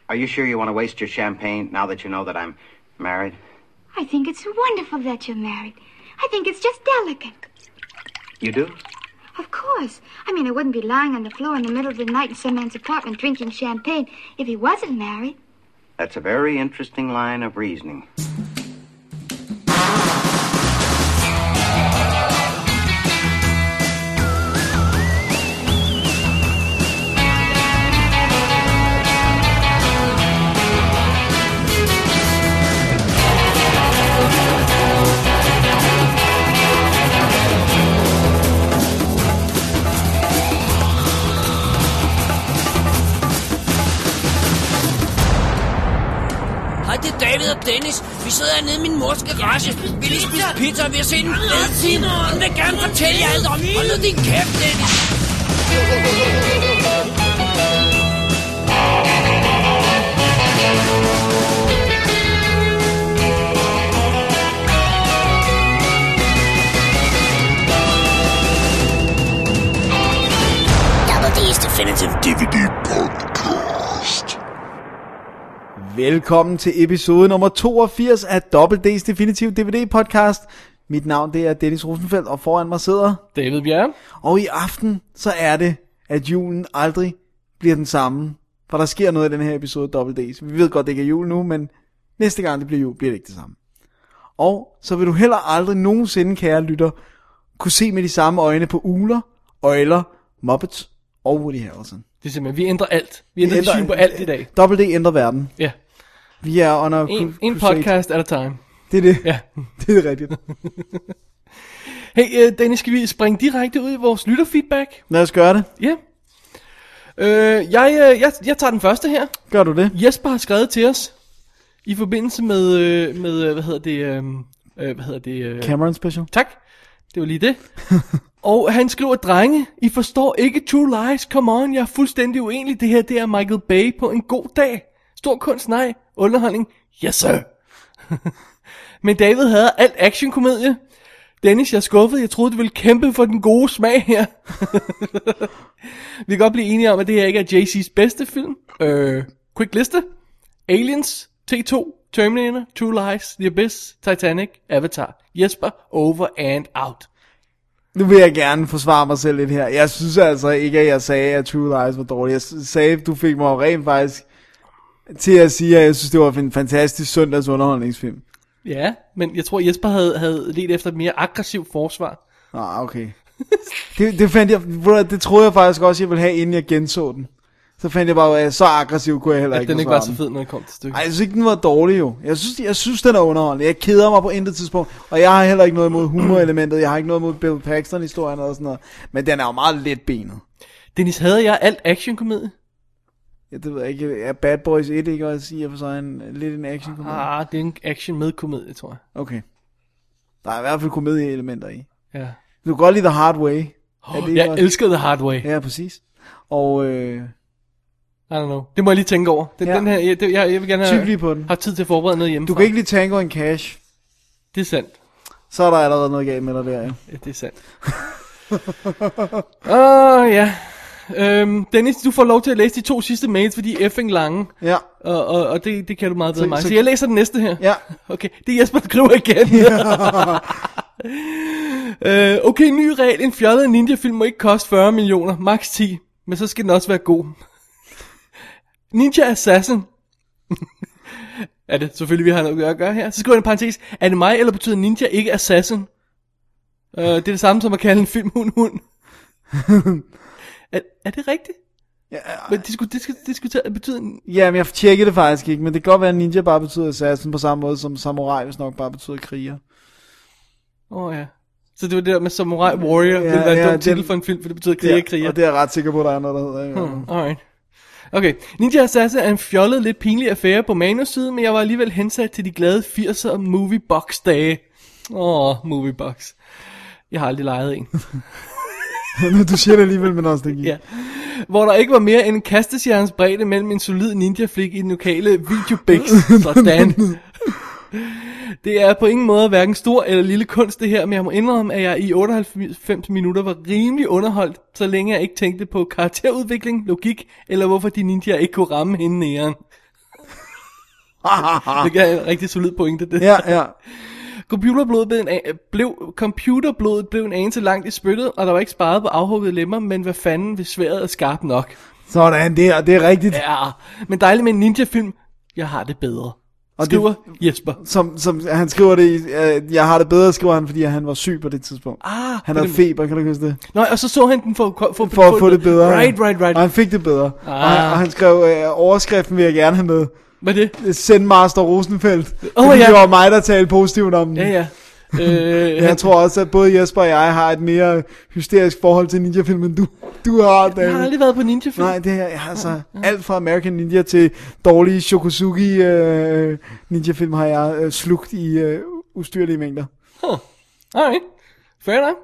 Are you sure you want to waste your champagne now that you know that I'm married? I think it's wonderful that you're married. I think it's just delicate. You do? Of course. I mean, I wouldn't be lying on the floor in the middle of the night in some man's apartment drinking champagne if he wasn't married. That's a very interesting line of reasoning. Det er David og Dennis. Vi sidder hernede i min mors garage. Vi lige spise pizza, og vi har set en fed film. Hun vil gerne fortælle jer alt om. Hold nu din kæft, Dennis. Double D's Definitive DVD Podcast. Velkommen til episode nummer 82 af Double D's Definitive DVD Podcast. Mit navn det er Dennis Rosenfeldt, og foran mig sidder David Bjerre. Og i aften så er det, at julen aldrig bliver den samme. For der sker noget i den her episode Double D's. Vi ved godt, det ikke er jul nu, men næste gang det bliver jul, bliver det ikke det samme. Og så vil du heller aldrig nogensinde, kære lytter, kunne se med de samme øjne på Uler, Øjler, Muppets og Woody Harrelson. Det er simpelthen, vi ændrer alt. Vi ændrer syn på alt i dag. Double D ændrer verden. Ja. Vi er under en podcast at a time. Det er det. Ja. Det er rigtigt. Hey, Dennis, skal vi springe direkte ud i vores lytterfeedback? Lad os gøre det. Ja. Jeg tager den første her. Gør du det? Jesper har skrevet til os i forbindelse med hvad hedder det? Cameron Special. Tak. Det var lige det. Og han skriver, drenge, I forstår ikke True Lies, come on, jeg er fuldstændig uenig, det her det er Michael Bay på en god dag. Stor kunst, nej, underholdning, yes sir. Men David havde alt actionkomedie. Dennis, jeg er skuffet, jeg troede du ville kæmpe for den gode smag her. Vi kan godt blive enige om, at det her ikke er JC's bedste film. Quick liste. Aliens, T2, Terminator, True Lies, The Abyss, Titanic, Avatar. Jesper, over and out. Nu vil jeg gerne forsvare mig selv lidt her. Jeg synes altså ikke, at jeg sagde, at True Lies var dårlig. Jeg sagde, at du fik mig rent faktisk til at sige, at jeg synes, det var en fantastisk søndags underholdningsfilm. Ja, men jeg tror, Jesper havde let efter et mere aggressivt forsvar. Okay. det fandt jeg, det troede jeg faktisk også, jeg ville have, inden jeg genså den. Så fandt jeg bare, at så aggressiv kunne jeg heller ikke. Den ikke var så fed, når det kom til stykket. Nej, jeg synes ikke, den var dårlig jo. Jeg synes den er underholdende. Jeg keder mig på intet tidspunkt. Og jeg har heller ikke noget mod humorelementet. Jeg har ikke noget mod Bill Paxton-historien og sådan noget. Men den er jo meget letbenet. Dennis, havde jeg alt actionkomedie? Ja, det ved jeg ikke. Er Bad Boys 1 ikke også siger for sig lidt en actionkomedie? Det er en action med komedie, tror jeg. Okay. Der er i hvert fald komedieelementer i. Ja. Du kan godt lide The Hard Way. Jeg elsker The Hard Way. Ja, præcis. Og I don't know. Det må jeg lige tænke over. Den her, jeg vil gerne have tid til at forberede noget hjemmefra. Du kan ikke lige Tango and Cash. Det er sandt. Så er der allerede noget galt med dig der, ja. Ja, det er sandt. Ja. Dennis, du får lov til at læse de 2 sidste mails, for de er effing lange. Ja. Og det kan du meget bedre end mig. Så jeg læser den næste her. Ja. Okay, det er Jesper, der skriver igen. Okay, ny regel. En fjollet ninja-film må ikke koste 40 millioner. Max 10. Men så skal den også være god. Ninja Assassin. Er det selvfølgelig, vi har noget at gøre her. Så skriver jeg en parentes. Er det mig, eller betyder ninja ikke assassin? Det er det samme som at kalde en film hund. Er det rigtigt? Ja, men det skulle betyde... Ja, men jeg tjekkede det faktisk ikke. Men det kan godt være, at ninja bare betyder assassin på samme måde som samurai, hvis nok bare betyder kriger. Ja. Så det var det der med Samurai Warrior. Det var en dum titel for en film, for det betyder kriger. Og det er jeg ret sikker på, at der er noget, der hedder. Ja. Alright. Okay, Ninja Assassin er en fjollet, lidt pinlig affære på manussiden, men jeg var alligevel hensat til de glade 80'er Movie Box dage. Movie Box. Jeg har aldrig lejet en. Du siger det alligevel med nostalgi. Ja. Hvor der ikke var mere end en kastestjernes bredde mellem en solid ninja-flik i den lokale videobix. Sådan. Det er på ingen måde hverken stor eller lille kunst det her, men jeg må indrømme, at jeg i 98 minutter var rimelig underholdt, så længe jeg ikke tænkte på karakterudvikling, logik, eller hvorfor de ninjaer ikke kunne ramme hende næren. Det er en rigtig solid pointe, det. Ja. Computerblodet blev en anelse langt i spyttet, og der var ikke sparet på afhuggede lemmer, men hvad fanden, hvis sværet er skarpt nok. Sådan, det er rigtigt. Ja, men dejligt med en ninja-film. Jeg har det bedre. Og skriver Jesper. Som han skriver det jeg har det bedre, skriver han, fordi han var syg på det tidspunkt. Han havde feber, kan du huske det? Nå, og så han den for at få det bedre. Right. Og han fik det bedre. Og han skrev, overskriften vil jeg gerne have med. Hvad er det? Sendmaster Rosenfeldt. Fordi det var mig, der talte positivt om den. Ja. Jeg tror også, at både Jesper og jeg har et mere hysterisk forhold til ninja-film, end du har. Jeg har aldrig været på ninja-film. Nej, det her, altså alt fra American Ninja til dårlige Shokosugi ninja-film har jeg slugt i ustyrlige mængder. Alright, fair enough.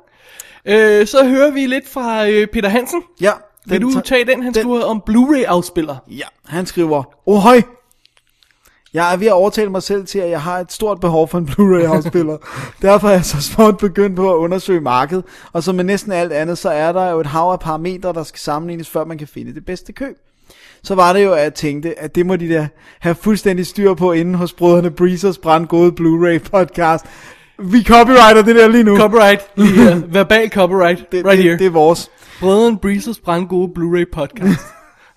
Så hører vi lidt fra Peter Hansen. Ja. Vil du tage den? Han skriver om Blu-ray-afspiller. Ja, han skriver, høj! Jeg er ved at overtale mig selv til, at jeg har et stort behov for en Blu-ray-afspiller. Derfor er jeg så småt begyndt på at undersøge markedet. Og som med næsten alt andet, så er der jo et hav af parametre, der skal sammenlignes, før man kan finde det bedste køb. Så var det jo, at jeg tænkte, at det må de da have fuldstændig styr på inden hos brødrene Breezers brandgode Blu-ray-podcast. Vi copyrighter det der lige nu. Copyright, lige her. Verbal copyright, here. Det er vores. Brødrene Breezers brandgode Blu-ray-podcast.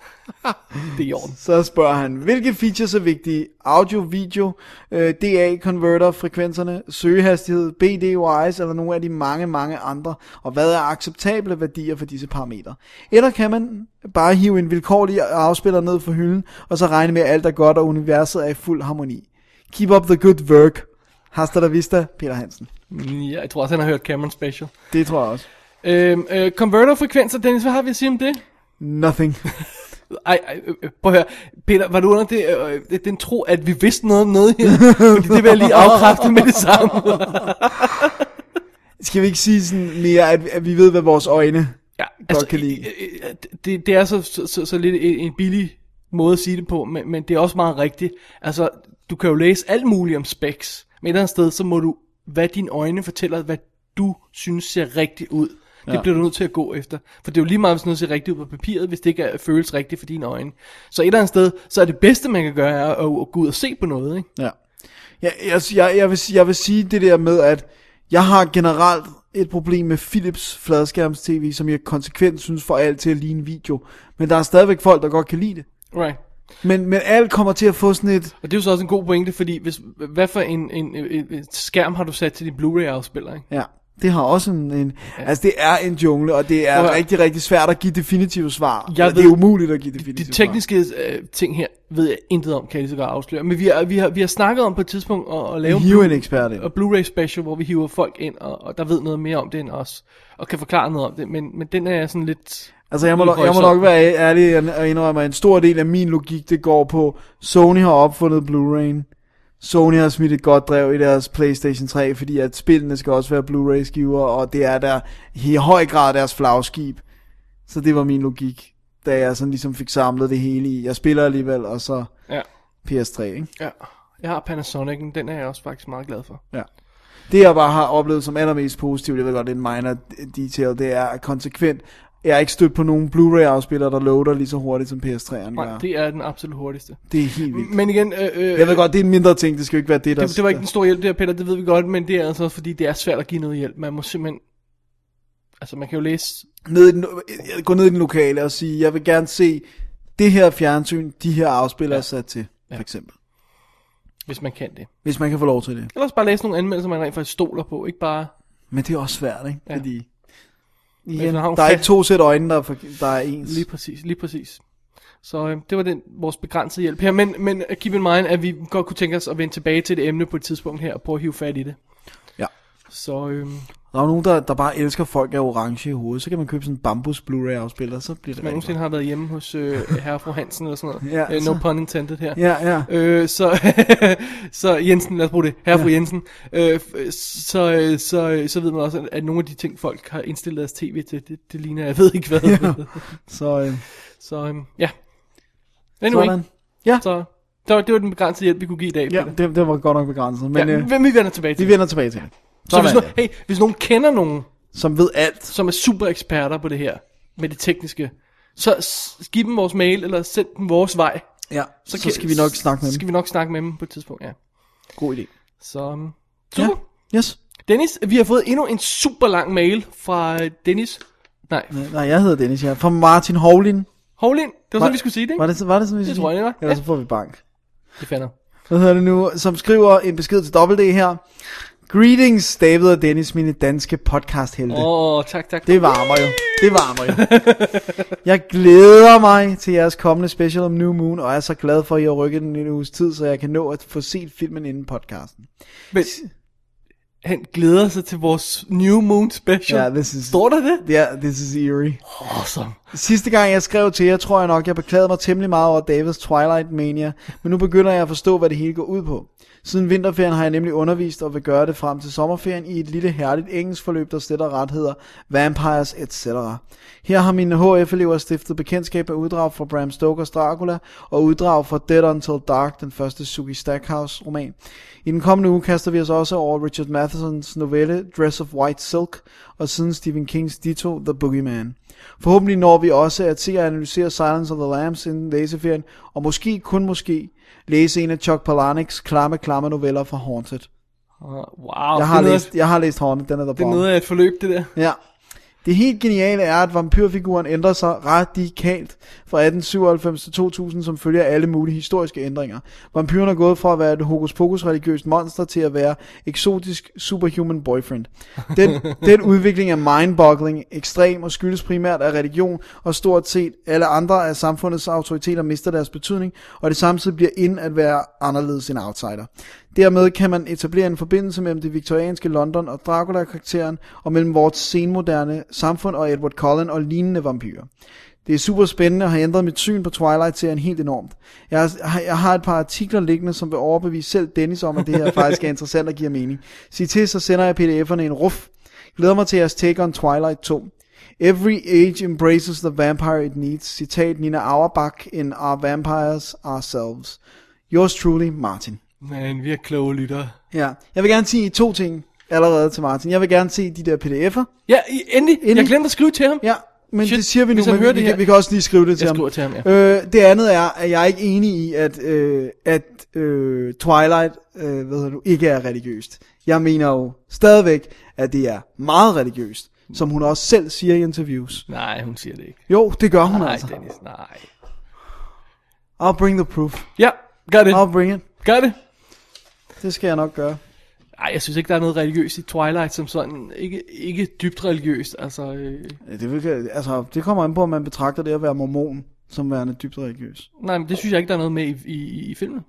Det er i orden. Så spørger han, hvilke features er vigtige? Audio, video, DA-converter, frekvenserne, søgehastighed, BD-wise eller nogle af de mange andre? Og hvad er acceptable værdier for disse parametre? Eller kan man bare hive en vilkårlig afspiller ned for hylden, og så regne med, at alt er godt, og universet er i fuld harmoni? Keep up the good work. Hasta la vista, Peter Hansen. Ja, jeg tror også, han har hørt Cameron Special. Det tror jeg også. Converter-frekvenser, Dennis, hvad har vi at sige om det? Nothing. Prøv at høre, Peter, var du under den tro, at vi vidste noget om noget her? Fordi det vil jeg lige afkræfte med det samme. Skal vi ikke sige sådan mere, at vi ved, hvad vores øjne godt kan lide? Det er så lidt en billig måde at sige det på, men det er også meget rigtigt. Altså, du kan jo læse alt muligt om specs, men et eller andet sted, så må du, hvad dine øjne fortæller, hvad du synes ser rigtigt ud. Det bliver du nødt til at gå efter. For det er jo lige meget, hvis noget ser rigtigt ud på papiret, hvis det ikke føles rigtigt for dine øjne. Så et eller andet sted, så er det bedste, man kan gøre, er at gå ud og se på noget, ikke? Ja. Jeg vil sige det der med, at jeg har generelt et problem med Philips fladskærms tv, som jeg konsekvent synes får alt til at ligne video. Men der er stadigvæk folk, der godt kan lide det. Right. Men alt kommer til at få sådan et... Og det er jo så også en god pointe, fordi hvad for en skærm har du sat til din Blu-ray-afspiller, ikke? Ja. Det har også altså det er en jungle, og det er rigtig, rigtig svært at give definitive svar. Det er umuligt at give definitive svar. De tekniske ting her ved jeg intet om, kan jeg lige så godt afsløre. Men vi har snakket om på et tidspunkt at lave en ekspert ind. Og Blu-ray special, hvor vi hiver folk ind, og der ved noget mere om det end os, og kan forklare noget om det, men den er sådan lidt... Altså jeg må nok være ærlig og indrømme, at en stor del af min logik, det går på, Sony har opfundet Blu-ray'en. Sony har smidt et godt drev i deres PlayStation 3, fordi at spillene skal også være Blu-ray-skiver, og det er der i høj grad deres flagskib. Så det var min logik, da jeg sådan ligesom fik samlet det hele i. Jeg spiller alligevel, og så PS3, ikke? Ja, jeg har Panasonic'en, den er jeg også faktisk meget glad for. Ja. Det jeg bare har oplevet som allermest positivt, jeg ved godt, det er en minor detail, det er konsekvent. Jeg har ikke stødt på nogen Blu-ray-afspiller, der loader lige så hurtigt som PS3'eren. Nej, det er den absolut hurtigste. Det er helt vildt. Men igen... jeg ved godt, det er en mindre ting, det skal jo ikke være det, der... Det var ikke en stor hjælp, det her, Peter, det ved vi godt, men det er altså også, fordi det er svært at give noget hjælp. Man må simpelthen... Altså, man kan jo læse... Gå ned i den lokale og sige, jeg vil gerne se det her fjernsyn, de her afspillere sat til, for eksempel. Hvis man kan det. Hvis man kan få lov til det. Eller også bare læse nogle anmeldelser, man rent faktisk stoler på, ikke bare... Men det er også svært, ikke? Ja. Fordi... Igen, der er ikke to sæt øjne, der er ens. Lige præcis. Så det var vores begrænsede hjælp her. Men keep in mind, at vi godt kunne tænke os at vende tilbage til det emne på et tidspunkt her, og prøve at hive fat i det. Ja. Så der er nogen, der bare elsker folk af orange i hovedet. Så kan man købe sådan en bambus Blu-ray-afspiller, så bliver det man nogensinde har været hjemme hos herre og fru Hansen eller sådan noget. Ja, no pun intended her. Ja. Så Jensen, lad os bruge det. Herre og fru Jensen. Så ved man også, at nogle af de ting, folk har indstillet deres tv til, det ligner, jeg ved ikke hvad. Ja. Ja. Anyway. Sådan. Ja. Så det var den begrænsede hjælp, vi kunne give i dag. Ja, det var godt nok begrænset. Men, vi vender tilbage til det. Vi vender tilbage til det. Så hvis nogen kender nogen, som ved alt, som er super eksperter på det her, med det tekniske, så giv dem vores mail, eller send dem vores vej. Ja, så skal vi nok snakke med dem. Skal vi nok snakke med dem på et tidspunkt, ja. God idé. Så, super. Ja. Yes. Dennis, vi har fået endnu en super lang mail fra Dennis. Nej, jeg hedder Dennis, ja. Fra Martin Hovlin. Hovlin, det var sådan, vi skulle sige det, ikke? Var det sådan, vi skulle sige? Det tror jeg, det var. Ellers så får vi bank. Det fandt jeg. Hvad hedder det nu? Som skriver en besked til WD her. Greetings, David og Dennis, mine danske podcasthelte. Tak. Det varmer jo. Jeg glæder mig til jeres kommende special om New Moon, og er så glad for, at I har rykket den en uges tid, så jeg kan nå at få set filmen inden podcasten. Men han glæder sig til vores New Moon special. Ja, står der det? Ja, this is eerie. Awesome. Sidste gang jeg skrev til jer, tror jeg nok, jeg beklagede mig temmelig meget over Davids Twilight Mania, men nu begynder jeg at forstå, hvad det hele går ud på. Siden vinterferien har jeg nemlig undervist og vil gøre det frem til sommerferien i et lille herligt engelsk forløb, der slet og ret hedder Vampires etc. Her har mine HF-elever stiftet bekendtskab af uddrag fra Bram Stokers Dracula og uddrag fra Dead Until Dark, den første Sookie Stackhouse roman. I den kommende uge kaster vi os også over Richard Mathesons novelle Dress of White Silk og siden Stephen Kings Ditto The Boogeyman. Forhåbentlig når vi også at se og analysere Silence of the Lambs inden læseferien, og måske, kun måske, læse en af Chuck Palahniks klamme noveller fra Haunted. Wow. Jeg har læst Haunted, den er der Det er noget af et forløb, det der. Ja. Det helt geniale er, at vampyrfiguren ændrer sig radikalt fra 1897 til 2000, som følger alle mulige historiske ændringer. Vampyren er gået fra at være et hokus pokus religiøst monster til at være eksotisk superhuman boyfriend. Den udvikling er mindboggling, ekstrem og skyldes primært af religion, og stort set alle andre af samfundets autoriteter mister deres betydning, og det samtidig bliver ind at være anderledes en outsider. Dermed kan man etablere en forbindelse mellem det viktorianske London og Dracula-karakteren, og mellem vores senmoderne samfund og Edward Cullen og lignende vampyrer. Det er super spændende og har ændret mit syn på Twilight-serien helt enormt. Jeg har et par artikler liggende, som vil overbevise selv Dennis om, at det her faktisk er interessant og giver mening. Sig til, så sender jeg pdf'erne en ruf. Glæder mig til jeres take on Twilight 2. Every age embraces the vampire it needs. Citat Nina Auerbach in Our Vampires Ourselves. Yours truly, Martin. Men vi er kloge lyttere. Ja, jeg vil gerne sige 2 ting allerede til Martin. Jeg vil gerne se de der pdf'er. Ja, endelig. Jeg glemte at skrive til ham. Ja, men det siger vi nu, men vi kan også lige skrive det til ham. Jeg skriver til ham, ja. Det andet er, at jeg er ikke enig i, at Twilight ikke er religiøst. Jeg mener jo stadigvæk, at det er meget religiøst, som hun også selv siger i interviews. Nej, hun siger det ikke. Jo, det gør hun nej, altså. Dennis, nej. I'll bring the proof. Ja, gør det. I'll bring it. Gør det. Det skal jeg nok gøre. Nej, jeg synes ikke, der er noget religiøst i Twilight som sådan. Ikke dybt religiøst, altså. Det kommer an på, om man betragter det at være mormon som værende dybt religiøs. Nej, men det synes jeg ikke, der er noget med i filmen.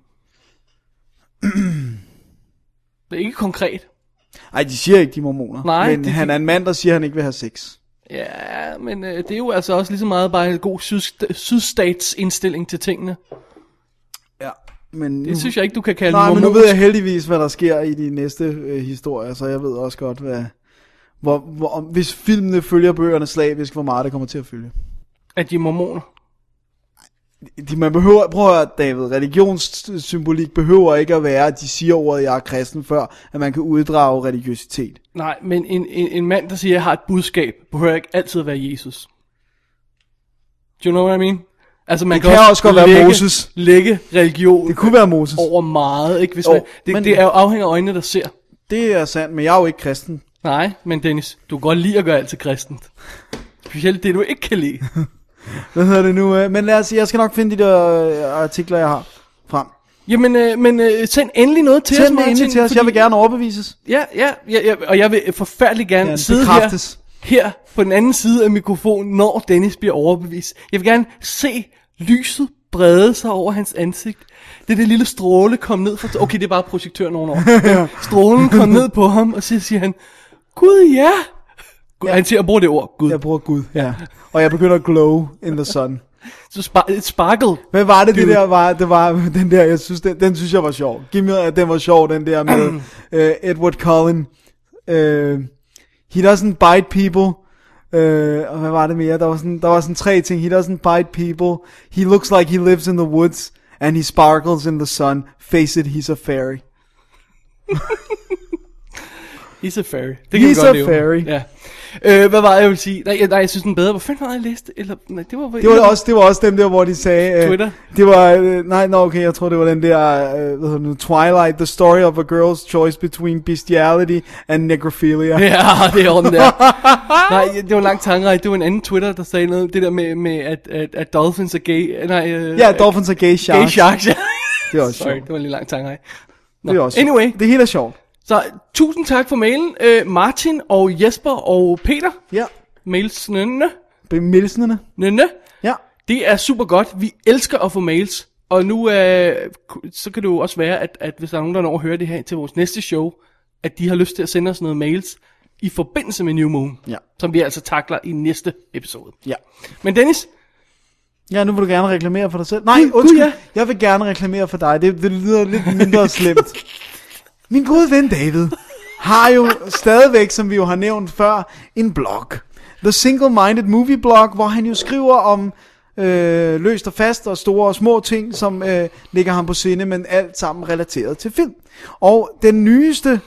Det er ikke konkret. Ej, de siger ikke, de mormoner. Nej, men han er en mand, der siger, at han ikke vil have sex. Ja, men det er jo altså også lige så meget bare en god sydstats indstilling til tingene. Ja, men det synes jeg ikke, du kan kalde mormon. Men nu ved jeg heldigvis, hvad der sker i de næste historier, så jeg ved også godt, hvis filmene følger bøgerne slavisk, hvor meget det kommer til at følge. At de er mormoner? Man behøver, prøv at høre, David, religionssymbolik behøver ikke at være, at de siger ordet, jeg er kristen, før at man kan uddrage religiøsitet. Nej, men en mand, der siger, jeg har et budskab, behøver ikke altid at være Jesus. Do you know what I mean? Altså man kan også godt være Moses. Lægge religion. Det kunne være Moses. Over meget, ikke? Hvis det er jo afhænger af øjnene, der ser. Det er sandt, men jeg er jo ikke kristen. Nej, men Dennis, du kan godt lide at gøre alt til kristent. Specielt det, du ikke kan lide. Hvad hedder det nu? Men lad os, jeg skal nok finde de der artikler, jeg har frem. Jamen, send endelig noget til os, Martin. Send endelig til os, jeg vil gerne overbevises. Ja, og jeg vil forfærdeligt gerne sidde her på den anden side af mikrofonen, når Dennis bliver overbevist. Jeg vil gerne se lyset brede sig over hans ansigt. Det lille stråle kom ned fra... Okay, det er bare projektøren ovenover. Strålen kom ned på ham, og så siger han, Gud, ja. Ja. Han siger, jeg bruger det ord, Gud. Jeg bruger Gud, ja. Og jeg begynder at glow in the sun. Så it sparkled. Hvad var det, det der var? Det var den der, jeg synes, den synes jeg var sjov. Giv mig, at den var sjov, den der med Edward Cullen. He doesn't bite people. Og hvad var det mere? Der var sådan 3 ting. He doesn't bite people. He looks like he lives in the woods. And he sparkles in the sun. Face it, he's a fairy. He's a fairy. Det kan he's a fairy. Ja. Hvad var jeg ville sige? Nej, jeg synes den bedre. Hvor fanden var jeg læst? Eller, nej, det var også dem der, hvor de sagde... Twitter? Det var... okay, jeg tror, det var den der... Twilight, the story of a girl's choice between bestiality and necrophilia. Ja, det er den der. Nej, det var en lang tankerække. Det var en anden Twitter, der sagde noget. Det der med at dolphins er gay. Ja, dolphins er gay sharks. Gay sharks, ja. Det er også Sorry, sjovt. det var en lille lang tankerække. Det er også anyway. Det hele er sjovt. Så tusind tak for mailen, Martin og Jesper og Peter. Ja. Mailsnønne. Bemilsnerne. Ja. Det er super godt. Vi elsker at få mails. Og nu så kan det jo også være, at hvis der er nogen, der når at høre det her til vores næste show, at de har lyst til at sende os noget mails i forbindelse med New Moon. Ja. Som vi altså takler i næste episode. Ja. Men Dennis... Ja, nu vil du gerne reklamere for dig selv. Nej, undskyld. Ja. Jeg vil gerne reklamere for dig. Det lyder lidt mindre slemt. Min gode ven David har jo stadigvæk, som vi jo har nævnt før, en blog. The Single Minded Movie Blog, hvor han jo skriver om løst og fast og store og små ting, som ligger ham på sinde, men alt sammen relateret til film. Og den nyeste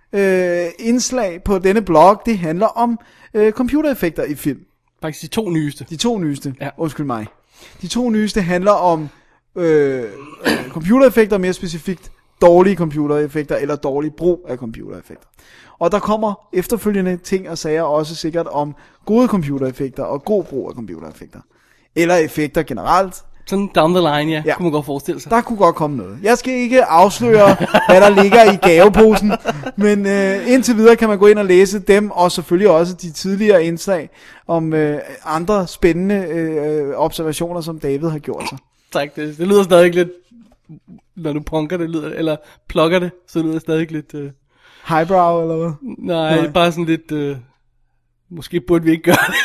indslag på denne blog, det handler om computereffekter i film. Faktisk de to nyeste. De to nyeste, ja. Undskyld mig. De to nyeste handler om computereffekter, mere specifikt dårlige computereffekter, eller dårlig brug af computereffekter. Og der kommer efterfølgende ting og sager også sikkert om gode computereffekter og god brug af computereffekter. Eller effekter generelt. Sådan down the line, ja. Kunne man godt forestille sig. Der kunne godt komme noget. Jeg skal ikke afsløre, hvad der ligger i gaveposen, men indtil videre kan man gå ind og læse dem, og selvfølgelig også de tidligere indslag om andre spændende observationer, som David har gjort sig. Tak, det lyder stadig lidt, når du punker det, eller plukker det, så lyder det stadig lidt... Highbrow, eller hvad? Nej, bare sådan lidt... Måske burde vi ikke gøre det.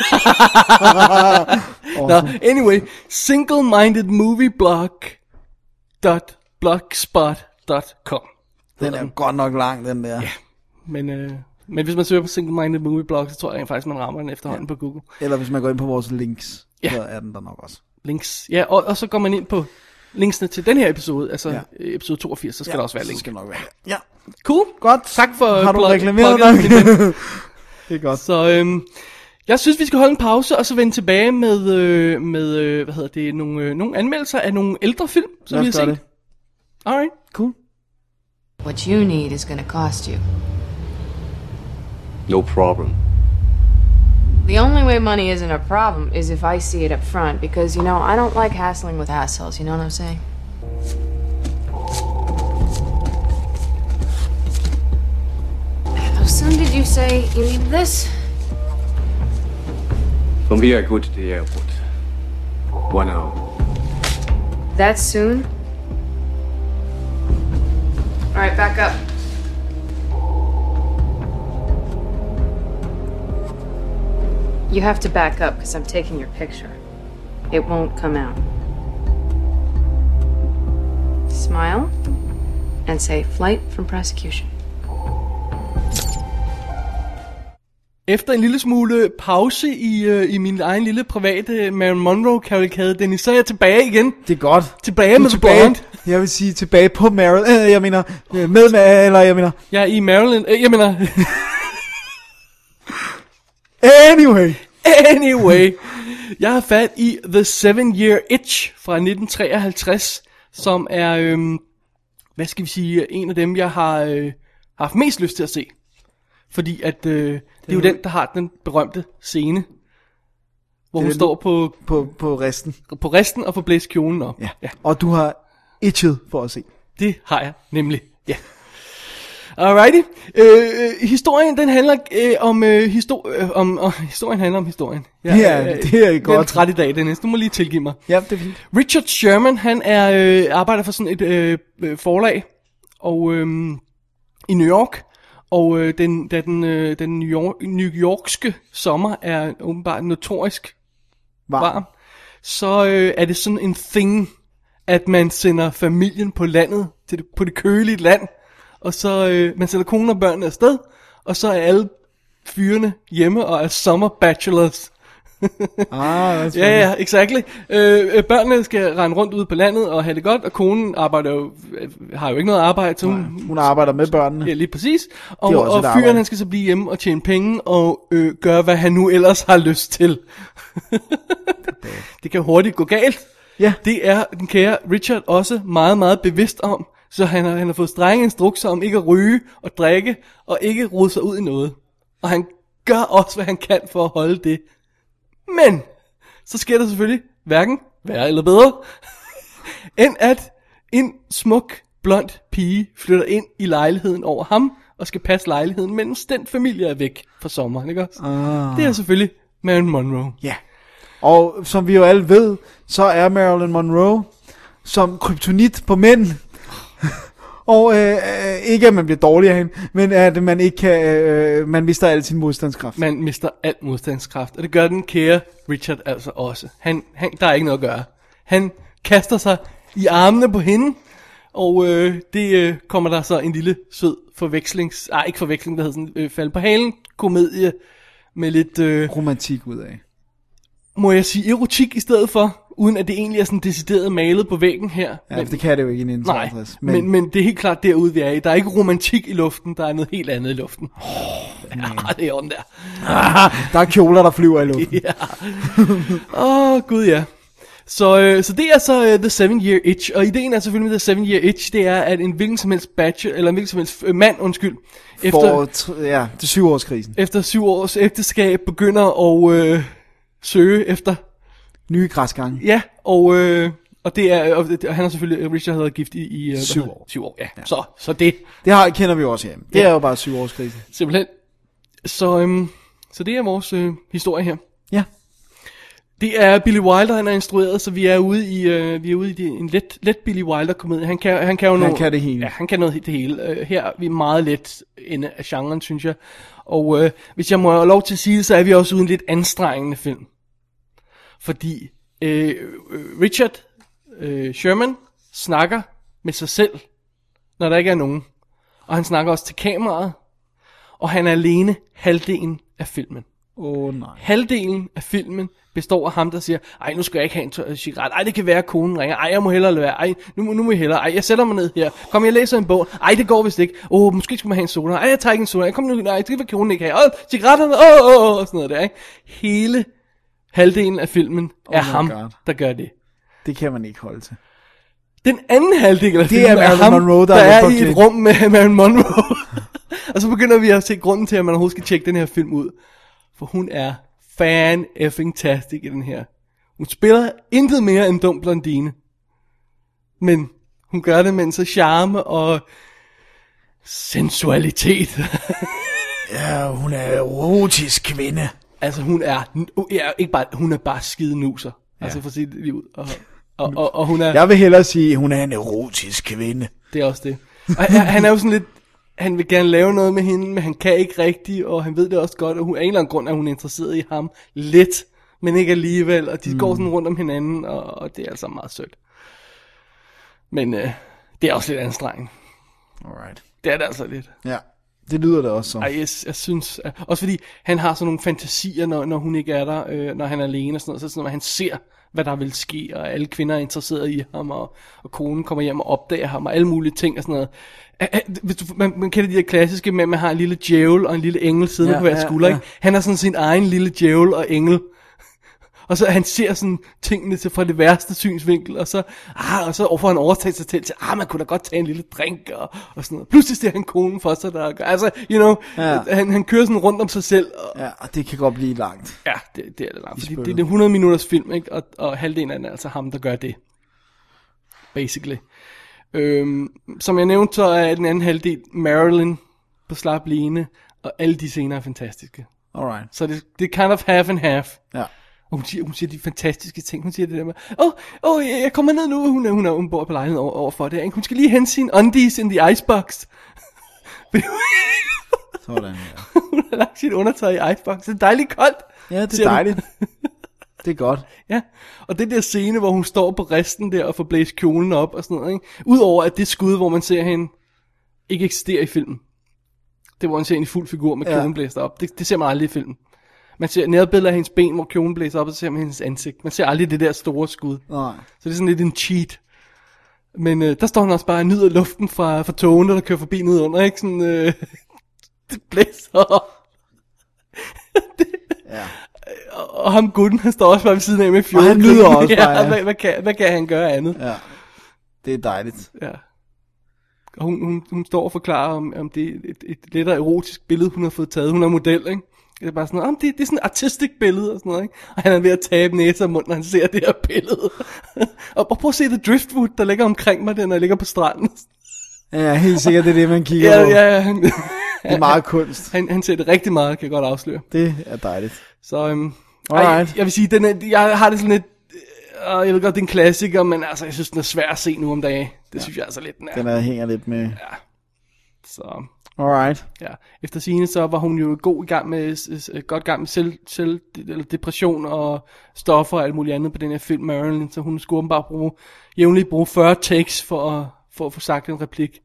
Awesome. Nå, anyway, singlemindedmovieblog.blogspot.com. Den er godt nok lang, den der. Ja, men hvis man søger på Single Minded Movie Blog, så tror jeg faktisk, man rammer den efterhånden på Google. Eller hvis man går ind på vores links, så er den der nok også. Links, ja, og så går man ind på linksene til den her episode, altså episode 82, så skal der også være link. Skal nok være. Ja. Cool. Godt. Tak for har du reklameret nok? Det er godt. Så jeg synes vi skal holde en pause og så vende tilbage med hvad hedder det, nogle anmeldelser af nogle ældre film, som vi har set. Alright, cool. What you need is going to cost you. No problem. The only way money isn't a problem is if I see it up front, because, you know, I don't like hassling with assholes, you know what I'm saying? How soon did you say you need this? From here I go to the airport. 1 hour. That soon? All right, back up. You have to back up because I'm taking your picture. It won't come out. Smile and say flight from prosecution. Efter en lille smule pause i min egen lille private Marilyn Monroe-kavalkade, Dennis, så er jeg tilbage igen. Det er godt. Tilbage med The Blonde. Jeg vil sige tilbage på Marilyn. Jeg mener, Jeg er i Marilyn. Anyway. Jeg har fat i The 7-Year Itch fra 1953, som er, hvad skal vi sige, en af dem, jeg har haft mest lyst til at se. Fordi at det er jo den, der har den berømte scene, hvor hun står på resten. På resten og får blæst kjolen op. Ja. Og du har itchet for at se. Det har jeg nemlig, ja. Alrighty. Historien, den handler om historien handler om historien. Ja, det er godt. Det er træt i dag, Dennis. Du må lige tilgive mig. Ja, det er fint. Richard Sherman, han arbejder for sådan et forlag og i New York. Og da den New Yorkske sommer er åbenbart notorisk varm, så er det sådan en thing, at man sender familien på landet, på det kølige land, og så man sender konen og børnene afsted, og så er alle fyrene hjemme og er summer bachelors. Ja, exactly. Børnene skal rende rundt ude på landet og have det godt, og konen har jo ikke noget arbejde, så hun arbejder med børnene. Ja, lige præcis. Og fyren, han skal så blive hjemme og tjene penge og gøre, hvad han nu ellers har lyst til. Det kan hurtigt gå galt. Ja. Det er den kære Richard også meget, meget bevidst om, så han har fået strenge instrukser om ikke at ryge og drikke, og ikke rode sig ud i noget. Og han gør også, hvad han kan for at holde det. Men, så sker der selvfølgelig hverken værre eller bedre, end at en smuk, blond pige flytter ind i lejligheden over ham, og skal passe lejligheden, mens den familie er væk fra sommeren, ikke også? Det er selvfølgelig Marilyn Monroe. Ja. Og som vi jo alle ved, så er Marilyn Monroe som kryptonit på mænd. Og ikke at man bliver dårlig af hende, men at man ikke kan, man mister al sin modstandskraft. Man mister al modstandskraft, og det gør den kære Richard altså også. Der er ikke noget at gøre. Han kaster sig i armene på hende, og det kommer der så en lille sød ikke forveksling, der hedder sådan fald på halen komedie med lidt romantik ud af. Må jeg sige erotik i stedet for, uden at det egentlig er sådan decideret malet på væggen her. Ja, men, det kan det jo ikke i 1953. Nej, men det er helt klart derude vi er i. Der er ikke romantik i luften, der er noget helt andet i luften. Det er den der. Der er kjoler, der flyver i luften. Ja. Gud ja. Så det er så The 7-Year Itch, og ideen er selvfølgelig med The 7-Year Itch, det er, at en hvilken som helst mand, efter det 7-årskrisen. Efter 7 års ægteskab begynder at søge efter nye græsgange. Ja, og det er han har selvfølgelig Richard har været gift i 7 år. 7 år, ja. Så det kender vi jo også hjemme. Det er jo bare 7-årskrisen. Simpelthen. Så det er vores historie her. Ja. Det er Billy Wilder, han er instrueret, så vi er ude i en let Billy Wilder komedie. Han kan det hele. Ja, han kan noget det hele. Her er vi meget let inde af genren, synes jeg. Og hvis jeg må have lov til at sige det, så er vi også ude i en lidt anstrengende film. Fordi Richard Sherman snakker med sig selv, når der ikke er nogen. Og han snakker også til kameraet. Og han er alene halvdelen af filmen. Nej. Halvdelen af filmen består af ham, der siger, ej, nu skal jeg ikke have en cigaret. Ej, det kan være, at konen ringer. Ej, jeg må hellere lade være. Ej, nu må jeg hellere. Ej, jeg sætter mig ned her. Kom, jeg læser en bog. Ej, det går vist ikke. Måske skulle man have en soda. Ej, jeg tager ikke en soda. Kom nu, nej, det vil konen ikke have. Cigaretterne, og sådan noget der, ikke? Hele halvdelen af filmen er ham, der gør det. Det kan man ikke holde til. Den anden halvdel af filmen er ham, Monroe, der er i et rum med Marilyn Monroe. Og så begynder vi at se grunden til, at man overhovedet skal tjekke den her film ud. For hun er fan-effing-tastic i den her. Hun spiller intet mere end dum blondine. Men hun gør det med en så charme og sensualitet. Ja, hun er erotisk kvinde. Altså hun er bare skide nuser. Ja. Altså for at sige det lige ud. Og hun er... Jeg vil hellere sige, at hun er en erotisk kvinde. Det er også det. Og han er jo sådan lidt... Han vil gerne lave noget med hende, men han kan ikke rigtigt, og han ved det også godt, og af en eller anden grund er hun interesseret i ham lidt, men ikke alligevel, og de går sådan rundt om hinanden, og det er altså meget sødt. Men det er også lidt anstrengende. Alright. Det er det altså lidt. Ja, det lyder det også som. Ej, jeg synes, også fordi han har sådan nogle fantasier, når hun ikke er der, når han er alene og sådan noget, så sådan, når han ser, hvad der vil ske, og alle kvinder er interesseret i ham, og konen kommer hjem og opdager ham, og alle mulige ting og sådan noget. Man kender de der klassiske med, at man har en lille djævel og en lille engel siddende på hver skulder, ikke? Han har sådan sin egen lille djævel og engel. Og så han ser sådan tingene fra det værste synsvinkel, og så får han overtaget sig til, man kunne da godt tage en lille drink, og sådan noget. Pludselig ser han konen for sig, altså, han kører sådan rundt om sig selv. Og det kan godt blive langt. Ja, det er det langt, fordi det er 100 minutters film, ikke? Og halvdelen af den er altså ham, der gør det. Basically. Som jeg nævnte, så er den anden halvdel Marilyn på slap line, og alle de scener er fantastiske. Alright. Så det er kind of half and half. Ja. Og hun siger de fantastiske ting. Hun siger det der med, jeg kommer ned nu. Hun bor på lejligheden overfor det. Hun skal lige hente sin undies in the icebox. Sådan, ja. Hun har lagt sit undertøj i icebox. Det er dejligt koldt. Ja, det er dejligt. Det er godt. Ja, og det der scene, hvor hun står på resten der og får blæst kjolen op og sådan noget, ikke? Udover at det skud, hvor man ser hende, ikke eksisterer i filmen. Det hvor man ser hende i fuld figur med kjolen blæst op. Det ser man aldrig i filmen. Man ser nærbilleder af hendes ben, hvor kjolen blæser op, og så ser man hendes ansigt. Man ser aldrig det der store skud. Nej. Så det er sådan lidt en cheat. Men der står han også bare og nyder luften fra togene, der kører forbi ned under, ikke? Sådan, det blæser op. Ja. Og ham gutten, han står også bare ved siden af med Og han nyder også bare, ja. Hvad kan han gøre andet? Ja, det er dejligt. Ja. Og hun står og forklarer, om det er et lettere erotisk billede, hun har fået taget. Hun er model, ikke? Det er bare sådan noget, det er sådan et artistisk billede og sådan noget, ikke? Og han er ved at tabe næse og mund, når han ser det her billede. og prøv at se det driftwood, der ligger omkring mig, når jeg ligger på stranden. Ja, helt sikkert, det er det, man kigger på. Ja. Det er meget kunst. Han ser det rigtig meget, kan jeg godt afsløre. Det er dejligt. Så, Alright. jeg vil sige, jeg har det sådan lidt, jeg ved godt, det er en klassiker, men altså, jeg synes, den er svær at se nu om dagen. Det synes jeg altså lidt, den er. Den hænger lidt med. Ja. Så. Alright. Ja. Efter sigende så var hun jo godt i gang med depression og stoffer og alt muligt andet på den her film Marilyn, så hun skulle bare jævnligt bruge 40 takes for at få sagt en replik.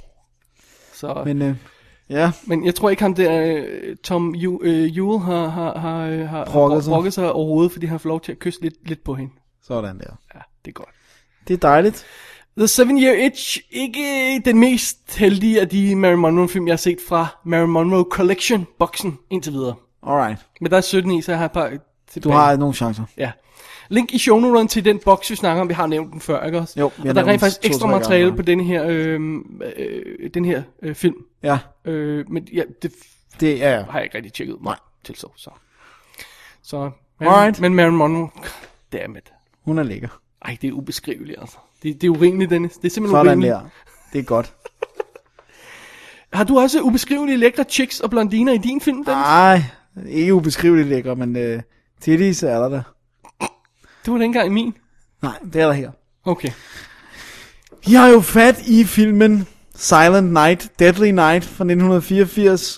Så. Ja. Men jeg tror ikke ham der Tom Ewell har brokket sig overhovedet, fordi han får lov til at kysse lidt på hende. Sådan der. Ja, det er godt. Det er dejligt. The 7-Year Itch, ikke den mest heldige af de Marilyn Monroe film, jeg har set fra Marilyn Monroe Collection-boksen indtil videre. Alright. Men der er 17 i, så jeg har et par tilbage. Du har nogle chancer. Ja. Link i shownoteren til den boks, vi snakker om, vi har nævnt den før, ikke også? Jo. Og der er rent faktisk ekstra materiale på den her film. Ja. Men ja, det har jeg ikke rigtig tjekket mig til så. Alright. Men Marilyn Monroe, dammit. Hun er lækker. Ej, det er ubeskriveligt, altså. Det er urimeligt, Dennis. Det er simpelthen sådan urimeligt. Der. Det er godt. Har du også ubeskriveligt lækre chicks og blondiner i din film, Dennis? Nej, ikke ubeskriveligt lækre, men titties er der. Det var den engang i min? Nej, det er der her. Okay. Vi har jo fat i filmen Silent Night, Deadly Night fra 1984,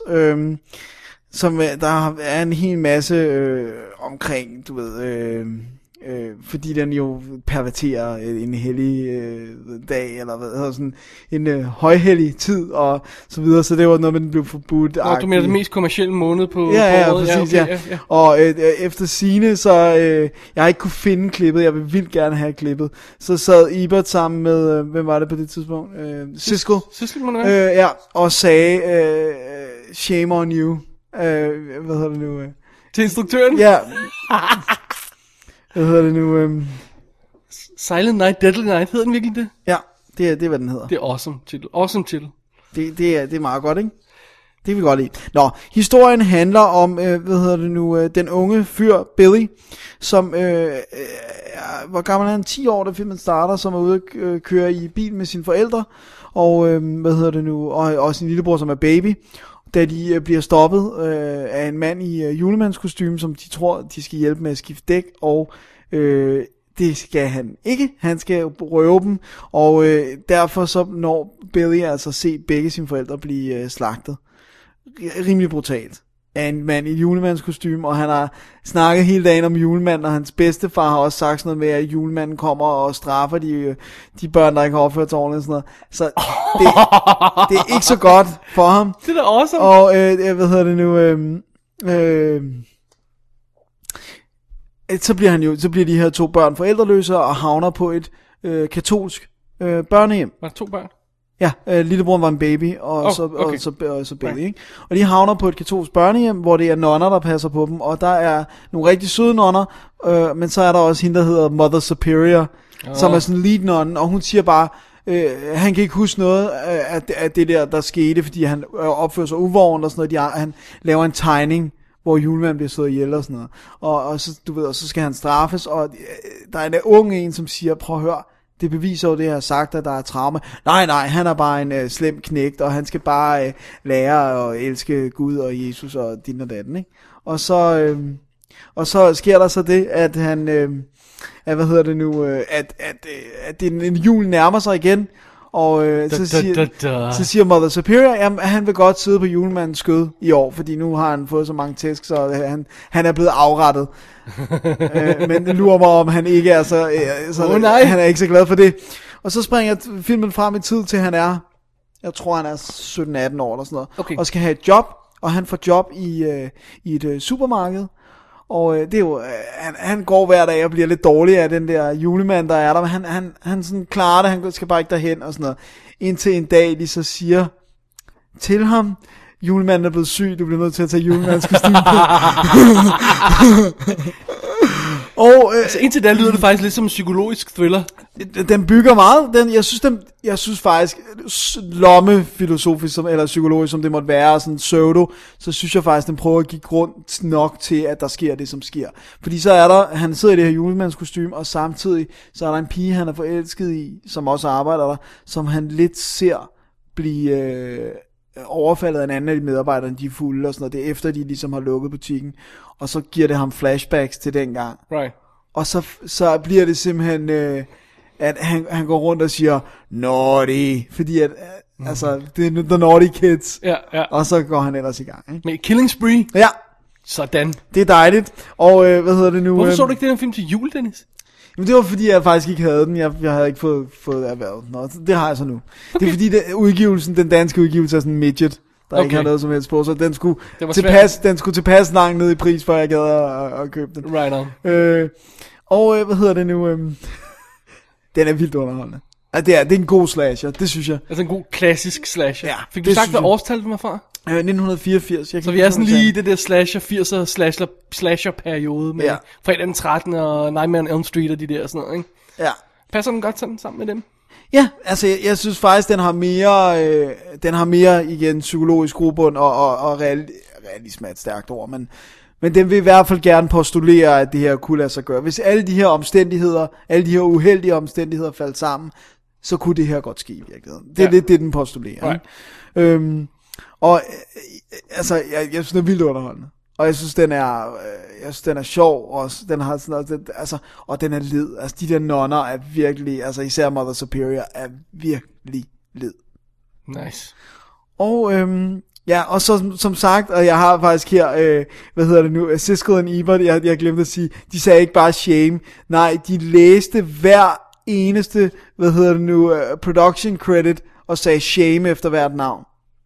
som der er en hel masse omkring, du ved, fordi den jo perverterer en hellig dag, eller hvad hedder sådan, en højhellig tid, og så videre, så det var noget, den blev forbudt. Og du mener det mest kommercielle måned på ja, året? Præcis, ja, okay, ja. Og efter sigende, så jeg har ikke kunne finde klippet, jeg vil vildt gerne have klippet, så sad Ebert sammen med, hvem var det på det tidspunkt? Siskel. Siskel, må det være. Ja, og sagde, shame on you. Hvad hedder det nu? Til instruktøren? Ja. Hvad hedder det nu? Silent Night, Deadly Night, hedder den virkelig det? Ja, det er hvad den hedder. Det er awesome titel. Awesome titel. Det er meget godt, ikke? Det kan vi godt lide. Nå, historien handler om, den unge fyr, Billy, som, hvor gammel er han? 10 år, da filmen starter, som er ude at køre i bil med sine forældre, og, og sin lillebror, som er baby, da de bliver stoppet af en mand i julemandskostume, som de tror, de skal hjælpe med at skifte dæk, og det skal han ikke. Han skal røve dem, og derfor så når Billy altså se begge sine forældre blive slagtet. Rimelig brutalt. Af en mand i julemandskostume, og han har snakket hele dagen om julemanden, og hans bedstefar har også sagt sådan noget med, at julemanden kommer og straffer de børn, der ikke har opført sig ordentligt og sådan noget. Så det er ikke så godt for ham. Det er da awesome. Og så bliver de her 2 børn forældreløse og havner på et katolsk børnehjem. Var der 2 børn? Ja, lillebroren var en baby, og så Billy, ikke? Og de havner på et katolsk børnehjem, hvor det er nonner, der passer på dem, og der er nogle rigtig søde nonner, men så er der også hende, der hedder Mother Superior, som er sådan lead nonnen, og hun siger bare, han kan ikke huske noget af det der skete, fordi han opfører sig uvårent og sådan noget. Han laver en tegning, hvor julemanden bliver slået ihjel og sådan noget. Og så, du ved, og så skal han straffes, og der er en ung en, som siger, prøv at høre, det beviser jo det, jeg har sagt, at der er traume. Nej, han er bare en slem knægt, og han skal bare lære at elske Gud og Jesus og din og datten, ikke? Og så sker der så det, at han, at en jul nærmer sig igen, og så siger Mother Superior, at han vil godt sidde på julemandens skød i år, fordi nu har han fået så mange tæsk, så han er blevet afrettet. Men det lurer mig om, han ikke er han er ikke så glad for det. Og så springer filmen frem i tid til han er, jeg tror han er 17-18 år eller sådan noget, og skal have et job, og han får job i et supermarked, Og det er jo, han går hver dag og bliver lidt dårlig af den der julemand, der er der, men han sådan klarer det, han skal bare ikke derhen og sådan noget. Indtil en dag, de så siger til ham, julemanden er blevet syg, du bliver nødt til at tage julemandskostyme på. Og altså indtil da lyder det faktisk lidt som en psykologisk thriller. Den bygger meget. Jeg synes faktisk lommefilosofisk eller psykologisk som det måtte være, sådan pseudo, så synes jeg faktisk den prøver at give grund nok til at der sker det som sker. Fordi så er der, han sidder i det her julemandskostyme, og samtidig så er der en pige han er forelsket i, som også arbejder der, som han lidt ser blive overfaldet af en anden af de medarbejdere, de er fulde og sådan noget. Det er efter de ligesom har lukket butikken, og så giver det ham flashbacks til dengang. Right. Og så bliver det simpelthen at han går rundt og siger naughty, fordi at altså det er the naughty kids. Ja. Og så går han ellers i gang, ikke? Med Killing Spree. Ja. Sådan. Det er dejligt. Og hvad hedder det nu? Hvorfor så du ikke den her film til jul, Dennis? Jamen det var fordi jeg faktisk ikke havde den. Jeg havde ikke fået erhvervet den. Og det har jeg så nu. Okay. Det er fordi udgivelsen, den danske udgivelse er sådan en midget, der ikke har noget som helst på, så den skulle tilpasse langt ned i pris, før jeg gad at købe den. Right on. Og hvad hedder det nu? Den er vildt underholdende. Det er en god slasher, det synes jeg. Altså en god klassisk slasher. Ja, fik du sagt, hvad årstal den var fra? 1984. Så vi er sådan lige i det der slasher 80'er slasher periode med Fredag den 13. og Nightmare on Elm Street og de der og sådan noget, ikke? Ja. Passer den godt sammen med dem? Ja, altså jeg synes faktisk den har mere igen psykologisk grobund og realisme er et stærkt ord, men den vil i hvert fald gerne postulere, at det her kunne lade sig gøre. Hvis alle de her omstændigheder, alle de her uheldige omstændigheder faldt sammen, så kunne det her godt ske i virkeligheden. Det er lidt det, den postulerer. Right. Og altså, jeg synes, den er vildt underholdende. Og jeg synes, den er sjov, og den har sådan noget, altså, og den er led. Altså, de der nonner er virkelig, altså især Mother Superior, er virkelig led. Nice. Og ja, og så som sagt, og jeg har faktisk her, Siskel og Ebert, jeg glemte at sige, de sagde ikke bare shame, nej, de læste hver eneste, production credit, og sagde shame efter hvert navn.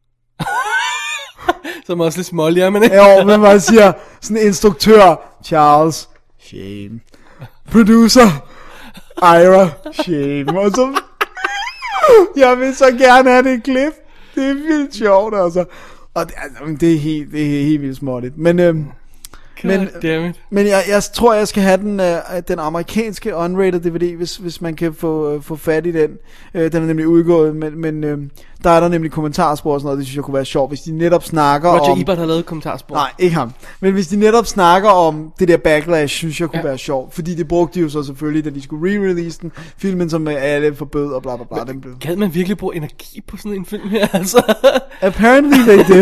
Som også lidt smålig, men ikke? Jo, men man siger, sådan en instruktør, Charles, shame. Producer, Ira, shame. Og så, jeg vil så gerne have det klip. Det er vildt sjovt, altså. Og det er helt vildt småligt. Men jeg tror, jeg skal have den amerikanske unrated DVD, hvis man kan få fat i den. Den er nemlig udgået, men der er der nemlig kommentarspor og sådan noget, det synes jeg kunne være sjovt, hvis de netop snakker om... Roger Ebert har lavet kommentarspor. Nej, ikke ham. Men hvis de netop snakker om det der backlash, synes jeg kunne være sjovt, fordi det brugte de jo så selvfølgelig, da de skulle re-release den, filmen som alle forbød og bla bla bla. Kan man virkelig bruge energi på sådan en film her, altså? Apparently they did.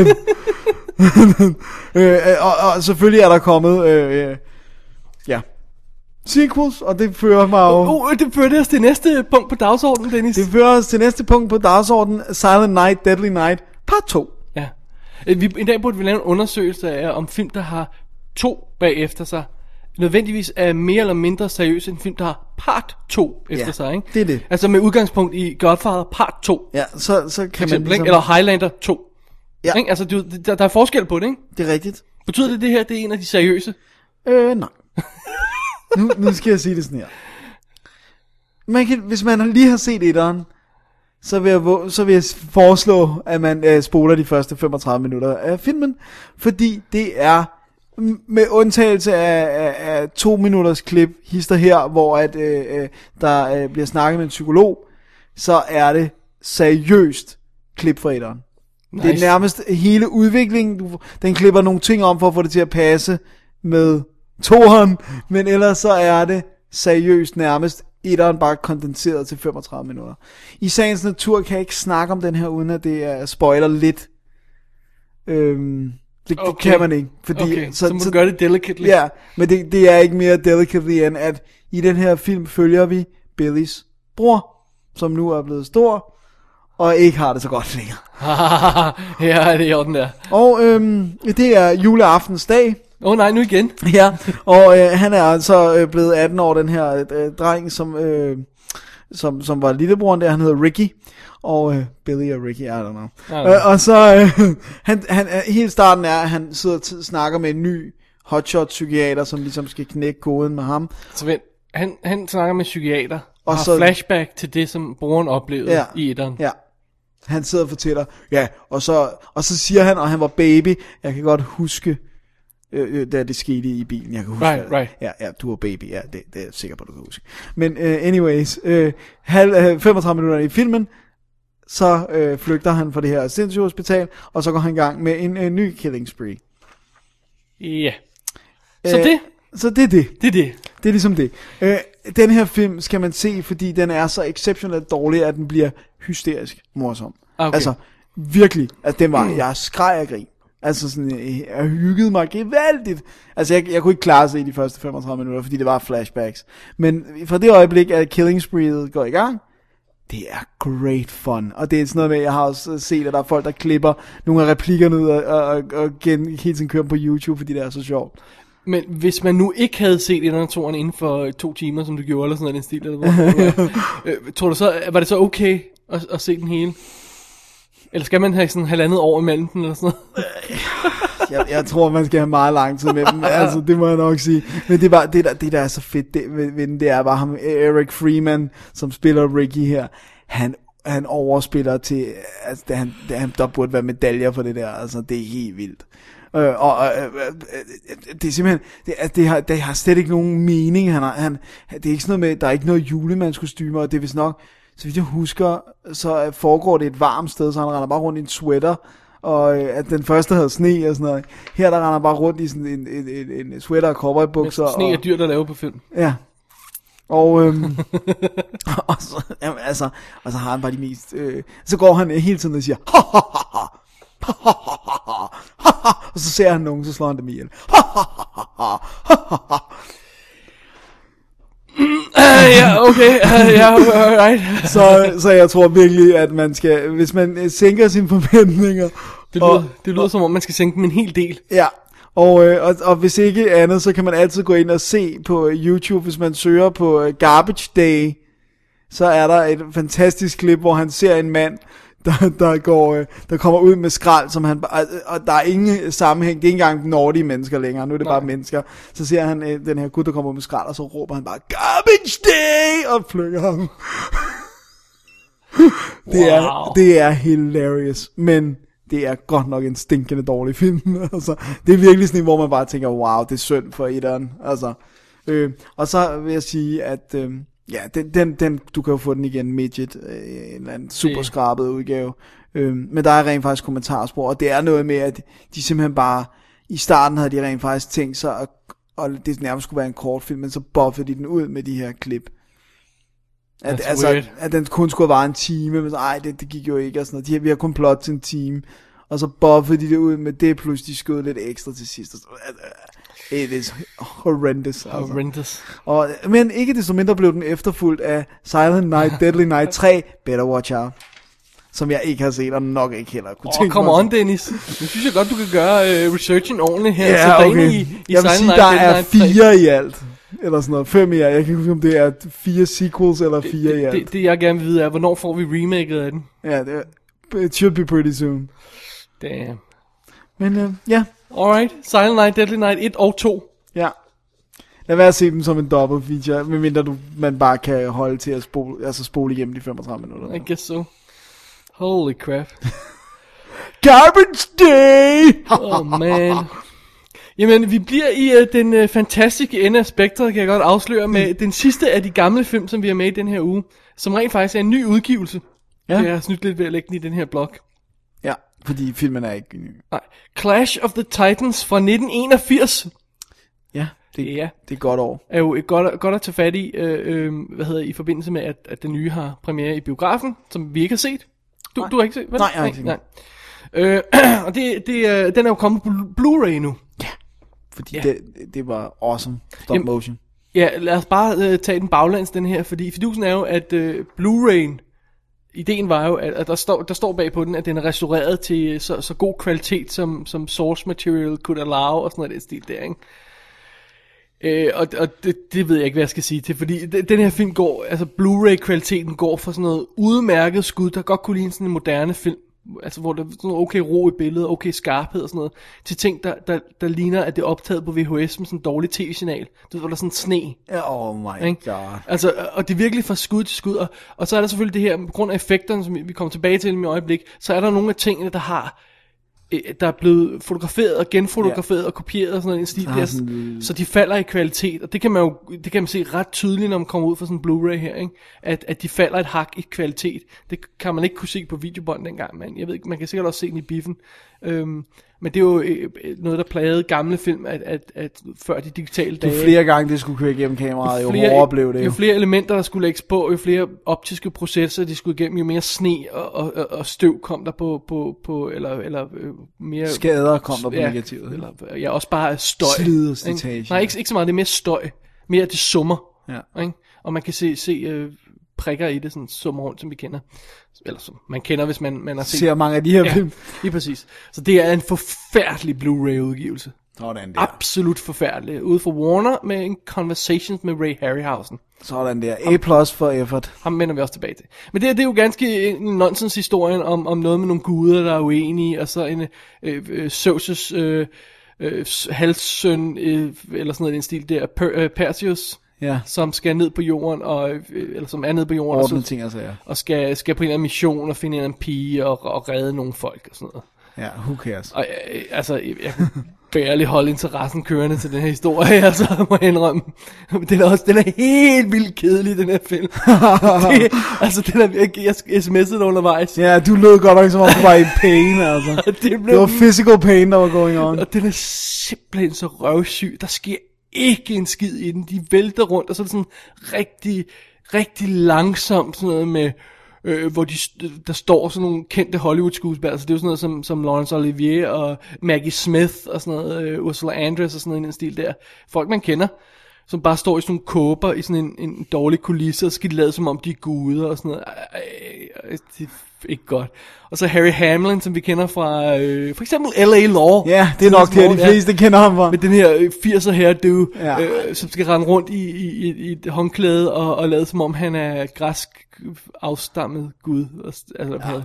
Og selvfølgelig er der kommet sequels, og det fører mig jo... det fører os til næste punkt på dagsordenen, Dennis. Det fører os til næste punkt på dagsordenen, Silent Night, Deadly Night, part 2. Ja. I dag burde vi lave en undersøgelse af, om film, der har 2 bagefter sig, nødvendigvis er mere eller mindre seriøs end film, der har part 2 efter sig, ikke? Det er det. Altså med udgangspunkt i Godfather part 2. Ja, så kan man ligesom... Eller Highlander 2. Ja. Ikke? Altså, der er forskel på det, ikke? Det er rigtigt. Betyder det her, det er en af de seriøse? Nej. nu skal jeg sige det sådan her. Hvis man lige har set etteren, så vil jeg foreslå, at man spoler de første 35 minutter af filmen, fordi det er med undtagelse af 2 minutters klip, hister her, hvor der bliver snakket med en psykolog, så er det seriøst klip fra etteren. Nice. Det er nærmest hele udviklingen. Den klipper nogle ting om for at få det til at passe med toeren, men ellers så er det seriøst nærmest etteren bare kondenseret til 35 minutter. I sagens natur kan jeg ikke snakke om den her, uden at det er spoiler lidt. Det kan man ikke. Fordi, så må du gøre det delicately. Ja, men det er ikke mere delicately end at i den her film følger vi Billys bror, som nu er blevet stor, og ikke har det så godt længere. Ja, det er den der. Og det er juleaftens dag. Nej, nu igen. Ja, og han er altså blevet 18 år, den her dreng, som var lillebroren der, han hedder Ricky. Og Billy og Ricky, I don't know. Og så, han helt starten er, at han sidder og snakker med en ny hotshot psykiater, som ligesom skal knække koden med ham. Så vent, han snakker med psykiater, og har så flashback til det, som broren oplevede i etteren. Ja, han sidder og fortæller, og så siger han, og han var baby, jeg kan godt huske, da det skete i bilen, jeg kan huske right. Ja, du var baby, ja, det er jeg sikker på, du kan huske. Men anyways, 35 minutter i filmen, så flygter han fra det her sindssygehospital, og så går han i gang med en ny killing spree. Ja. Så det er det. Det er det. Det er ligesom det. Den her film skal man se, fordi den er så exceptionelt dårlig, at den bliver hysterisk morsom. Okay. Altså, virkelig. Altså, den var, jeg skreg af grin. Altså, sådan, jeg hyggede mig gevaldigt. Altså, jeg kunne ikke klare at se de første 35 minutter, fordi det var flashbacks. Men fra det øjeblik, at Killing Spree går i gang, det er great fun. Og det er sådan noget med, jeg har også set, at der er folk, der klipper nogle af replikkerne ud og hele tiden kører på YouTube, fordi det er så sjovt. Men hvis man nu ikke havde set en eller to inden for 2 timer, som du gjorde, eller sådan noget, den stil, eller hvad, tror du så, var det så okay at se den hele? Eller skal man have sådan 1,5 år imellem den, eller sådan noget? jeg tror, man skal have meget lang tid med dem. Altså, det må jeg nok sige. Men det der er så fedt ved den, det er bare ham, Eric Freeman, som spiller Ricky her. Han overspiller til, altså, der burde være medaljer for det der. Altså, det er helt vildt. Det er simpelthen det har slet ikke nogen mening. Det er ikke sådan noget med, der er ikke noget julemandskostymer, og det er vist nok, så vidt jeg husker, så foregår det et varmt sted, så han render bare rundt i en sweater, og at den første havde sne og sådan noget. Her der render han bare rundt i sådan en sweater og cowboybukser. Sne er dyrt at lave på film. Ja. Og og så har han bare de mest så går han hele tiden og siger og så ser han nogen, så slår han dem ihjel. Ja, okay. Alright. Så jeg tror virkelig, at man skal, hvis man sænker sine forventninger. Det lyder som om, man skal sænke dem en hel del. Ja. Og hvis ikke andet, så kan man altid gå ind og se på YouTube, hvis man søger på Garbage Day, så er der et fantastisk klip, hvor han ser en mand, der kommer ud med skrald, som han, og der er ingen sammenhæng, det er ikke engang nordige mennesker længere, nu er det bare mennesker. Så ser han den her gut, der kommer ud med skrald, og så råber han bare, Garbage Day, og plukker ham. Det er hilarious, men det er godt nok en stinkende dårlig film. Altså, det er virkelig sådan en, hvor man bare tænker, wow, det er synd for etteren. Altså, og så vil jeg sige, at ja, den du kan jo få den igen, Midget, en eller anden super skrabet udgave. Men der er rent faktisk kommentarspor, og det er noget med, at de simpelthen bare, i starten havde de rent faktisk tænkt sig, og det nærmest skulle være en kortfilm, men så buffede de den ud med de her klip. At den kun skulle være en time, men så, det gik jo ikke, og sådan noget. Vi har kun plot til en time, og så buffede de det ud med det, plus de skød lidt ekstra til sidst. It is horrendous. Horrendous. Men ikke desto mindre blev den efterfulgt af Silent Night, Deadly Night 3, Better Watch Out, som jeg ikke har set, og nok ikke heller kunne tænke mig. Come on, Dennis. Nu synes jeg godt, du kan gøre researchen ordentligt her. Ja, så okay. I jeg vil sige, der er 4 i alt. Eller sådan noget, 5 i alt. Jeg kan ikke huske, om det er 4 sequels eller 4 i alt. Det jeg gerne vil vide er, hvornår får vi remaket af den? Ja, it should be pretty soon. Damn. Men ja. Alright, Silent Night, Deadly Night 1 og 2. Ja. Lad være at se dem som en double feature, medmindre man bare kan holde til at spole igennem de 35 minutter. I guess so. Holy crap. Garbage Day! Oh man. Jamen, vi bliver i den fantastiske ende af spektret, kan jeg godt afsløre, med den sidste af de gamle film, som vi har med i den her uge, som rent faktisk er en ny udgivelse. Ja. Så jeg har snydt lidt ved at lægge den i den her blog. Ja, fordi filmen er ikke ny. Nej. Clash of the Titans fra 1981. Ja, det er et godt år. Er jo et godt at tage fat i, i forbindelse med, at den nye har premiere i biografen, som vi ikke har set. Du har ikke set, vel? Nej, jeg har ikke set. Nej. Og den er jo kommet på Blu-ray nu. Ja, fordi det var awesome. Stop motion. Ja, lad os bare tage den baglæns, den her, fordi fidusen er jo, at Blu-ray'en, ideen var jo, at der står bag på den, at den er restaureret til så god kvalitet, som source material could allow, og sådan noget den stil der, ikke? Og det ved jeg ikke, hvad jeg skal sige til, fordi den her film går, altså Blu-ray kvaliteten går for sådan noget udmærket skud, der godt kunne ligne sådan en moderne film, altså hvor der er sådan okay ro i billedet, okay skarphed og sådan noget, til ting, der ligner, at det er optaget på VHS med sådan en dårlig tv-signal. Det var der sådan sne. Oh my ikke? god. Altså, og det er virkelig fra skud til skud, og så er der selvfølgelig det her, på grund af effekterne, som vi kommer tilbage til i et øjeblik, så er der nogle af tingene, der er blevet fotograferet og genfotograferet og kopieret og sådan noget i en stil der, så de falder i kvalitet, og det kan man se ret tydeligt, når man kommer ud fra sådan en Blu-ray her, ikke? At de falder et hak i kvalitet. Det kan man ikke kunne se på videobånd dengang, men jeg ved ikke, man kan sikkert også se den i biffen. Men det er jo noget, der plagede gamle film, at før de digitale dage. Jo flere gange det skulle køre igennem kameraet, jo hårdere blev det. Jo flere elementer, der skulle lægges på, jo flere optiske processer, de skulle igennem, jo mere sne og støv kom der på eller mere... Skader kom der på negativet. Eller også bare støj. Slid og slitage. Nej, ikke så meget, det er mere støj. Mere det summer. Ja. Ikke? Og man kan se prikker i det, sådan summer rundt, som vi kender. Eller som man kender, hvis man har set... Ser mange af de her film. Lige præcis. Så det er en forfærdelig Blu-ray udgivelse. Sådan der. Absolut forfærdelig. Ude for Warner med en Conversations med Ray Harryhausen. Sådan der. A+ for effort. Ham vender vi også tilbage til. Men det er jo ganske en nonsens historien om noget med nogle guder, der er uenige, og så en Zeus' halssøn, eller sådan noget i den stil der, Perseus. Ja. Som skal ned på jorden, eller som er nede på jorden, og skal på en eller anden mission og finde en pige og redde nogle folk og sådan noget. Ja, who cares? Og altså, jeg kan barely holde interessen kørende til den her historie, altså, må jeg indrømme. Den er helt vildt kedelig, den her film. Jeg sms'ede undervejs. Ja, du lød godt nok som om du var i pain, altså. Det var physical pain, der var going on. Og den er simpelthen så røvsyg. Der sker ikke en skid i den. De vælter rundt, og så er det sådan rigtig, rigtig langsomt sådan noget med, hvor der står sådan nogle kendte Hollywood-skuespillere. Altså det er jo sådan noget som Laurence Olivier og Maggie Smith og sådan noget, Ursula Andress og sådan noget i den stil der. Folk man kender, som bare står i sådan nogle kåber i sådan en dårlig kulisse, og så skal de lade som om de er guder og sådan noget. Det er ikke godt. Og så Harry Hamlin, som vi kender fra for eksempel L.A. Law. Ja, det er nok det, de fleste kender ham fra. Med den her 80'er hairdo, som skal rende rundt i et håndklæde og lade som om han er græsk afstammet gud. Altså,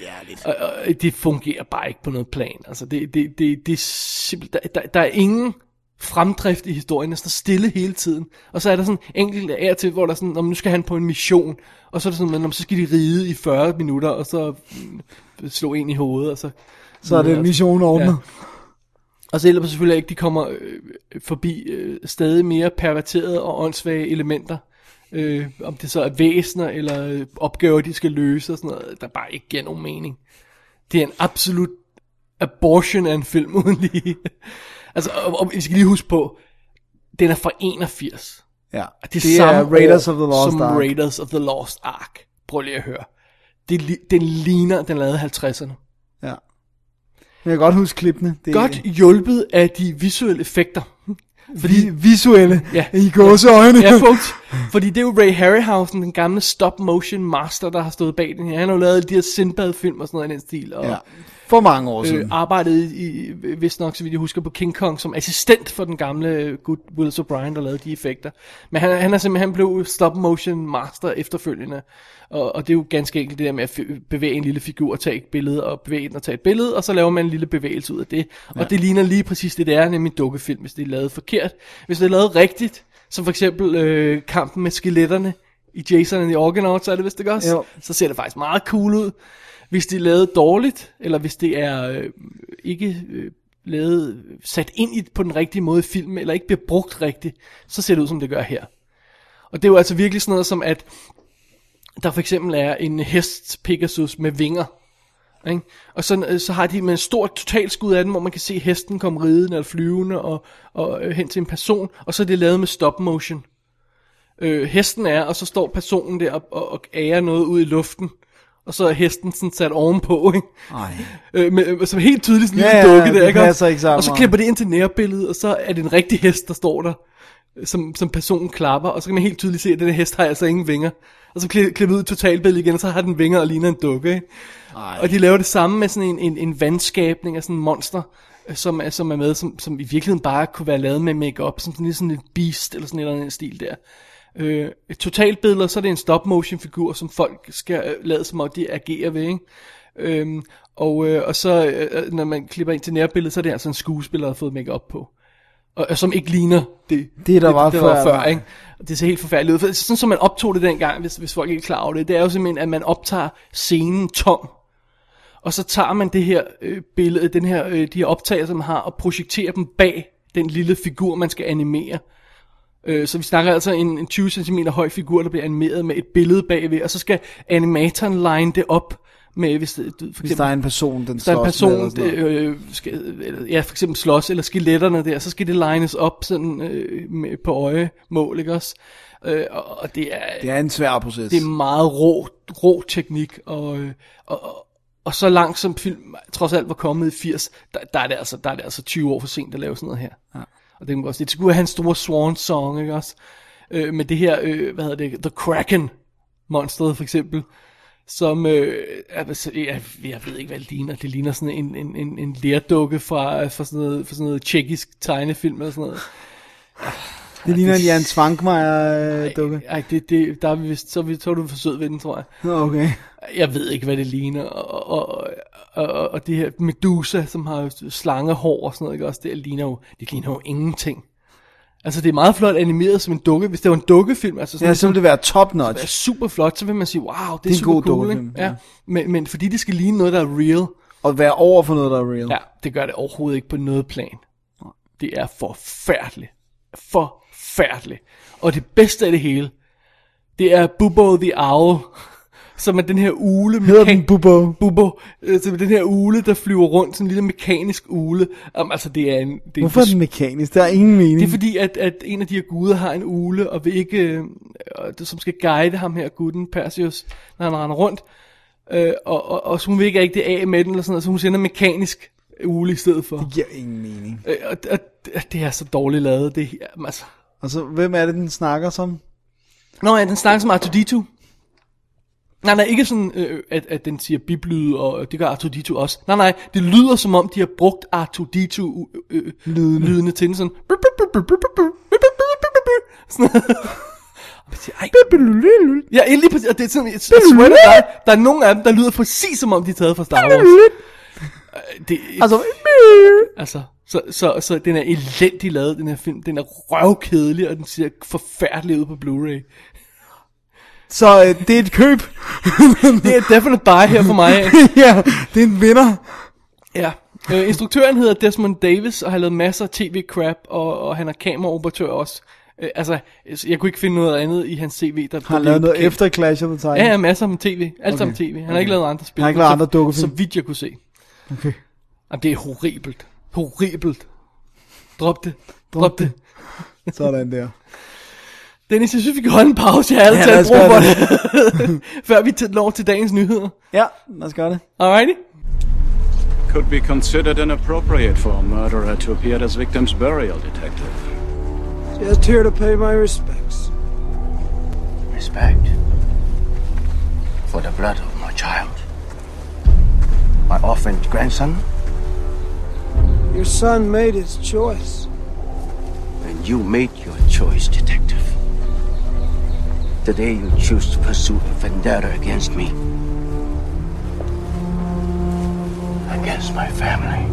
og det fungerer bare ikke på noget plan. Altså, det er simpelthen, der er ingen fremdrift i historien, der står stille hele tiden. Og så er der sådan enkelt af til, hvor der sådan, nu skal han på en mission, og så er det sådan, så skal de ride i 40 minutter, og så slå en i hovedet, og så er det mission ordnet. Ja. Og så hjælper selvfølgelig ikke, de kommer forbi stadig mere perverterede og åndssvage elementer. Om det så er væsener, eller opgaver, de skal løse, og sådan noget, der bare ikke giver nogen mening. Det er en absolut abortion af en film, uden lige... Altså, og vi skal lige huske på, den er fra 81. Ja, det er Raiders of the Lost Ark. Raiders of the Lost Ark. Prøv lige at høre. Den ligner, den lavede 50'erne. Ja. Jeg kan godt huske klippene. Godt hjulpet af de visuelle effekter. Fordi visuelle, i gåseøjne. Ja, folks. Fordi det er jo Ray Harryhausen, den gamle stop motion master, der har stået bag den her. Han har jo lavet de her Sinbad-film og sådan noget i den stil. Og for mange år siden. Arbejdede vist nok, så vidt jeg husker, på King Kong som assistent for den gamle Good Willis O'Brien, der lavede de effekter. Men han blev stop motion master efterfølgende. Og det er jo ganske enkelt det der med at bevæge en lille figur og tage et billede, og bevæge den og tage et billede, og så laver man en lille bevægelse ud af det. Og det ligner lige præcis det der, nemlig en dukkefilm, hvis det er lavet forkert. Hvis det er lavet rigtigt, som for eksempel kampen med skeletterne i Jason and the Argonauts, så er det vist ikke også? Så ser det faktisk meget cool ud. Hvis det er lavet dårligt, eller hvis det er ikke lavet, sat ind på den rigtige måde i filmen, eller ikke bliver brugt rigtigt, så ser det ud, som det gør her. Og det er jo altså virkelig sådan noget som, at der for eksempel er en hest Pegasus med vinger, ikke? Og så har de med en stor totalskud af den, hvor man kan se hesten komme ridende eller flyvende og hen til en person, og så er det lavet med stop motion. Hesten er, og så står personen der og ærer noget ud i luften, og så er hesten sådan sat ovenpå, ikke? Som helt tydeligt sådan en lille dukke der, ikke? Og så klipper det ind til nærbilledet, og så er det en rigtig hest, der står der, som personen klapper, og så kan man helt tydeligt se, at den hest har altså ingen vinger. Og så klippet ud totalbilledet igen, og så har den vinger og ligner en dukke, ikke? Og de laver det samme med sådan en vandskabning af sådan en monster, som er med, som i virkeligheden bare kunne være lavet med make-up, som sådan et beast, eller sådan et eller andet stil der. Totalbilleder, så er det en stop-motion figur, som folk skal lade som om de agerer ved, ikke? Og så, når man klipper ind til nærbilledet, så er det altså en skuespiller, der har fået make-up på. Og som ikke ligner det der var før, ikke? Og det ser helt forfærdeligt ud. Sådan som man optog det dengang, hvis folk ikke er klar over det, det er jo simpelthen, at man optager scenen tom. Og så tager man det her billede, de her optagelser, man har, og projekterer dem bag den lille figur, man skal animere. Så vi snakker altså en 20 cm høj figur, der bliver animeret med et billede bagved, og så skal animatoren line det op med, hvis der er en person, den slås med, for eksempel slås, eller skeletterne der, så skal det lines op sådan på øjemål, ikke også? Og det er en svær proces. Det er meget rå teknik, og så langt som film trods alt var kommet i 80, der er det altså 20 år for sent at lave sådan noget her. Ja. Og det kan man også. Det skulle have en stor swan song, ikke også? Med det her, The Kraken monsteret for eksempel, som jeg ved ikke hvad det ligner. Det ligner sådan en lerdukke fra sådan noget tjekkisk tegnefilm eller sådan noget. Det ligner en Jan Svankmajer-dukke. Ej, der er vi vist, så er du for sød ved den, tror jeg. Okay. Jeg ved ikke, hvad det ligner. Og det her Medusa, som har slangehår og sådan noget, ikke også? Det ligner jo ingenting. Altså, det er meget flot animeret som en dukke. Hvis det var en dukkefilm, altså sådan, så ville det være top notch. Det er super flot, så vil man sige, wow, det er super cool, ikke? Ja. Men fordi det skal ligne noget, der er real. Og være over for noget, der er real. Ja, det gør det overhovedet ikke på noget plan. Det er forfærdeligt. Forfærdeligt. Og det bedste af det hele, det er Bubbo the Owl, som er den her ugle. Hedder den Bubbo? Bubbo, som er den her ugle, der flyver rundt, sådan en lille mekanisk ugle. Altså, hvorfor er den mekanisk? Der er ingen mening. Det er fordi, at en af de her guder har en ugle, og vil ikke, som skal guide ham her, guden Perseus, når han render rundt. Og så hun vil ikke rigtig af med den, eller sådan noget, så hun sender mekanisk ugle i stedet for. Det giver ingen mening. Det er så dårligt lavet. Det, altså. Og så, hvem er det, den snakker som? Nå ja, den snakker som R2-D2. Nej, ikke sådan, at den siger biblyde, og det gør R2-D2 også. Nej, det lyder som om, de har brugt R2-D2 lydene til den sådan. Ja, lige præcis, og det er sådan, der er nogle af dem, der lyder præcis som om, de er taget fra Star Wars. Så den er elendig lavet, den her film. Den er røvkedelig, og den ser forfærdelig ud på Blu-ray. Så det er et køb. Det er definitely buy her for mig. Ja, det er en vinder. Ja. Instruktøren hedder Desmond Davis, og har lavet masser af tv-crap, og han er kameraoperatør også. Jeg kunne ikke finde noget andet i hans CV. Han har lavet noget efter Clash of the Titans? Ja, masser med tv. Alt sammen tv. Han har ikke lavet andre spil. Han har ikke lavet andre dukkefilm? Så vidt jeg kunne se. Okay. Jamen, det er horribelt. Horribelt. Drop det. Sådan der. Dennis, jeg synes, vi kan holde en pause. Jeg har altid taget brug for det. Før vi når til dagens nyheder. Ja, lad os gøre det. Alrighty. Could be considered inappropriate for a murderer to appear at his victim's burial, detective. Just here to pay my respects. Respect for the blood of my child. My orphaned grandson. Your son made his choice. And you made your choice, detective. Today you choose to pursue a vendetta against me. Against my family.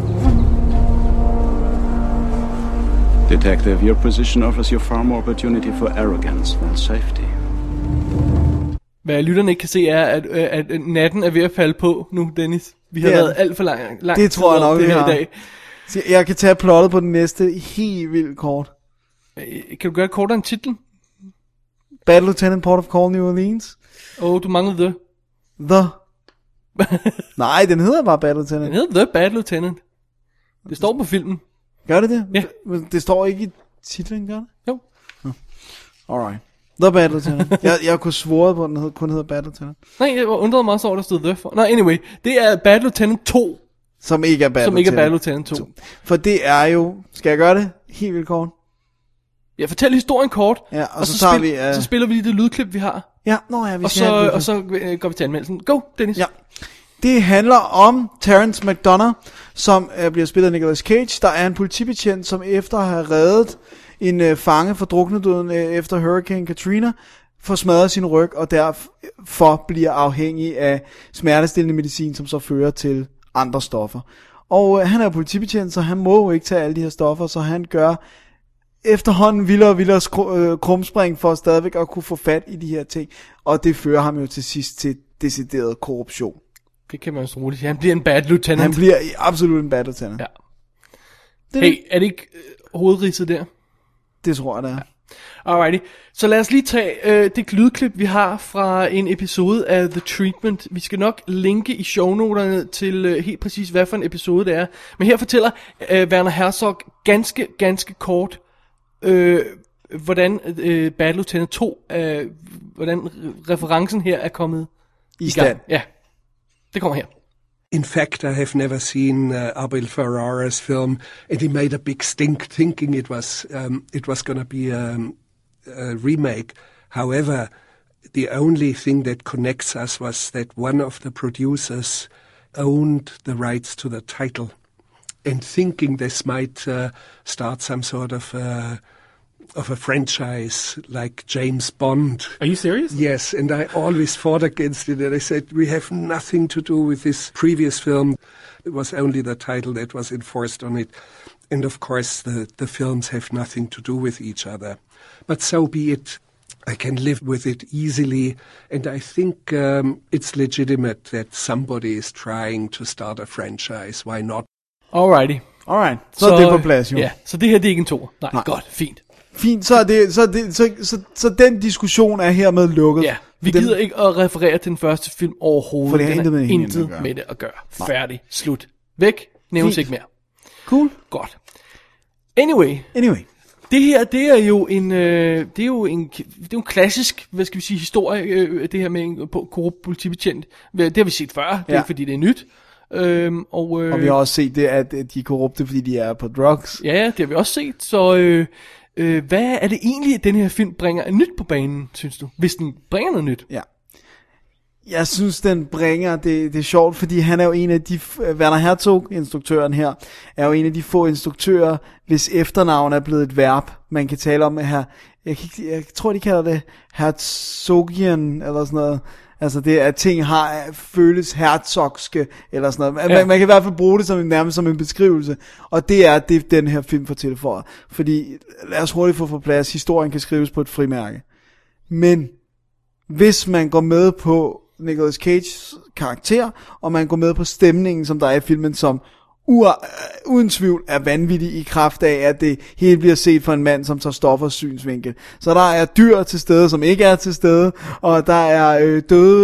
Detective, your position offers you far more opportunity for arrogance than safety. Hvad lytterne ikke kan se er, at natten er ved at falde på nu, Dennis. Vi har været alt for lang det tror jeg nok, det her i dag. Så jeg kan tage plottet på den næste helt vildt kort. Kan du gøre det kortere end titlen? Battle Lieutenant Port of Call, New Orleans. Du mangler The. Nej, den hedder bare Battle Lieutenant. Den hedder The Battle Lieutenant. Det står på filmen. Gør det det? Ja. Det står ikke i titlen, gør det? Jo. Alright. The Battle Lieutenant. jeg kunne svore på, at den kun hedder Battle Lieutenant. Nej, jeg undrede mig også over, der stod The for. Nå, anyway. Det er Battle Lieutenant 2. Som ikke er Battle Lieutenant 2. For det er jo... Skal jeg gøre det? Helt vildt kort. Ja, fortæl historien kort. Ja, og så tager vi... Så spiller vi lige det lydklip, vi har. Ja, vi skal og så går vi til anmeldelsen. Go, Dennis. Ja. Det handler om Terrence McDonough, som bliver spillet af Nicolas Cage. Der er en politibetjent, som efter at have reddet en fange for druknedøden efter Hurricane Katrina, får smadret sin ryg, og derfor bliver afhængig af smertestillende medicin, som så fører til andre stoffer. Og han er politibetjent, så han må jo ikke tage alle de her stoffer, så han gør efterhånden vildere og vildere krumspring for stadigvæk at kunne få fat i de her ting, og det fører ham jo til sidst til decideret korruption. Det kan man jo så roligt sige. Han bliver en bad lieutenant. Han bliver absolut en bad lieutenant. Ja. Hey, er det ikke hovedridset der? Det tror jeg, det er. Ja. Alrighty. Så lad os lige tage det lydklip, vi har fra en episode af The Treatment. Vi skal nok linke i shownoterne til helt præcis, hvad for en episode det er. Men her fortæller Werner Herzog ganske kort, hvordan Bad Lieutenant 2, hvordan referencen her er kommet i gang. Ja, det kommer her. In fact, I have never seen Abel Ferrara's film, and he made a big stink thinking it was going to be a remake. However, the only thing that connects us was that one of the producers owned the rights to the title, and thinking this might start some sort of a franchise like James Bond. Are you serious? Yes, and I always fought against it, and I said, we have nothing to do with this previous film. It was only the title that was enforced on it. And of course, the films have nothing to do with each other. But so be it. I can live with it easily, and I think it's legitimate that somebody is trying to start a franchise. Why not? Alrighty. Alright, så er det på plads jo. Ja, så det her det er ikke en toer. Nej, godt, fint. Fint, så den diskussion er hermed lukket. Ja, vi gider ikke at referere til den første film overhovedet. For det har intet med det at gøre. Færdig, slut. Væk, nævnes ikke mere. Cool. Godt. Anyway. Det her, det er jo en klassisk, hvad skal vi sige, historie, det her med en korrupt politibetjent. Det har vi set før, det er ikke fordi det er nyt. Og vi har også set det, at de er korrupte, fordi de er på drugs. Ja, det har vi også set, så hvad er det egentlig, at den her film bringer nyt på banen, synes du? Hvis den bringer noget nyt? Ja. Jeg synes, den bringer, det er sjovt, fordi han er jo en af de, Werner Herzog, instruktøren her, er jo en af de få instruktører, hvis efternavn er blevet et verb, man kan tale om her. Jeg tror, de kalder det Herzogian, eller sådan noget. Altså det, at ting føles herzogske, eller sådan noget. Man kan i hvert fald bruge det nærmest som en beskrivelse, og det er det, den her film får tilføjet. Fordi, lad os hurtigt få på plads, historien kan skrives på et frimærke. Men, hvis man går med på Nicolas Cages karakter, og man går med på stemningen, som der er i filmen, som uden tvivl er vanvittig i kraft af, at det hele bliver set for en mand, som tager stoffers synsvinkel. Så der er dyr til stede, som ikke er til stede, og der er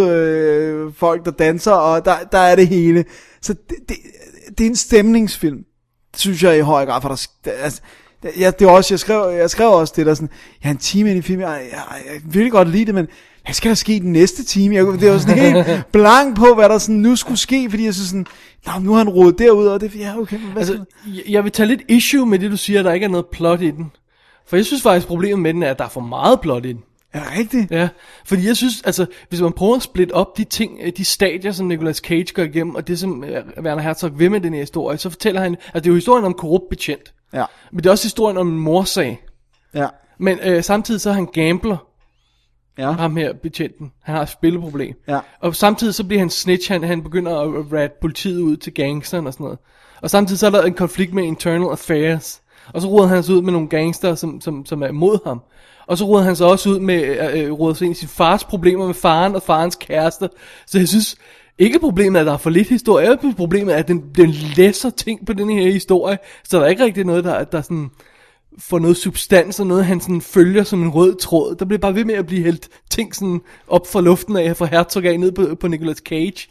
døde folk, der danser, og der er det hele. Så det er en stemningsfilm, synes jeg i høj grad, for det er også, jeg skrev også det der sådan, jeg er en time ind i film, jeg virkelig godt lide det, men hvad skal der ske den næste time? Det var sådan helt blank på, hvad der sådan nu skulle ske, fordi jeg synes sådan, nu har han rodet derud, og det ja, okay, men hvad altså, jeg vil tage lidt issue med det, du siger, der ikke er noget plot i den. For jeg synes faktisk, problemet med den er, at der er for meget plot i den. Er det rigtigt? Ja, fordi jeg synes, altså, hvis man prøver at splitte op de ting, de stadier, som Nicolas Cage går igennem, og det som Werner Herzog vil med den her historie, så fortæller han, at det er jo historien om korrupt betjent. Ja. Men det er også historien om en morsag. Ja. Men samtidig så er han gambler. Ja. Ham her betjenten. Han har et spilleproblem. Ja. Og samtidig så bliver han snitch. Han begynder at rat politiet ud til gangsteren og sådan noget. Og samtidig så er der en konflikt med internal affairs. Og så ruder han sig ud med nogle gangster, som er imod ham. Og så ruder han sig også ud med ruder sig ind i sin fars problemer med faren og farens kærester. Så jeg synes ikke problemet er, at der er for lidt historie. Problemet er, at den læser ting på den her historie. Så der er ikke rigtig noget, der sådan får noget substans og noget, han sådan følger som en rød tråd. Der bliver bare ved med at blive hældt ting sådan op fra luften af, fra Herzog af ned på Nicolas Cage.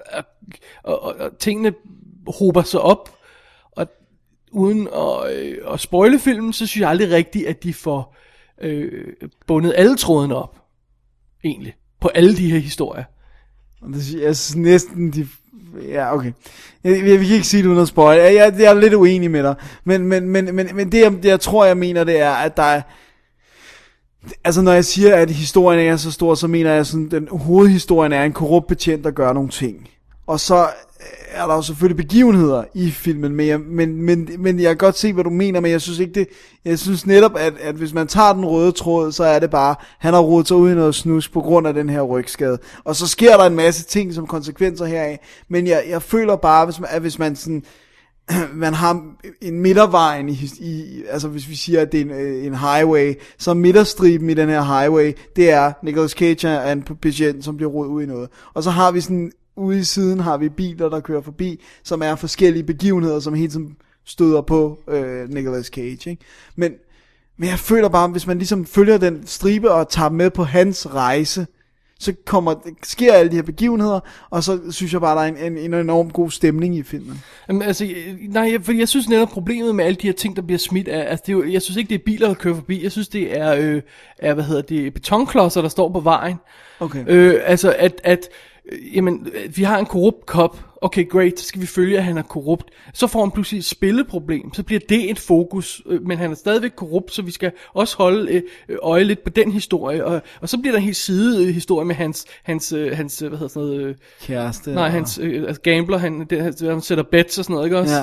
Og tingene hober sig op. Og uden at spoile filmen, så synes jeg aldrig rigtigt, at de får bundet alle trådene op. Egentlig. På alle de her historier. Jeg synes næsten de... Ja, okay. Jeg kan ikke sige det uden at spoil. Jeg er lidt uenig med dig. Men det, jeg tror, jeg mener, det er, at der er... Altså, når jeg siger, at historien er så stor, så mener jeg sådan, den hovedhistorien er en korrupt betjent, der gør nogle ting. Og så er der jo selvfølgelig begivenheder i filmen, men jeg kan godt se, hvad du mener, men jeg synes ikke det. Jeg synes netop, at hvis man tager den røde tråd, så er det bare, han har rodet sig ud i noget snus på grund af den her rygskade. Og så sker der en masse ting som konsekvenser heraf, men jeg føler bare, at hvis man sådan, man har en midtervejen altså hvis vi siger, at det er en highway, så midterstriben i den her highway, det er Nicolas Cage og en patient, som bliver rodet ud i noget. Og så har vi sådan, ude i siden har vi biler, der kører forbi, som er forskellige begivenheder, som hele tiden støder på Nicolas Cage, ikke? Men jeg føler bare, hvis man ligesom følger den stribe og tager med på hans rejse, så sker alle de her begivenheder, og så synes jeg bare, der er en enorm god stemning i filmen. Jamen, altså, nej, for jeg synes netop problemet med alle de her ting, der bliver smidt af, altså, det er jo, jeg synes ikke, det er biler, der kører forbi, jeg synes, det er, betonklodser, der står på vejen. Okay. Altså, jamen, vi har en korrupt cop. Okay, great, så skal vi følge, at han er korrupt. Så får han pludselig et spilleproblem. Så bliver det et fokus, men han er stadigvæk korrupt, så vi skal også holde øje lidt på den historie. Og så bliver der en helt sidehistorie med hans hvad hedder sådan noget? Kæreste. Nej, hans gambler, han sætter bets og sådan noget, ikke også?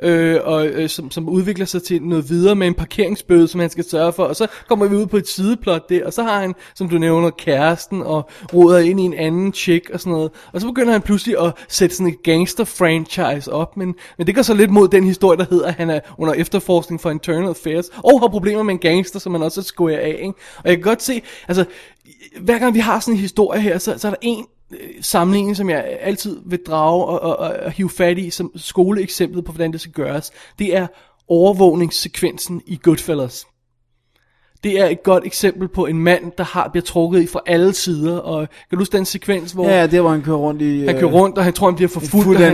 Ja. Som udvikler sig til noget videre med en parkeringsbøde, som han skal sørge for. Og så kommer vi ud på et sideplot der, og så har han, som du nævner, kæresten, og roder ind i en anden chick og sådan noget. Og så begynder han pludselig at sætte sådan et gangster-franchise op, men det går så lidt mod den historie, der hedder, at han er under efterforskning for Internal Affairs, og har problemer med en gangster, som man også square af, ikke? Og jeg kan godt se, altså, hver gang vi har sådan en historie her, så er der en sammenligning, som jeg altid vil drage og hive fat i, som skoleeksemplet på, hvordan det skal gøres. Det er overvågningssekvensen i Goodfellas. Det er et godt eksempel på en mand, der bliver trukket i fra alle sider. Og kan du huske den sekvens, hvor... Ja, det var han kører rundt i... Han kører rundt, og han tror, han bliver forfulgt, og han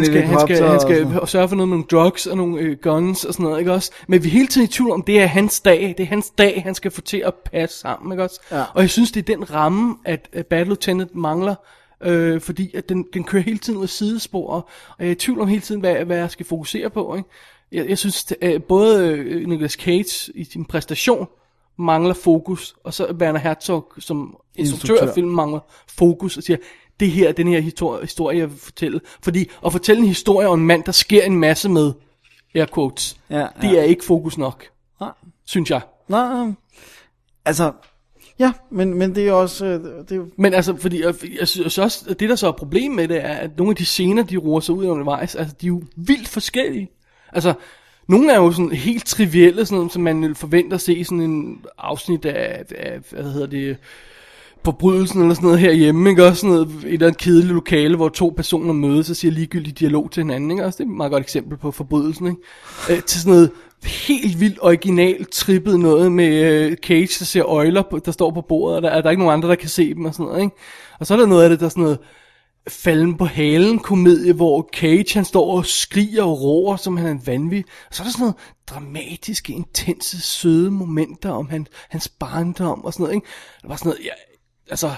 skal sørge for noget med nogle drugs og nogle guns og sådan noget, ikke også? Men vi er hele tiden i tvivl om, det er hans dag. Det er hans dag, han skal få til at passe sammen, ikke også? Ja. Og jeg synes, det er den ramme, at Bad Lieutenant mangler, fordi at den kører hele tiden ud af sidespor, og jeg er i tvivl om hele tiden, hvad jeg skal fokusere på, ikke? Jeg synes, både Nicolas Cage i sin præstation mangler fokus, og så Werner Herzog som instruktør af filmen mangler fokus og siger, det her, den her historie jeg vil fortælle, fordi at fortælle en historie om en mand, der sker en masse med air quotes, det er ikke fokus nok, synes jeg. Nej, altså ja, men det er også men altså, fordi jeg synes også, det der så er problem med det er, at nogle af de scener, de roer sig ud undervejs, altså de er jo vildt forskellige. Altså nogle er jo sådan helt trivielle, sådan, som man forventer at se i sådan en afsnit af hvad hedder det, forbrydelsen eller sådan noget herhjemme, ikke? Også sådan noget, et eller andet kedeligt lokale, hvor to personer mødes og siger ligegyldig dialog til hinanden, ikke? Også det er et meget godt eksempel på forbrydelsen, ikke? Til sådan noget helt vildt originalt trippet noget med Cage, der ser øjler, der står på bordet, og der er ikke nogen andre, der kan se dem og sådan noget, ikke? Og så er der noget af det, der er sådan noget falden på halen komedie, hvor Cage han står og skriger og råber, som han er en vanvid. Og så er der sådan noget dramatiske, intense, søde momenter om hans barndom og sådan noget, ikke? Det var sådan noget, altså,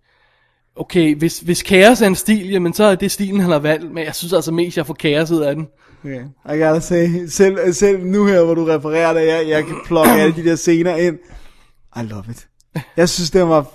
okay, hvis kaos er en stil, jamen så er det stilen, han har valgt, men jeg synes altså mest, jeg får kaos ud af den. Okay, I gotta say, selv nu her, hvor du refererer det, jeg kan plukke alle de der scener ind. I love it. Jeg synes,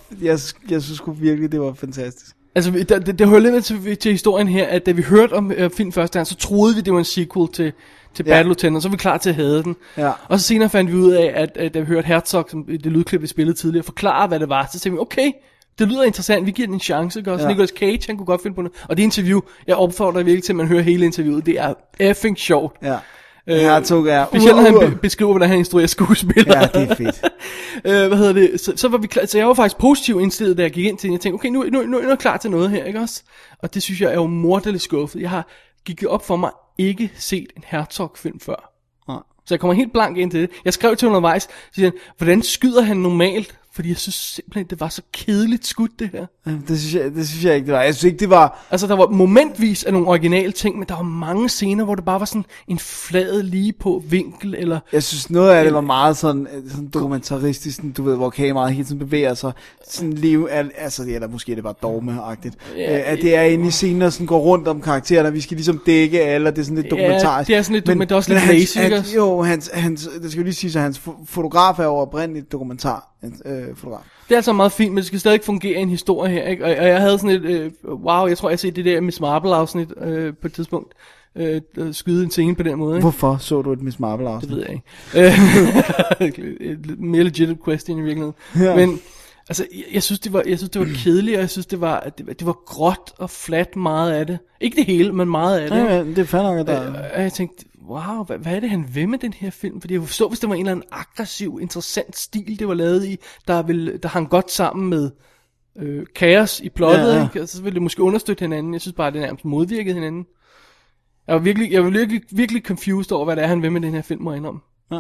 jeg synes sgu virkelig, det var fantastisk. Altså, det hører lidt med til historien her, at da vi hørte om film første gang, så troede vi, det var en sequel til Bad Lieutenant, og så var vi klar til at have den. Ja. Og så senere fandt vi ud af, at da vi hørte Herzog, som det lydklip, vi spillede tidligere, forklare, hvad det var. Så tænkte vi, okay, det lyder interessant, vi giver den en chance, ikke også? Ja. Nicolas Cage, han kunne godt finde på noget. Og det interview, jeg opfordrer virkelig til, at man hører hele interviewet, det er effing sjovt. Ja. Herzog er specielt når han beskriver, hvordan han instruerer skuespillere. Ja, det er fedt. Hvad hedder det? Så var vi klar, så jeg var faktisk positiv indstillet, da jeg gik ind til den. Jeg tænkte, okay, nu er jeg klar til noget her, ikke også? Og det synes jeg er jo morderligt skuffet. Jeg har gik op for mig ikke set en Herzog-film før. Så jeg kommer helt blank ind til det. Jeg skrev til undervejs, så siger han, hvordan skyder han normalt? Fordi jeg synes simpelthen, det var så kedeligt skudt, det her. Det synes jeg ikke, det var. Jeg synes ikke, det var... Altså, der var momentvis af nogle originale ting, men der var mange scener, hvor det bare var sådan en flad lige på vinkel, eller... Jeg synes, noget af det var meget sådan dokumentaristisk, du ved, hvor kameraet hele tiden bevæger sig. Sådan liv, altså, eller måske er det bare dogme-agtigt. At det er inde i scenen, og sådan går rundt om karaktererne, vi skal ligesom dække alle, og det er sådan lidt dokumentarisk. Ja, det er sådan lidt, men det er også lidt lazy, ikke? Jo, det skal jo lige sige, så hans fotograf er jo oprindeligt dokumentar fotograf. Det er altså meget fint, men det skal stadig fungere i en historie her, ikke? Og jeg havde sådan et, wow, jeg tror jeg har set det der Miss Marple afsnit på et tidspunkt, skyde en scene på den måde, ikke? Hvorfor så du et Miss Marple afsnit? Det ved jeg ikke. Mere legit question i virkeligheden. Ja. Men altså, jeg synes det var kedeligt, og jeg synes det var gråt og flat meget af det. Ikke det hele, men meget af det. Ja, det er fandme nok, der. Og jeg tænkte, wow, hvad er det han vil med den her film? Fordi jeg forstår, hvis det var en eller anden aggressiv, interessant stil, det var lavet i, der hang godt sammen med kaos i plottet, ja. Ikke? Så ville det måske understøtte hinanden. Jeg synes bare, det nærmest modvirkede hinanden. Jeg var virkelig confused over, hvad det er, han vil med den her film, må jeg indrømme. Ja.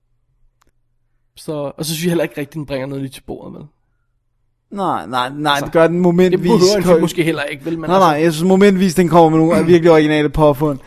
Og så synes jeg heller ikke rigtig, den bringer noget nyt til bordet med. Nej, det gør den momentvis. Det behøver den måske heller ikke, vel? Men nej, jeg synes momentvis, den kommer med nogle virkelig originale påfund.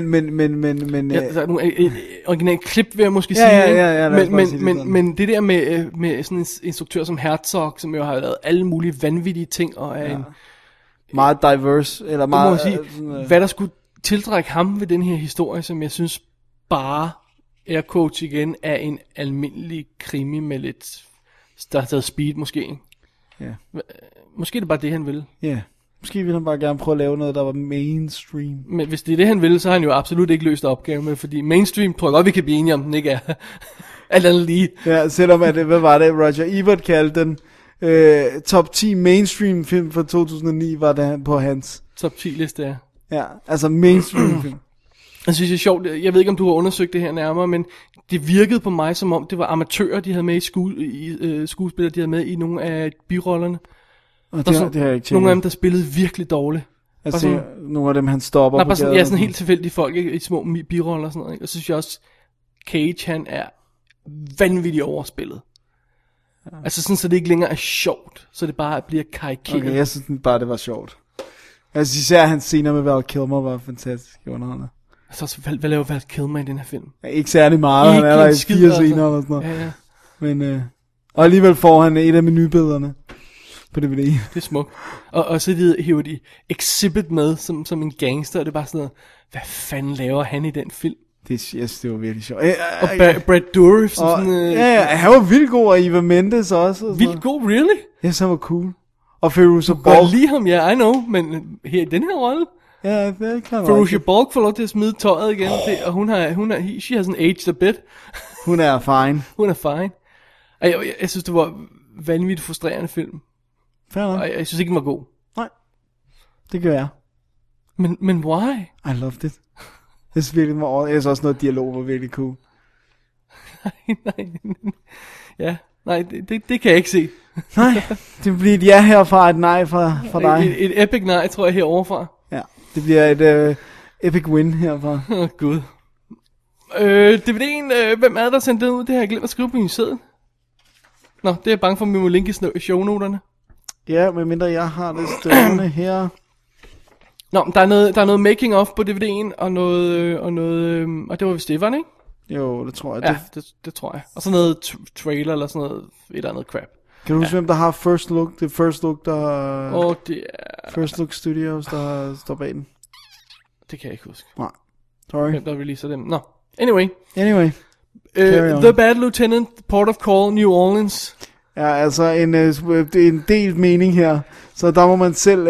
Men ja, altså, nogle originale klip, vil jeg måske sige. Ja, men det der med sådan en instruktør som Herzog, som jo har lavet alle mulige vanvittige ting, og er en... meget diverse, eller meget... Hvad der skulle tiltrække ham ved den her historie, som jeg synes bare, air quotes igen, er en almindelig krimi med lidt... Der har taget speed, måske. Ja. Måske er det bare det, han vil. Ja. Måske vil han bare gerne prøve at lave noget, der var mainstream. Men hvis det er det, han vil, så har han jo absolut ikke løst opgaven med, fordi mainstream tror jeg godt, vi kan blive enige om, den ikke er alt andet lige. Ja, selvom at, hvad var det, Roger Ebert kaldte den, top 10 mainstream film fra 2009, var det på hans. Top 10 liste, ja. Ja, altså mainstream film. Jeg synes det er sjovt, jeg ved ikke om du har undersøgt det her nærmere, men det virkede på mig som om det var amatører, de havde med i skuespillere, de havde med i nogle af birollerne. Og det har jeg ikke tjekket. Nogle af dem, der spillede virkelig dårligt. Altså nogle af dem, han stopper på gaden. Ja, sådan helt tilfældige folk i små biroller og sådan noget. Ikke? Og så synes jeg også, Cage, han er vanvittigt overspillet. Ja. Altså sådan, så det ikke længere er sjovt, så det bare bliver karikeret. Okay, jeg synes bare, det var sjovt. Altså især hans scener med Val Kilmer var fantastisk underholdende. Så hvad laver Val Kilmer i den her film? Ja, ikke særlig meget, han er der i 4 scener eller sådan noget. Ja. Men, og alligevel får han et af menubillederne på DVD. Det er smukt. Og så hiver de Exhibit med som en gangster, og det er bare sådan noget, hvad fanden laver han i den film? Det var virkelig sjovt. Og Brad Dourif som sådan... Ja, han var vildt god, og Eva Mendes også. Og vildt god, really? Ja, så var cool. Og Fairuza Balk. Du kan lide ham, ja, I know, men her i den her rolle... Ja, det er klart. Fairuza Balk får lov til at smide tøjet igen, og hun she hasn't aged a bit. Hun er fine. Hun er fine. Og jeg synes, det var vanvittigt frustrerende film. Fair nok. Og jeg synes ikke, den var god. Nej, det gør jeg. Men why? I loved it. Jeg synes virkelig, jeg synes også noget dialog var virkelig cool. Nej. Ja, nej, det kan jeg ikke se. Nej, det bliver et ja herfra, et nej fra dig. Et epic nej, tror jeg, heroverfra. Ja, det bliver et epic win herfra. Gud. DVD'en, hvem er der sendt den ud? Det har jeg glemt at skrive på min seddel. Nå, det er jeg bange for, at vi må linke i shownoterne. Ja, medmindre jeg har det stående her. Nå, der er noget making of på DVD'en, og det var vist Stefan, ikke? Jo, det tror jeg. Ja, det tror jeg. Og så noget trailer eller sådan noget, et eller andet crap. Kan du huske, hvem der har First Look? Det er First Look, der... det er... First Look Studios, der står bag den. Det kan jeg ikke huske. Nej, sorry. Hvem der releaser dem. Nå, anyway. The Bad Lieutenant, Port of Call, New Orleans. Ja, altså en del mening her. Så der må man selv...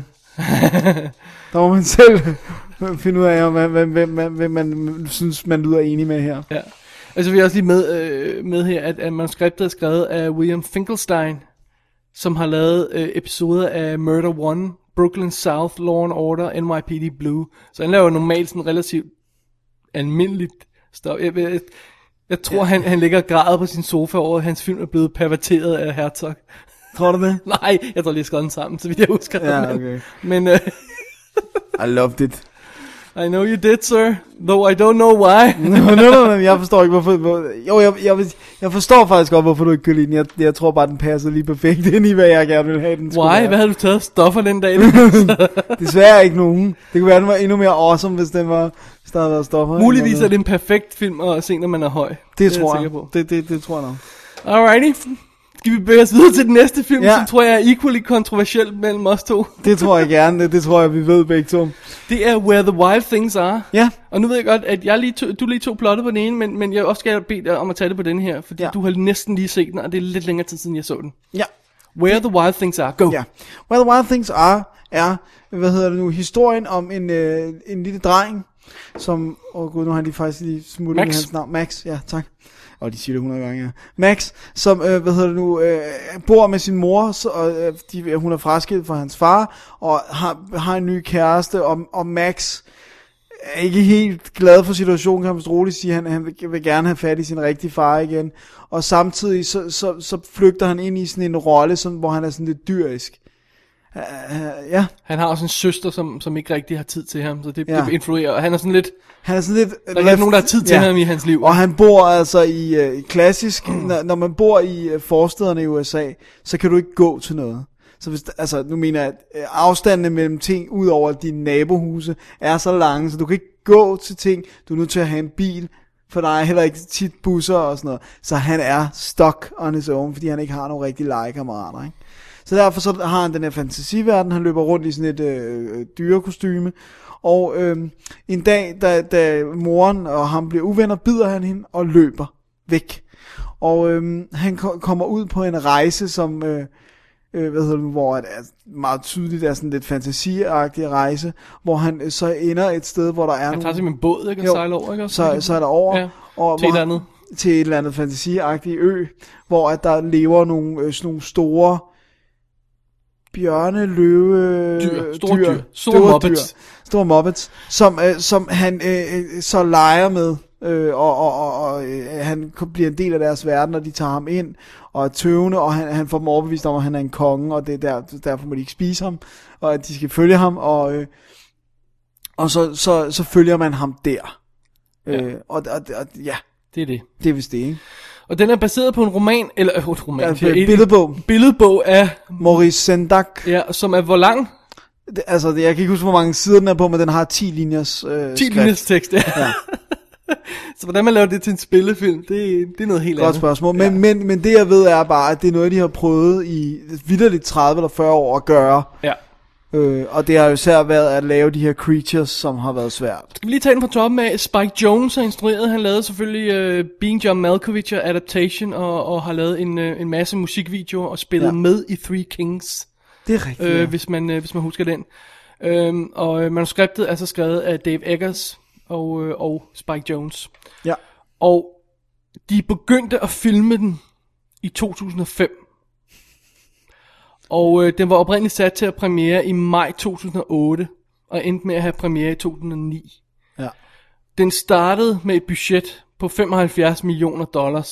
finde ud af, hvem man synes, man lyder enig med her. Ja. Altså vi er også lige med her, at manuskriptet er skrevet af William Finkelstein, som har lavet episoder af Murder 1, Brooklyn South, Law and Order, NYPD Blue. Så han laver normalt sådan relativt almindeligt stof. Jeg tror, han ligger og græder på sin sofa over, at hans film er blevet perverteret af Herzog. Tror du det? Nej, jeg tror lige, jeg skrev den sammen, så vidt jeg husker. Ja, okay. Men I loved it. I know you did, sir. Though I don't know why. No, jeg forstår ikke, hvorfor... Jeg forstår faktisk godt, hvorfor du ikke kunne lide den. Jeg tror bare, den passer lige perfekt ind i, hvad jeg gerne vil have den. Why? Hvad havde du taget stoffer den dag? Desværre ikke nogen. Det kunne være, den var endnu mere awesome, hvis der havde været stoffer. Muligvis er det en perfekt film at se, når man er høj. Det tror jeg. Det tror jeg nok. Alrighty. Skal vi bevæge os videre til den næste film, som tror jeg er equally kontroversiel mellem os to? Det tror jeg gerne, det tror jeg, vi ved begge to. Det er Where the Wild Things Are. Ja. Og nu ved jeg godt, at du lige tog plottet på den ene, men jeg også skal bede dig om at tage det på den her, fordi du har næsten lige set den, og det er lidt længere tid siden, jeg så den. Ja. Where the Wild Things Are. Go. Ja. Where the Wild Things Are er, historien om en lille dreng, som, gud, nu har de faktisk lige smuttet med hans navn. Max, ja, tak. Og de siger det 100 gange, ja. Max, som, bor med sin mor, og hun er fraskilt fra hans far, og har en ny kæreste, og Max er ikke helt glad for situationen, kan man roligt sige. Han vil gerne have fat i sin rigtige far igen. Og samtidig så flygter han ind i sådan en rolle, hvor han er sådan lidt dyrisk. Ja. Han har også en søster, som ikke rigtig har tid til ham, så det influerer. Og han er sådan lidt... Der er ikke nogen, der har tid til ham i hans liv. Og han bor altså i klassisk... Når man bor i forstederne i USA, så kan du ikke gå til noget. Så hvis, nu mener jeg, at afstandene mellem ting ud over dine nabohuse er så lange, så du kan ikke gå til ting. Du er nødt til at have en bil, for der er heller ikke tit busser og sådan noget. Så han er stuck on his own, fordi han ikke har nogen rigtige legekammerater, ikke? Så derfor så har han den her fantasiverden. Han løber rundt i sådan et dyrekostyme. Og en dag, da moren og ham bliver uvenner, bider han hende og løber væk. Og han kommer ud på en rejse, som hvor det er meget tydeligt er sådan lidt fantasiagtig rejse, hvor han så ender et sted, hvor der er han tager simpelthen en båd, ikke? Og sejler over, ikke? Så er der over. Ja, og til et andet. Til et eller andet fantasiagtig ø, hvor at der lever nogle store bjørne, løve, store mobbets, som han så leger med, og han bliver en del af deres verden, og de tager ham ind og er tøvende, og han får dem overbevist om, at han er en konge, og det er derfor må de ikke spise ham, og at de skal følge ham, og så følger man ham der. Og det er det. Det er vist det, ikke? Og den er baseret på en roman, billedbog af Maurice Sendak. Ja, som er hvor lang? Jeg kan ikke huske, hvor mange sider den er på, men den har 10 linjers 10 linjers tekst, ja. Så hvordan man laver det til en spillefilm, det er noget helt andet. Godt spørgsmål, men det jeg ved er bare, at det er noget, de har prøvet i vitterligt 30 eller 40 år at gøre. Ja. Og det har jo især været at lave de her creatures, som har været svært. Skal vi lige tage den på toppen af? Spike Jonze har instrueret. Han lavede selvfølgelig Being John Malkovich og Adaptation, og har lavet en masse musikvideoer og spillet med i Three Kings. Det er rigtigt, hvis man husker den. Og manuskriptet er så skrevet af Dave Eggers og Spike Jonze. Ja. Og de begyndte at filme den i 2005. Og den var oprindeligt sat til at premiere i maj 2008, og endte med at have premiere i 2009. Ja. Den startede med et budget på $75 million.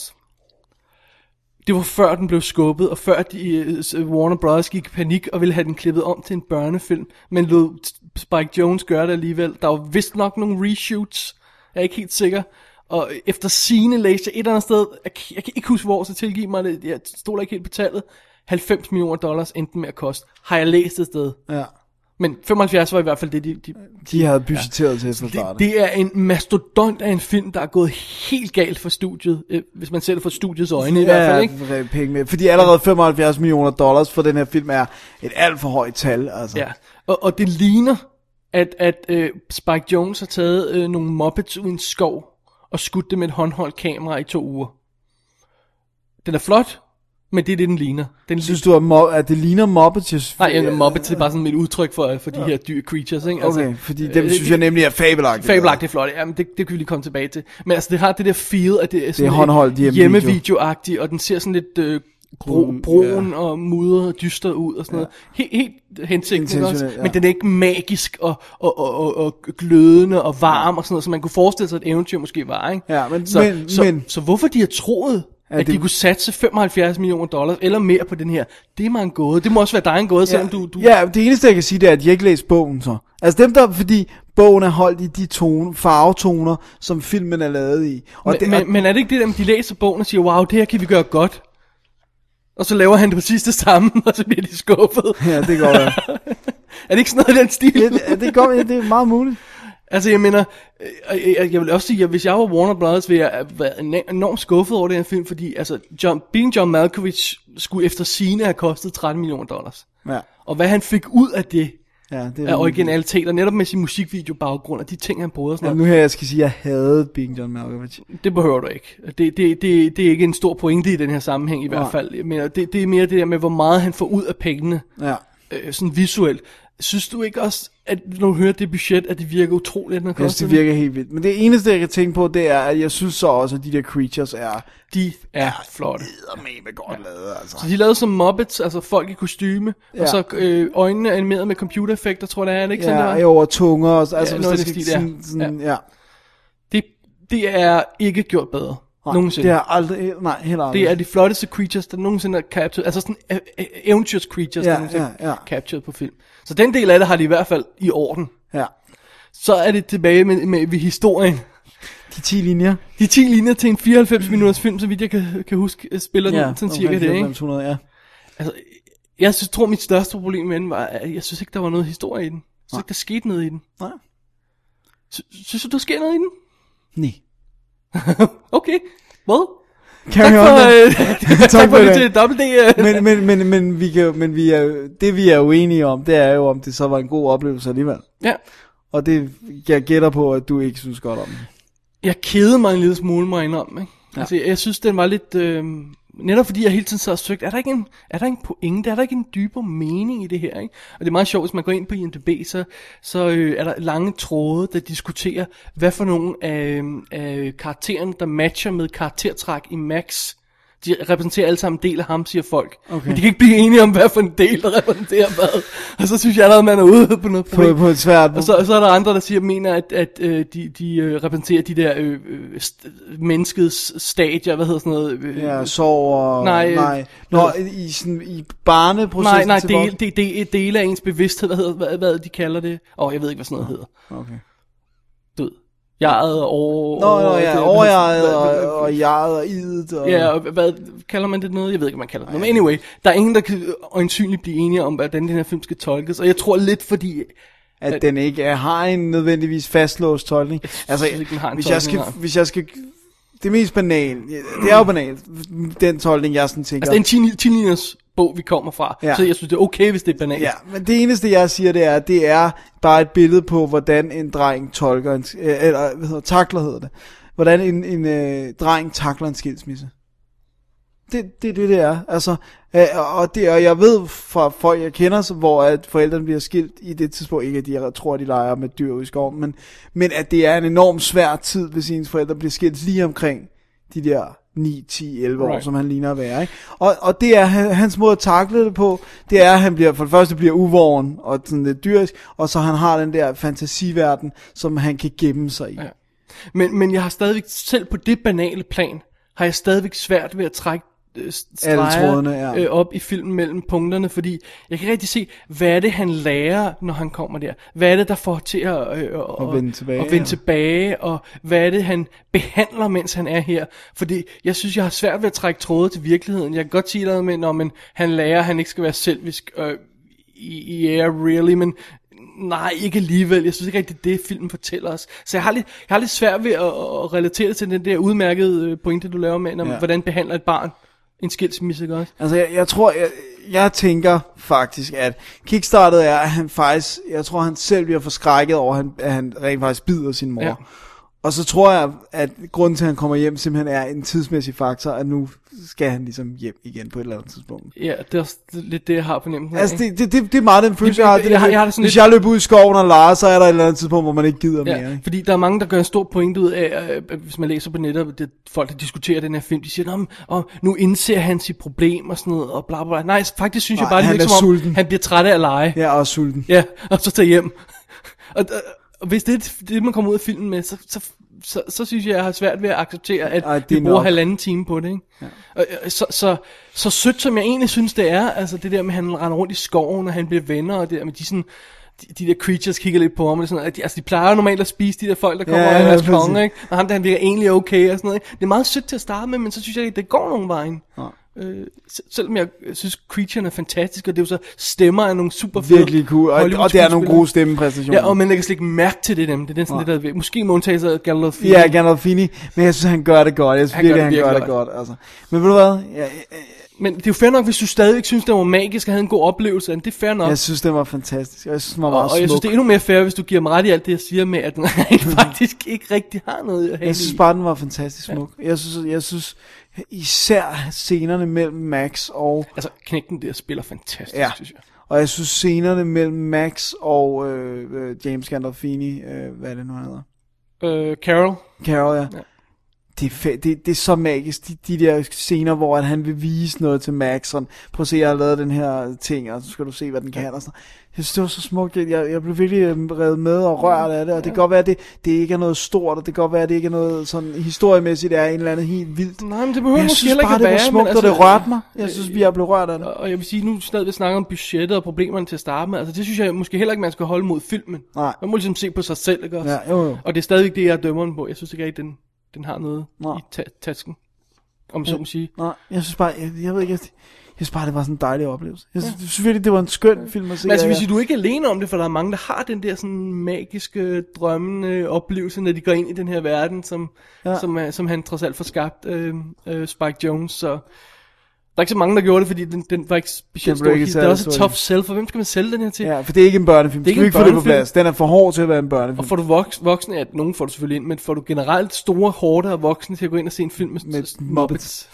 Det var før den blev skubbet, og før Warner Bros. Gik i panik og ville have den klippet om til en børnefilm. Men lod Spike Jonze gøre det alligevel. Der var vist nok nogle reshoots, jeg er ikke helt sikker. Og efter sigende læste jeg et eller andet sted, jeg kan ikke huske hvor, så tilgiv mig det, jeg stod ikke helt på tallet. $90 million endte med at koste. Har jeg læst et sted. Ja. Men 75 var i hvert fald det, de havde budgetteret til fra starten. Det er en mastodont af en film, der er gået helt galt for studiet, hvis man ser det fra studiets øjne i hvert fald, ikke? Penge med. Fordi allerede $75 million for den her film er et alt for højt tal, altså. Ja, og det ligner, at Spike Jonze har taget nogle Muppets ud i en skov, og skudt det med et håndholdt kamera i 2 uger. Den er flot, men det er det, den ligner. Synes du, at det ligner Muppets? Nej, Muppets er bare sådan et udtryk for de her dyre creatures, ikke? Okay, altså, fordi dem synes jeg nemlig er fabelagtigt. Fabelagtigt flot, ja, men det kan vi lige komme tilbage til. Men altså, det har det der feel, at det er sådan håndholdt hjemmevideo-agtigt, og den ser sådan lidt brun og mudret og dyster ud og sådan noget. Helt hensigtligt også, men den er ikke magisk og glødende og varm og sådan noget, som man kunne forestille sig, at et eventyr måske var, ikke? Ja, så hvorfor de har troet, at de kunne satse $75 million eller mere på den her, det er mig en gåde. Det må også være dig en gåde, selvom du... Ja, det eneste jeg kan sige, det er, at de ikke læst bogen så. Altså dem der, fordi bogen er holdt i de farvetoner, som filmen er lavet i. Men er det ikke det, at de læser bogen og siger, wow, det her kan vi gøre godt? Og så laver han det præcis det samme, og så bliver de skuffet. Ja, det går ja. Er det ikke sådan noget i den stil? det er meget muligt. Altså, jeg mener, jeg vil også sige, at hvis jeg var Warner Brothers, ville jeg være enormt skuffet over den her film, fordi altså, John Malkovich skulle efter sigende have kostet $13 million. Ja. Og hvad han fik ud af det, det af originalitet, og netop med sin musikvideobaggrund, og de ting, han brugte. Nu her, jeg skal sige, at jeg havde Being John Malkovich. Det behøver du ikke. Det er ikke en stor pointe i den her sammenhæng, i hvert fald. Jeg mener, det er mere det der med, hvor meget han får ud af pengene, sådan visuelt. Synes du ikke også, at når du hører det budget, at det virker utroligt, når det koster det virker helt vildt. Men det eneste, jeg kan tænke på, det er, at jeg synes så også, at de der creatures er flotte. Med godt lavet, altså. Så de er lavet som Muppets, altså folk i kostyme, og så øjnene animeret med computereffekter, tror jeg, er det ikke sådan der? Over tunger, og, altså noget hvis det skal sådan. Det er ikke gjort bedre. Nogensinde. Det er aldrig, heller aldrig. Det er de flotteste creatures, der nogensinde er captured, altså sådan eventyrs creatures, der nogensinde er captured på film. Så den del af det har de i hvert fald i orden. Ja. Så er det tilbage med historien. De 10 linjer. De 10 linjer til en 94 minutters film, så vidt jeg kan huske, spiller den sådan cirka det, ikke? 500, Altså, jeg tror mit største problem med den var, at jeg synes ikke, der var noget historie i den. Jeg synes ikke, der skete noget i den. Nej. Synes du, der sker noget i den? Nej. Okay, hvad? Tak for det til Double D. Men vi er uenige om, det er jo, om det så var en god oplevelse alligevel. Ja. Og det, jeg gætter på, at du ikke synes godt om den. Jeg kedede mig en lille smule mig indom, ikke? Ja. Altså, jeg synes, den var lidt... netop fordi jeg hele tiden så har søgt, er der ikke en pointe, er der ikke en dybere mening i det her, ikke? Og det er meget sjovt, hvis man går ind på IMDb, så er der lange tråde, der diskuterer, hvad for nogle af karaktererne, der matcher med karaktertræk i Max. De repræsenterer alle sammen en del af ham, siger folk. Okay. Men de kan ikke blive enige om, hvad for en del, der repræsenterer hvad. Og så synes jeg allerede, man er ude på noget problem. På et svært. Og så er der andre, der mener, at de repræsenterer de der menneskets stadier, hvad hedder sådan noget? Sorg og... Nej. Nå, i barneprocessen. Nej, det er dele af ens bevidsthed, hvad de kalder det. Jeg ved ikke, hvad sådan noget hedder. Okay. Du ved. Jeget og overjeget og jeget og idet. Ja, og hvad kalder man det noget? Jeg ved ikke, hvad man kalder det. Men anyway, der er ingen, der kan øjensynligt blive enige om, hvordan den her film skal tolkes. Og jeg tror lidt fordi... At den ikke har en nødvendigvis fastlåst tolkning. Altså, hvis jeg skal... Det mest banale, det er jo banalt, den tolkning, jeg sådan tænker... Altså, det er en 10-linjers bog, vi kommer fra, så jeg synes, det er okay, hvis det er banalt. Ja, men det eneste, jeg siger, det er bare et billede på, hvordan en dreng tolker, takler det. Hvordan en dreng takler en skilsmisse. Det er. Altså, og jeg ved fra folk, jeg kender, hvor at forældrene bliver skilt i det tidspunkt, ikke at de tror, at de leger med dyr ude i skoven, men at det er en enorm svær tid, hvis ens forældre bliver skilt lige omkring de der 9, 10, 11 år, som han ligner at være, ikke? Og det er hans måde at takle det på, det er, at han for det første bliver uvåren og sådan lidt dyrisk, og så han har den der fantasiverden, som han kan gemme sig i. Ja. Men jeg har stadigvæk, selv på det banale plan, har jeg stadigvæk svært ved at trække streger op i filmen mellem punkterne, fordi jeg kan rigtig se, hvad er det han lærer, når han kommer der, hvad er det der får til at vende tilbage, og hvad er det han behandler, mens han er her, fordi jeg synes, jeg har svært ved at trække tråde til virkeligheden. Jeg kan godt sige noget med, når han lærer, at han ikke skal være selvisk really, men nej, ikke alligevel. Jeg synes ikke rigtig, det filmen fortæller os. Så jeg har lidt svært ved at relatere til den der udmærkede pointe, du laver med, hvordan behandler et barn en skilsmisse, ikke også? Altså, jeg tror, jeg tænker faktisk, at kickstartet er, at han faktisk, jeg tror, han selv bliver forskrækket over, at han rent faktisk bider sin mor. Ja. Og så tror jeg, at grunden til, at han kommer hjem, simpelthen er en tidsmæssig faktor, at nu skal han ligesom hjem igen på et eller andet tidspunkt. Ja, det er også lidt det, jeg har fornemt. Altså, det er meget den følelse, jeg har. Hvis jeg løber ud i skoven og leger, så er der et eller andet tidspunkt, hvor man ikke gider mere. Ikke? Fordi der er mange, der gør en stor pointe ud af, hvis man læser på nettet, det folk, der diskuterer den her film, de siger, nu indser han sit problem og sådan noget, og bla bla. Nej, faktisk synes jeg bare, det er som om, han bliver træt af at lege. Ja, og sulten. Ja, og så tager hjem. Og hvis det er det, man kommer ud af filmen med, så synes jeg har svært ved at acceptere, at vi bruger 1,5 time på det, ikke? Ja. Så sødt som jeg egentlig synes det er, altså det der med, at han render rundt i skoven, og han bliver venner, og det der med de der creatures kigger lidt på ham, og sådan noget. De plejer normalt at spise de der folk, der kommer af deres konge, ikke? Og ham der, han virker egentlig okay, og sådan noget, ikke? Det er meget sødt til at starte med, men så synes jeg ikke, det går nogen vejen. Ja. Selvom jeg synes, creaturen er fantastisk, og det er jo så stemmer af nogle super fede virkelig cool, og det er nogle gode stemmepræstationer. Ja, og man lægger slet ikke mærke til det dem. Det er næsten det, der måske må undtagelse af Gandolfini. Ja, Gandolfini, men jeg synes, han gør det godt. Jeg synes virkelig, han gør det godt. Altså. Men ved du hvad? Men det er jo fair nok, hvis du stadigvæk synes, det var magisk og havde en god oplevelse. Det er fair nok. Jeg synes, det var fantastisk. Jeg synes, det var meget smuk. Og jeg synes, det er endnu mere fair, hvis du giver mig ret i alt det, jeg siger med, at den faktisk ikke rigtig har noget at have. Jeg synes bare, den var fantastisk smuk. Ja. Jeg synes især scenerne mellem Max og... Altså, knægten der spiller fantastisk, ja. synes jeg. Og jeg synes scenerne mellem Max og James Gandolfini, hvad er det nu, han hedder? Carol, ja. Det er så magisk, de der scener, hvor at han vil vise noget til Max, og prøv at se, jeg har lavet den her ting, og så skal du se, hvad den kan, og sådan. Jeg synes, det var så smukt, jeg blev virkelig revet med og rørt af det, og det kan godt være, at det ikke er noget stort, og det kan godt være, at det ikke er noget sådan historiemæssigt, det er en eller anden helt vildt. Nej, men det behøver måske heller ikke at være. Jeg synes bare, det var smukt, og det rørte mig. Jeg synes, vi er blevet rørt af det. Og jeg vil sige, nu stadig snakker om budgettet og problemerne til at starte med, altså det synes jeg måske heller ikke, man skal holde mod filmen. Nej. Man må ligesom se på sig selv, ikke også? Ja, jo. Og det er stadigvæk det, jeg dømmer den på. Jeg synes ikke, at den har noget i tasken, om så må sige. Nej, jeg synes bare, jeg ved ikke, jeg synes bare, det var sådan en dejlig oplevelse. Jeg synes virkelig, det var en skøn film at se. Men altså, hvis du er ikke alene om det, for der er mange, der har den der sådan magiske, drømmende oplevelse, når de går ind i den her verden, som han trods alt får skabt, Spike Jonze, så... Der er ikke så mange, der gjorde det, fordi den var ikke specielt stor. Det er også et tough sell, for hvem skal man sælge den her til? Ja, for det er ikke en børnefilm. Det er ikke få det på plads. Den er for hård til at være en børnefilm. Og får du voksne, at nogen får du selvfølgelig ind, men får du generelt store, hårde og voksne til at gå ind og se en film med Muppets?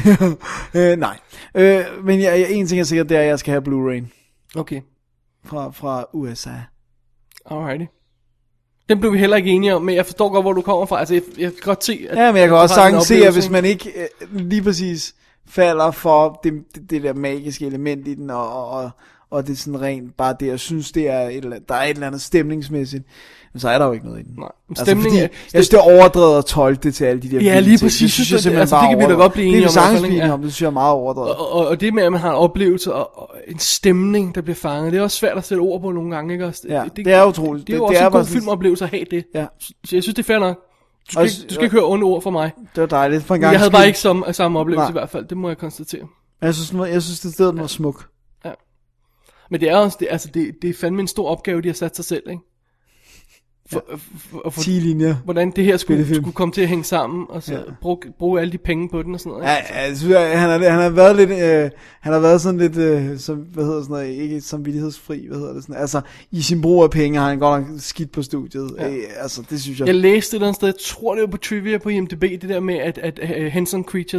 Nej. Men en ting er sikkert, det er, at jeg skal have Blu-ray. Okay. Fra USA. Alrighty. Den blev vi heller ikke enige om, men jeg forstår godt, hvor du kommer fra. Altså, jeg kan godt se, at... Ja, men jeg kan også sagtens se, at hvis man ikke lige præcis... falder for det der magiske element i den, og det er sådan rent bare det, jeg synes, det er der er et eller andet stemningsmæssigt, men så er der jo ikke noget i den. Nej. Altså, fordi, jeg synes, det er overdrevet at tolke det til alle de der ja, lige præcis. Det synes jeg simpelthen altså, bare det kan vi da godt blive enige om. Det synes jeg er meget overdrevet. Og det med, at man har en oplevelse og en stemning, der bliver fanget, det er også svært at sætte ord på nogle gange, ikke? Ja, det er utroligt. Det er jo også en god filmoplevelse at have det. Ja. Så jeg synes, det er fair nok. Du skal ikke høre onde ord fra mig. Det var dejligt for en gang. Jeg havde bare ikke samme oplevelse i hvert fald. Det må jeg konstatere. Jeg synes det stedet var smuk. Ja. Men det er også det er fandme en stor opgave, de har sat sig selv, ikke? For 10 linjer. Hvordan det her skulle komme til at hænge sammen, og så bruge alle de penge på den og sådan noget. Ja, jeg synes, han har været lidt, han har været sådan lidt, som, hvad hedder sådan noget, ikke samvittighedsfri, hvad hedder det sådan, altså i sin brug af penge har han godt nok skidt på studiet, altså det synes jeg. Jeg læste et eller andet sted, jeg tror det var på Trivia på IMDb, det der med, at Henson Creature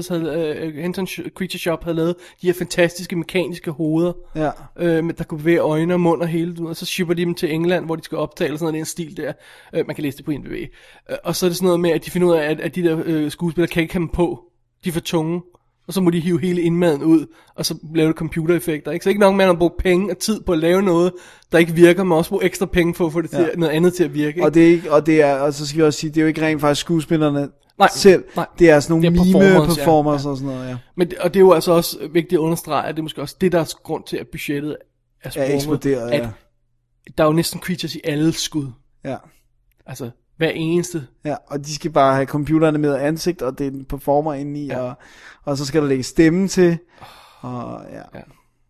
Shop havde lavet de her fantastiske mekaniske hoveder, der kunne bevæge øjne og mund og hele, og så shipper de dem til England, hvor de skal optage sådan noget, det er en stil der. Man kan læse det på IMDb. Og så er det sådan noget med, at de finder ud af, at de der skuespillere kan ikke have dem på. De er for tunge. Og så må de hive hele indmaden ud, og så lave computereffekter. Ikke? Så ikke nok med, at man bruger penge og tid på at lave noget, der ikke virker, men også bruge ekstra penge for at få det til, noget andet til at virke. Ikke? Og så skal vi også sige, det er jo ikke rent faktisk skuespillerne selv. Nej. Det er sådan nogle mime-performers og sådan noget. Ja. Men, og det er jo altså også vigtigt at understrege, at det er måske også det, der er grund til, at budgettet er sprunget. Eksploderet, at der er jo næsten creatures i alle skud. Ja. Altså, hver eneste. Ja, og de skal bare have computerne med ansigt, og det er en performer indeni, og så skal der lægge stemme til, og ja.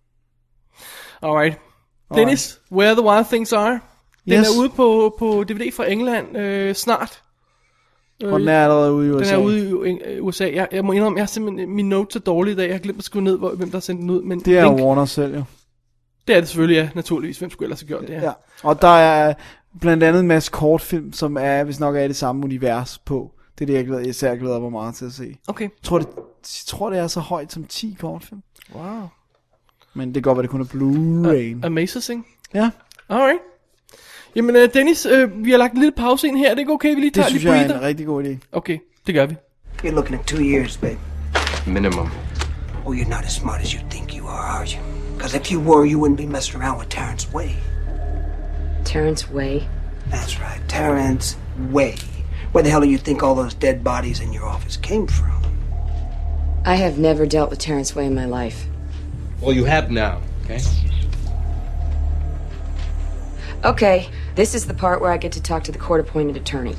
Alright. Dennis, Where the Wild Things Are. Den er ude på DVD fra England snart. Og den er allerede ude i USA. Den er ude i USA. Jeg må indrømme, jeg har simpelthen min note så dårlig i dag. Jeg har glemt at skrive ned, hvem der har sendt den ud. Men det er Warner selv, jo. Det er det selvfølgelig, ja, naturligvis. Hvem skulle ellers have gjort det her? Ja, og der er blandt andet en masse kortfilm, som er, hvis nok er i det samme univers på. Det er det, jeg især glæder mig meget til at se. Okay. Jeg tror, det er så højt som 10 kortfilm. Wow. Men det kan godt være, det kun er Blu-ray. Amazing. Ja. Alright. Jamen, Dennis, vi har lagt en lille pause ind her. Er det ikke okay, vi lige tager lidt breather? Det synes jeg er en rigtig god idé. Okay, det gør vi. You're looking at 2 years, babe. Minimum. Oh, you're not as smart as you think you are you? Because if you were, you wouldn't be messing around with Terrence Way. Terrence Way? That's right, Terrence Way. Where the hell do you think all those dead bodies in your office came from? I have never dealt with Terrence Way in my life. Well, you have now, okay? Okay, this is the part where I get to talk to the court-appointed attorney.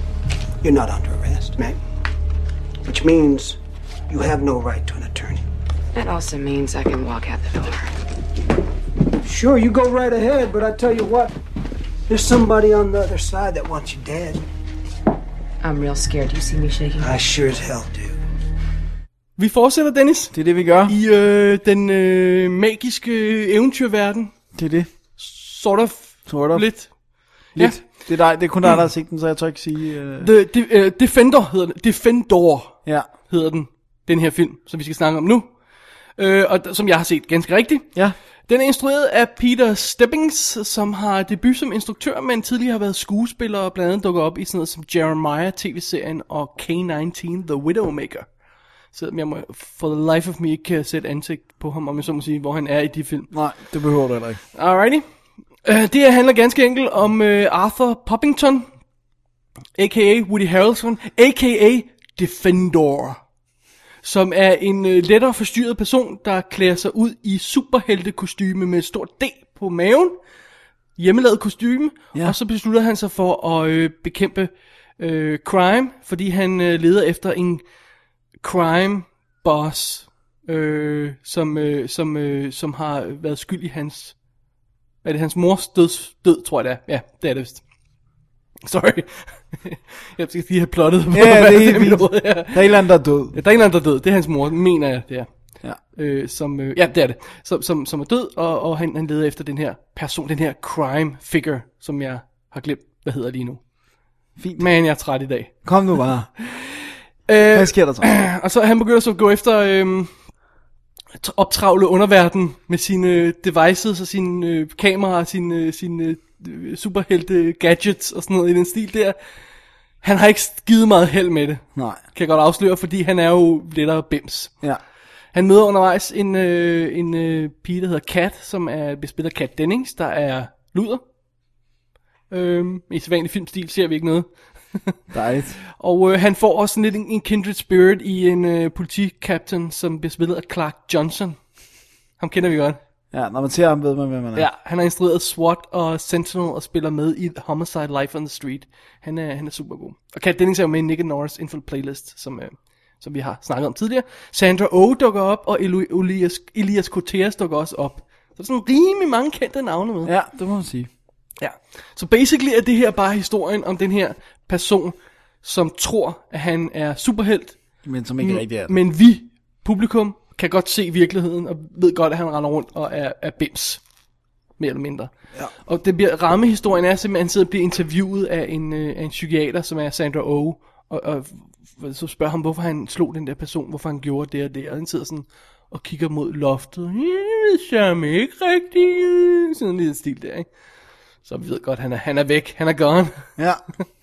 You're not under arrest, ma'am. Which means you have no right to an attorney. That also means I can walk out the door. Sure, you go right ahead, but I tell you what, there's somebody on the other side that wants you dead. I'm real scared. Do you see me shaking? I sure as hell do. Vi fortsætter, Dennis. Det er det, vi gør. I den magiske eventyrverden. Det er det. Sort of. Lidt. Ja. Det er kun dig, der har set den, så jeg tør ikke sige... Defender hedder den. Defendor hedder den her film, som vi skal snakke om nu. Og som jeg har set ganske rigtigt. Ja. Den er instrueret af Peter Stebbings, som har debut som instruktør, men tidligere har været skuespiller og blandt andet dukket op i sådan noget som Jeremiah TV-serien og K-19 The Widowmaker. Selvom jeg må for the life of me ikke kan sætte ansigt på ham, om jeg så må sige, hvor han er i de film. Nej, det behøver du heller ikke. Alrighty. Det her handler ganske enkelt om Arthur Poppington, a.k.a. Woody Harrelson, a.k.a. Defendor, som er en lettere forstyrret person, der klæder sig ud i superheltekostyme med et stort D på maven, hjemmelavet kostyme, og så beslutter han sig for at bekæmpe crime, fordi han leder efter en crime boss, som har været skyld i hans... Er det hans mors død, tror jeg det er. Ja, det er det vist. Sorry. Jeg skal lige have plottet. Ja, det er helt vildt. Der er en eller anden, der er død. Ja, der er en eller anden, der er død. Det er hans mor, mener jeg, det er. Ja. Ja, det er det. Som er død, og han leder efter den her person, den her crime figure, som jeg har glemt, hvad hedder lige nu. Fint. Men jeg er træt i dag. Kom nu bare. Hvad sker der så? Og så han begynder så at gå efter... optravle underverden med sine devices og sine kameraer og sine superhelte gadgets og sådan noget i den stil der. Han har ikke givet meget held med det. Nej. Kan jeg godt afsløre, fordi han er jo lettere bims. Ja. Han møder undervejs en pige, der hedder Kat, som er bespillet af Kat Dennings, der er luder. I sædvanlig filmstil ser vi ikke noget. Dejligt. Og han får også lidt en kindred spirit i en politikaptajn, som bliver spillet af Clark Johnson. Ham kender vi godt. Ja, når man ser ham, ved man, hvem man er. Ja, han har instrueret SWAT og Sentinel og spiller med i Homicide Life on the Street. Han er super god. Og Kat Dennings er jo med i Nick and Norris Infant Playlist, som vi har snakket om tidligere. Sandra Oh dukker op, og Elias Koteas dukker også op. Så der er sådan rimelig mange kendte navne med. Ja, det må man sige. Ja, så basically er det her bare historien om den her person, som tror, at han er superhelt. Men som ikke rigtig er det. Men vi, publikum, kan godt se virkeligheden, og ved godt, at han render rundt og er bims. Mere eller mindre. Ja. Og det bliver, rammehistorien er simpelthen, at han sidder og bliver interviewet af en psykiater, som er Sandra Oh, og så spørger ham, hvorfor han slog den der person, hvorfor han gjorde det og det, og han sidder sådan og kigger mod loftet. Det ser mig ikke rigtigt. Sådan en lille stil der, ikke? Så vi ved godt, han er væk. Han er gone. Ja.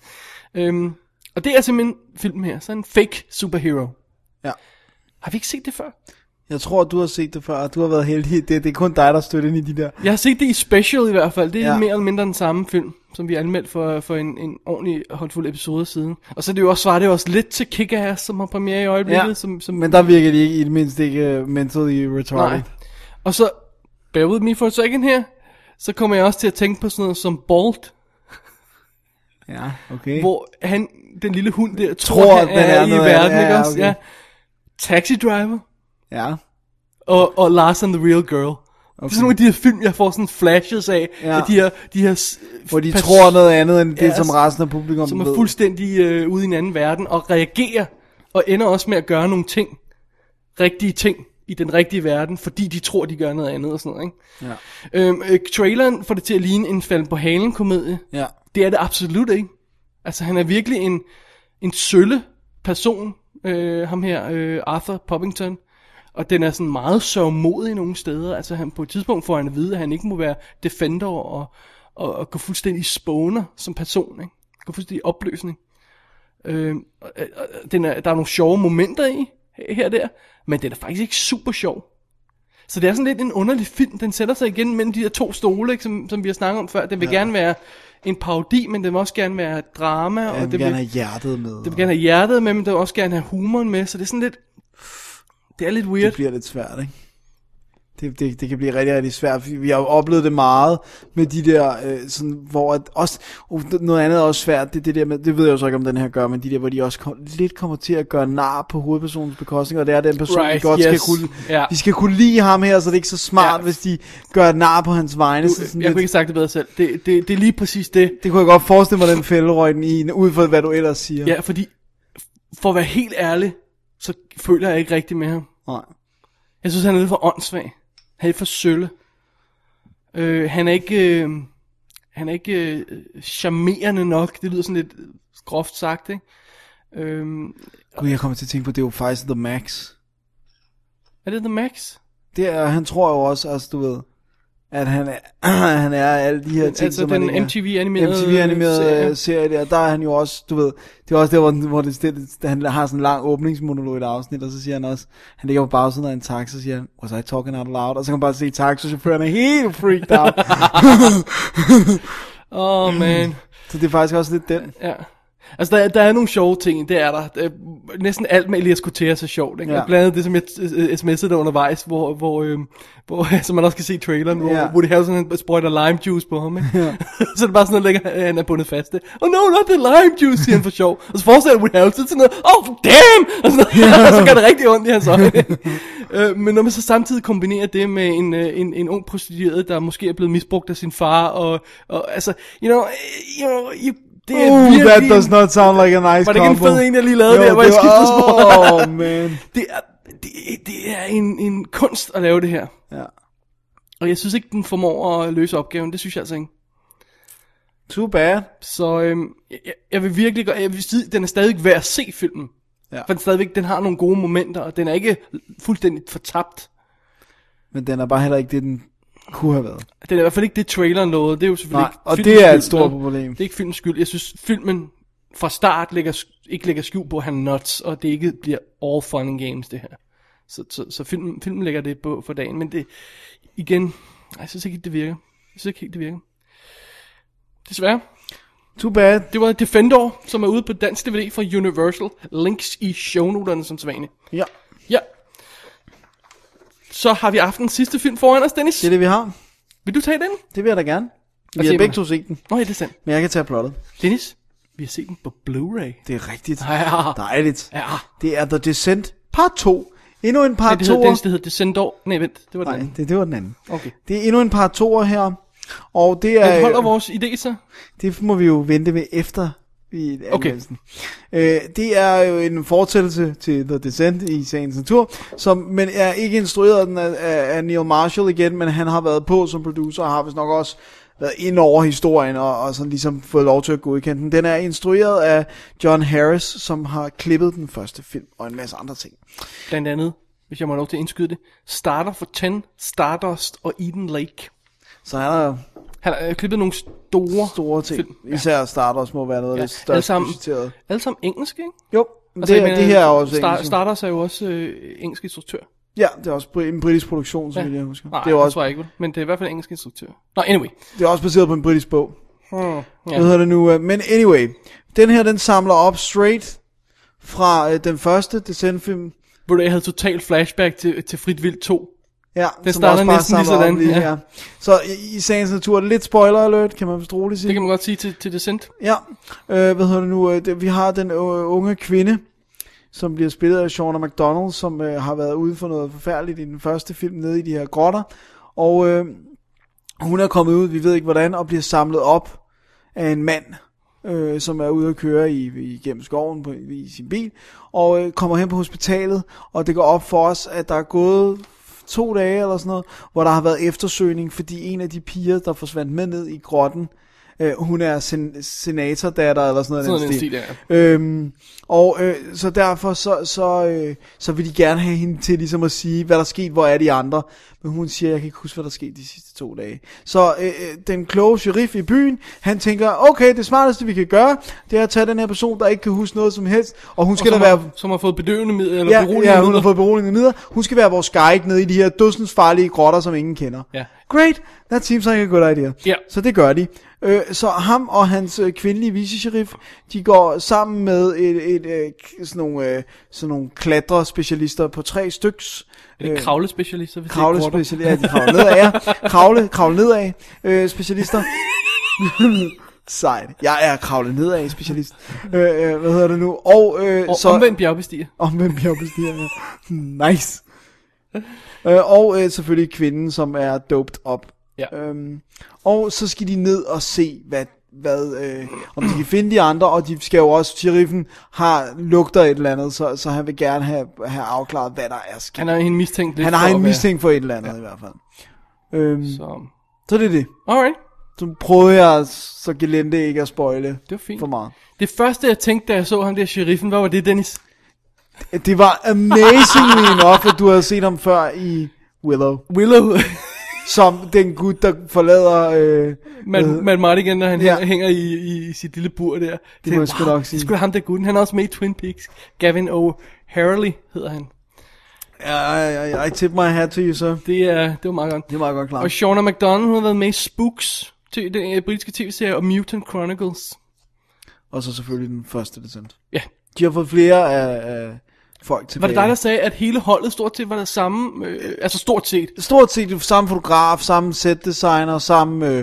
Og det er simpelthen film her. Så en fake superhero. Ja. Har vi ikke set det før? Jeg tror, du har set det før. Du har været heldig. Det er kun dig, der støtter ind i de der. Jeg har set det i Special i hvert fald. Det er mere eller mindre den samme film, som vi anmeldte for en ordentlig håndfuld episoder siden. Og så er det jo også, svarer det også lidt til Kick-Ass, som har premiere i øjeblikket. Ja, som men der virker de ikke i det mindste ikke mentally retarded. Nej. Og så, bear with me for a second her, så kommer jeg også til at tænke på sådan noget som Bolt. Ja, okay. Hvor den lille hund der, tror han er i verden, ikke også? Okay. Ja. Taxi Driver. Ja. Og Lars and the Real Girl. Okay. Det er sådan nogle af de her film, jeg får sådan flashes af. Ja. De her hvor de tror noget andet, end det, som resten af publikum som er fuldstændig ude i en anden verden, og reagerer, og ender også med at gøre nogle ting. Rigtige ting i den rigtige verden, fordi de tror, de gør noget andet og sådan noget, ikke? Ja. Traileren får det til at ligne en falden på halen komedie. Ja. Det er det absolut ikke. Altså, han er virkelig en sølle person, ham her, Arthur Poppington. Og den er sådan meget sørgmodig nogle steder. Altså, han på et tidspunkt får han at vide, at han ikke må være defender og gå fuldstændig spåner som person, ikke? Gå fuldstændig i opløsning. Der er nogle sjove momenter i, her og der, men den er faktisk ikke super sjov. Så det er sådan lidt en underlig film. Den sætter sig igen mellem de der to stole, ikke, som vi har snakket om før. Den vil gerne være en parodi, men den vil også gerne være drama. Ja, den vil gerne have hjertet med. Den vil gerne have hjertet med, men den vil også gerne have humoren med. Så det er sådan lidt... Det er lidt weird. Det bliver lidt svært, ikke? Det kan blive rigtig, rigtig svært. Vi har jo oplevet det meget med de der, sådan, hvor at også, noget andet er også svært, det der med, det ved jeg jo så ikke, om den her gør, men de der, hvor de også lidt kommer til at gøre nar på hovedpersonens bekostning, og det er den person, vi godt skal kunne, vi skal kunne lide ham her, så det er ikke så smart, hvis de gør nar på hans vegne. Jeg kunne ikke sagt det bedre selv. Det er lige præcis det. Det kunne jeg godt forestille mig, den fælderøg den i, ud fra hvad du ellers siger. Ja, fordi, for at være helt ærlig, så føler jeg ikke rigtig med ham. Nej. Jeg synes, han er lidt for åndssvag. Han er for sølle. Han er ikke charmerende nok. Det lyder sådan lidt groft sagt, ikke? Gud, jeg kommer til at tænke på, det er jo faktisk The Max. Er det The Max? Det er, han tror jo også, altså du ved, at han er alle de her ting, altså som den MTV-animerede serie der er han jo også, du ved, det er også der, hvor han har sådan en lang åbningsmonolog i et afsnit, og så siger han også, han ligger på bagsiden af en taxa, så siger han, was I talking out loud? Og så kan man bare se taxachaufføren er helt freaked out. Man. Så det er faktisk også lidt den. Ja. Altså der er nogle sjove ting, det er der. Næsten alt med Elias Koteas er sjovt, ikke? Ja. Blandt andet det, som jeg sms'ede der undervejs, hvor som man også kan se i traileren, hvor Woody Harrelson han sprøjter lime juice på ham, ikke? Ja. Så det er bare sådan noget, han er bundet fast. Oh no, not the lime juice, siger han for sjov. Og så fortsætter Woody Harrelson sådan noget, oh damn! Og så gør det rigtig ondt i hans øjne. Men når man så samtidig kombinerer det med en ung prostitueret, der måske er blevet misbrugt af sin far, og altså, that does not sound like a nice combo. Var det ikke en fed en, jeg lige lavede der, hvor jeg skiftede spor? Man. Det er en kunst at lave det her. Ja. Og jeg synes ikke, den formår at løse opgaven. Det synes jeg altså ikke. Too bad. Så jeg vil virkelig gøre, jeg vil sige, den er stadig værd at se filmen. Ja. For den har nogle gode momenter, og den er ikke fuldstændig fortabt. Men den er bare heller ikke det, den kunne have været. Det er i hvert fald ikke det, traileren lovede. Det er jo selvfølgelig ikke og det er et stort problem. Det er ikke filmens skyld. Jeg synes, filmen fra start ikke lægger skjul på, at han er nuts, og det ikke bliver all fun and games, det her. Så filmen lægger det på for dagen. Men det, igen, jeg synes ikke, det virker. Desværre. Too bad. Det var Defender, som er ude på dansk DVD fra Universal. Links i shownoterne som sædvanligt. Ja. Ja. Så har vi aftenens sidste film foran os, Dennis. Det er det, vi har. Vil du tage den? Det vil jeg da gerne. Vi har begge to set den. Nå, ja, det er sandt. Men jeg kan tage plottet. Dennis, vi har set den på Blu-ray. Det er rigtigt. Ja. Dejligt. Ja. Det er The Descent part 2. Endnu en part 2'er. Det hedder Descendor. Nej, vent, det var den anden. Det var den anden. Okay. Det er endnu en part 2'er her. Og det er... holder vores idé så? Det må vi jo vente med efter i anmeldelsen. Det er jo en fortsættelse til The Descent i sagens natur, men er ikke instrueret af Neil Marshall igen, men han har været på som producer og har vist nok også været ind over historien og sådan ligesom fået lov til at godkende den. Den er instrueret af John Harris, som har klippet den første film og en masse andre ting. Blandt andet, hvis jeg må have lov til at indskyde det, Starter for 10, Stardust og Eden Lake. Så han har klippet nogle store ting. Film. Især Stardust må være noget af det største budgetteret. Alle sammen engelsk, ikke? Jo, altså, det her er også engelsk. Stardust er jo også engelsk instruktør. Ja, det er også en britisk produktion, så vil jeg huske. Nej, det også... tror jeg ikke, men det er i hvert fald engelsk instruktør. Nå, anyway. Det er også baseret på en britisk bog. Hvad hedder det nu? Men anyway, den her, den samler op straight fra den første Descent-film. Hvor jeg havde total flashback til Frit Vildt 2. Ja, den starter næsten lige sådan. Ja. Så i sagens natur er det lidt spoiler alert, kan man vist roligt sige. Det kan man godt sige til Descent. Ja, hvad hedder det nu? Vi har den unge kvinde, som bliver spillet af Shauna McDonald, som har været ude for noget forfærdeligt i den første film nede i de her grotter. Og hun er kommet ud, vi ved ikke hvordan, og bliver samlet op af en mand, som er ude at køre igennem skoven i sin bil, og kommer hen på hospitalet, og det går op for os, at der er gået 2 dage eller sådan noget, hvor der har været eftersøgning, fordi en af de piger, der forsvandt med ned i grotten, hun er senatordatter eller sådan noget. Sådan en stil, ja. Så derfor så vil de gerne have hende til ligesom at sige, hvad der skete, hvor er de andre. Men hun siger, jeg kan ikke huske, hvad der skete de sidste 2 dage. Så den kloge sheriff i byen, han tænker, okay, det smarteste vi kan gøre, det er at tage den her person, der ikke kan huske noget som helst, og hun skal som har fået bedøvende midler, eller beroligende midler. Ja, hun har fået beroligende midler. Hun skal være vores guide nede i de her dødsens farlige grotter, som ingen kender. Ja. Great, that seems like a good idea. Ja. Så det gør de. Så ham og hans kvindelige vicesheriff, de går sammen med sådan nogle klatrespecialister på 3 styks. Kravlespecialister? Kravlespecialister, ja, de kravle nedad specialister. Sejt. Jeg er kravle nedad specialist. Hvad hedder det nu? Og så omvendt bjergbestiger. Omvendt bjergbestiger, ja. Nice. Og selvfølgelig kvinden, som er doped op. Ja. Og så skal de ned og se, om de kan finde de andre, og de skal jo også, sheriffen lugter et eller andet, så han vil gerne have afklaret, hvad der er sket. Han har en mistænkt lidt. Han har en mistænkt for et eller andet, i hvert fald. Så det er det. Alright. Så prøvede jeg, så gelente ikke at spoile det var fint. For meget. Det første, jeg tænkte, da jeg så ham der sheriffen, hvad var det, Dennis? Det var amazingly enough, at du havde set ham før i Willow. Som den gut, der forlader Matt Mardigan, når han hænger i sit lille bur der. Det må jeg sgu nok sige. Det skulle ham der gutten. Han er også med i Twin Peaks. Gavin O'Harley hedder han. I tip my hat to you, sir. Det var meget godt. Det er meget godt klart. Og Shauna McDonald, hun har været med i Spooks, den britiske tv-serie, og Mutant Chronicles. Og så selvfølgelig den første decent. Ja. De har fået flere af folk tilbage. Var det dig, der sagde, at hele holdet stort set var det samme? Altså stort set? Stort set samme fotograf, samme setdesigner, samme,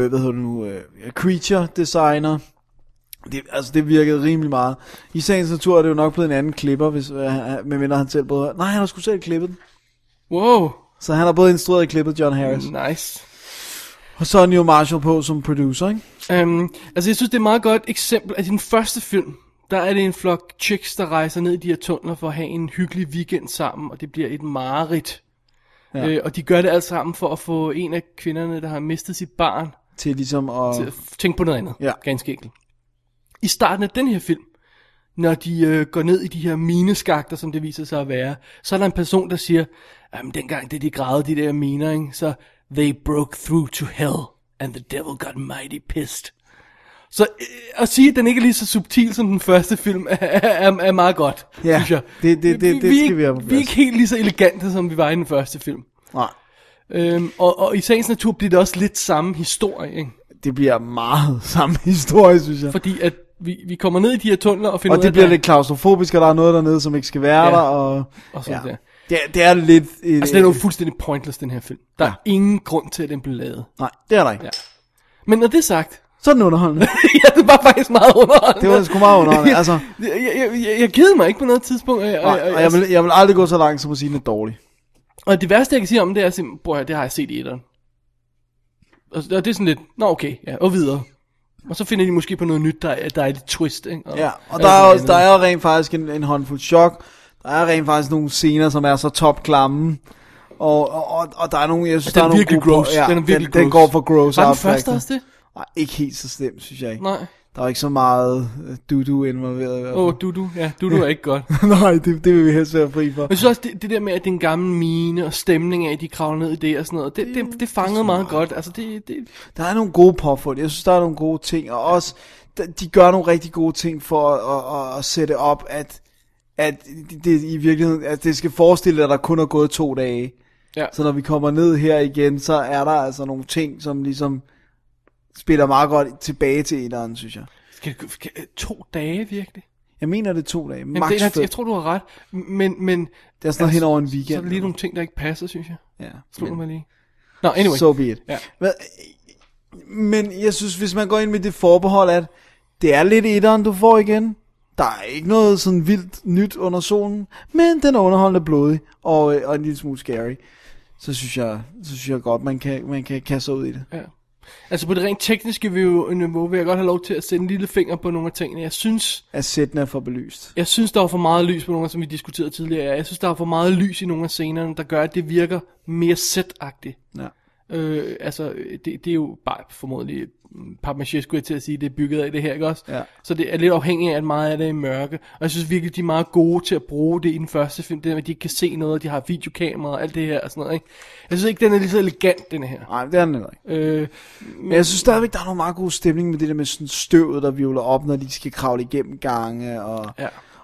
creature designer. Det virkede rimelig meget. I sagens natur er det jo nok blevet en anden klipper, medmindre han selv både... Nej, han har sgu selv klippet den. Wow. Så han har både instrueret og klippet John Harris. Nice. Og så er Neil Marshall på som producer, ikke? Altså jeg synes, det er et meget godt eksempel. Altså i den første film, der er det en flok chicks, der rejser ned i de her tunneler for at have en hyggelig weekend sammen, og det bliver et mareridt. Ja. Og de gør det alt sammen for at få en af kvinderne, der har mistet sit barn, til ligesom at tænke på noget andet. Ja. Ganske enkelt. I starten af den her film, når de går ned i de her mineskakter, som det viser sig at være, så er der en person, der siger, dengang det de gravede de der miner, ikke, så they broke through to hell, and the devil got mighty pissed. Så at sige, at den ikke er lige så subtil som den første film, er meget godt, synes jeg. Det skal vi have på plads. Vi er ikke helt lige så elegante, som vi var i den første film. Nej. Og i sagens natur bliver det også lidt samme historie, ikke? Det bliver meget samme historie, synes jeg. Fordi at vi kommer ned i de her tunneler og finder ud af... Og det bliver lidt klaustrofobisk, og der er noget dernede, som ikke skal være der, og sådan der. Det er lidt... Altså, det er jo fuldstændig pointless, den her film. Der er ingen grund til, at den blev lavet. Nej, det er der ikke. Ja. Men når det er sagt... Så er den underholdende. Ja, det var faktisk meget underholdende. Det var sgu meget underholdende, altså... Jeg kedede mig ikke på noget tidspunkt. Jeg vil aldrig gå så langt, som at sige, den er dårlig. Og det værste, jeg kan sige om det er, at det har jeg set i etteren. Og det er sådan lidt, okay, ja, og videre. Og så finder de måske på noget nyt, der er et twist, ikke? Og der er jo rent faktisk en håndfuld chok. Der er rent faktisk nogle scener, som er så topklamme. Og der er nogle, jeg synes, der er nogle virkelig gross. Den går for gross. Var den første også det? Nej, ikke helt så slemt, synes jeg ikke. Nej. Der er ikke så meget dudu involveret. Dudu. Ja, dudu er ikke godt. Nej, det vil vi helst være fri for. Jeg synes også, det der med, at det er en gammel mine og stemning af, at de kravler ned i det og sådan noget, det fangede meget godt. Altså, Der er nogle gode påfund. Jeg synes, der er nogle gode ting. Og også, de gør nogle rigtig gode ting for at sætte op, at det i virkeligheden, at det skal forestille, at der kun er gået 2 dage. Ja. Så når vi kommer ned her igen, så er der altså nogle ting, som ligesom spiller meget godt tilbage til etteren, synes jeg. Skal 2 dage virkelig? Jeg mener, det er 2 dage. Max 5. Jeg tror, du har ret. Men det er sådan noget hen over en weekend. Så er der lige nogle ting, der ikke passer, synes jeg. Ja. Slå mig lige. Nå, anyway. So be it. Ja. Men jeg synes, hvis man går ind med det forbehold, at det er lidt etteren, du får igen. Der er ikke noget sådan vildt nyt under solen, men den er underholdende blodig og en lille smule scary. Så synes jeg godt, man kan kaste sig ud i det. Ja. Altså på det rent tekniske niveau vil jeg godt have lov til at sætte en lille finger på nogle af tingene. Jeg synes... At sætten er for belyst. Jeg synes, der var for meget lys på nogle af, som vi diskuterede tidligere. Jeg synes, der var for meget lys i nogle af scenerne, der gør, at det virker mere sætagtigt. Ja. Altså, det er jo bare formodentlig papmaché, skulle jeg til at sige, det er bygget af det her, ikke også? Ja. Så det er lidt afhængigt af, at meget af det er i mørke. Og jeg synes virkelig, de er meget gode til at bruge det i den første film. Det der med, at de ikke kan se noget, og de har videokamera og alt det her og sådan noget, ikke? Jeg synes ikke, den er lige så elegant, den her. Nej, det er den ikke. Men jeg synes stadigvæk, der er noget meget god stemning med det der med sådan støvet, der vivler op, når de skal kravle igennem gange.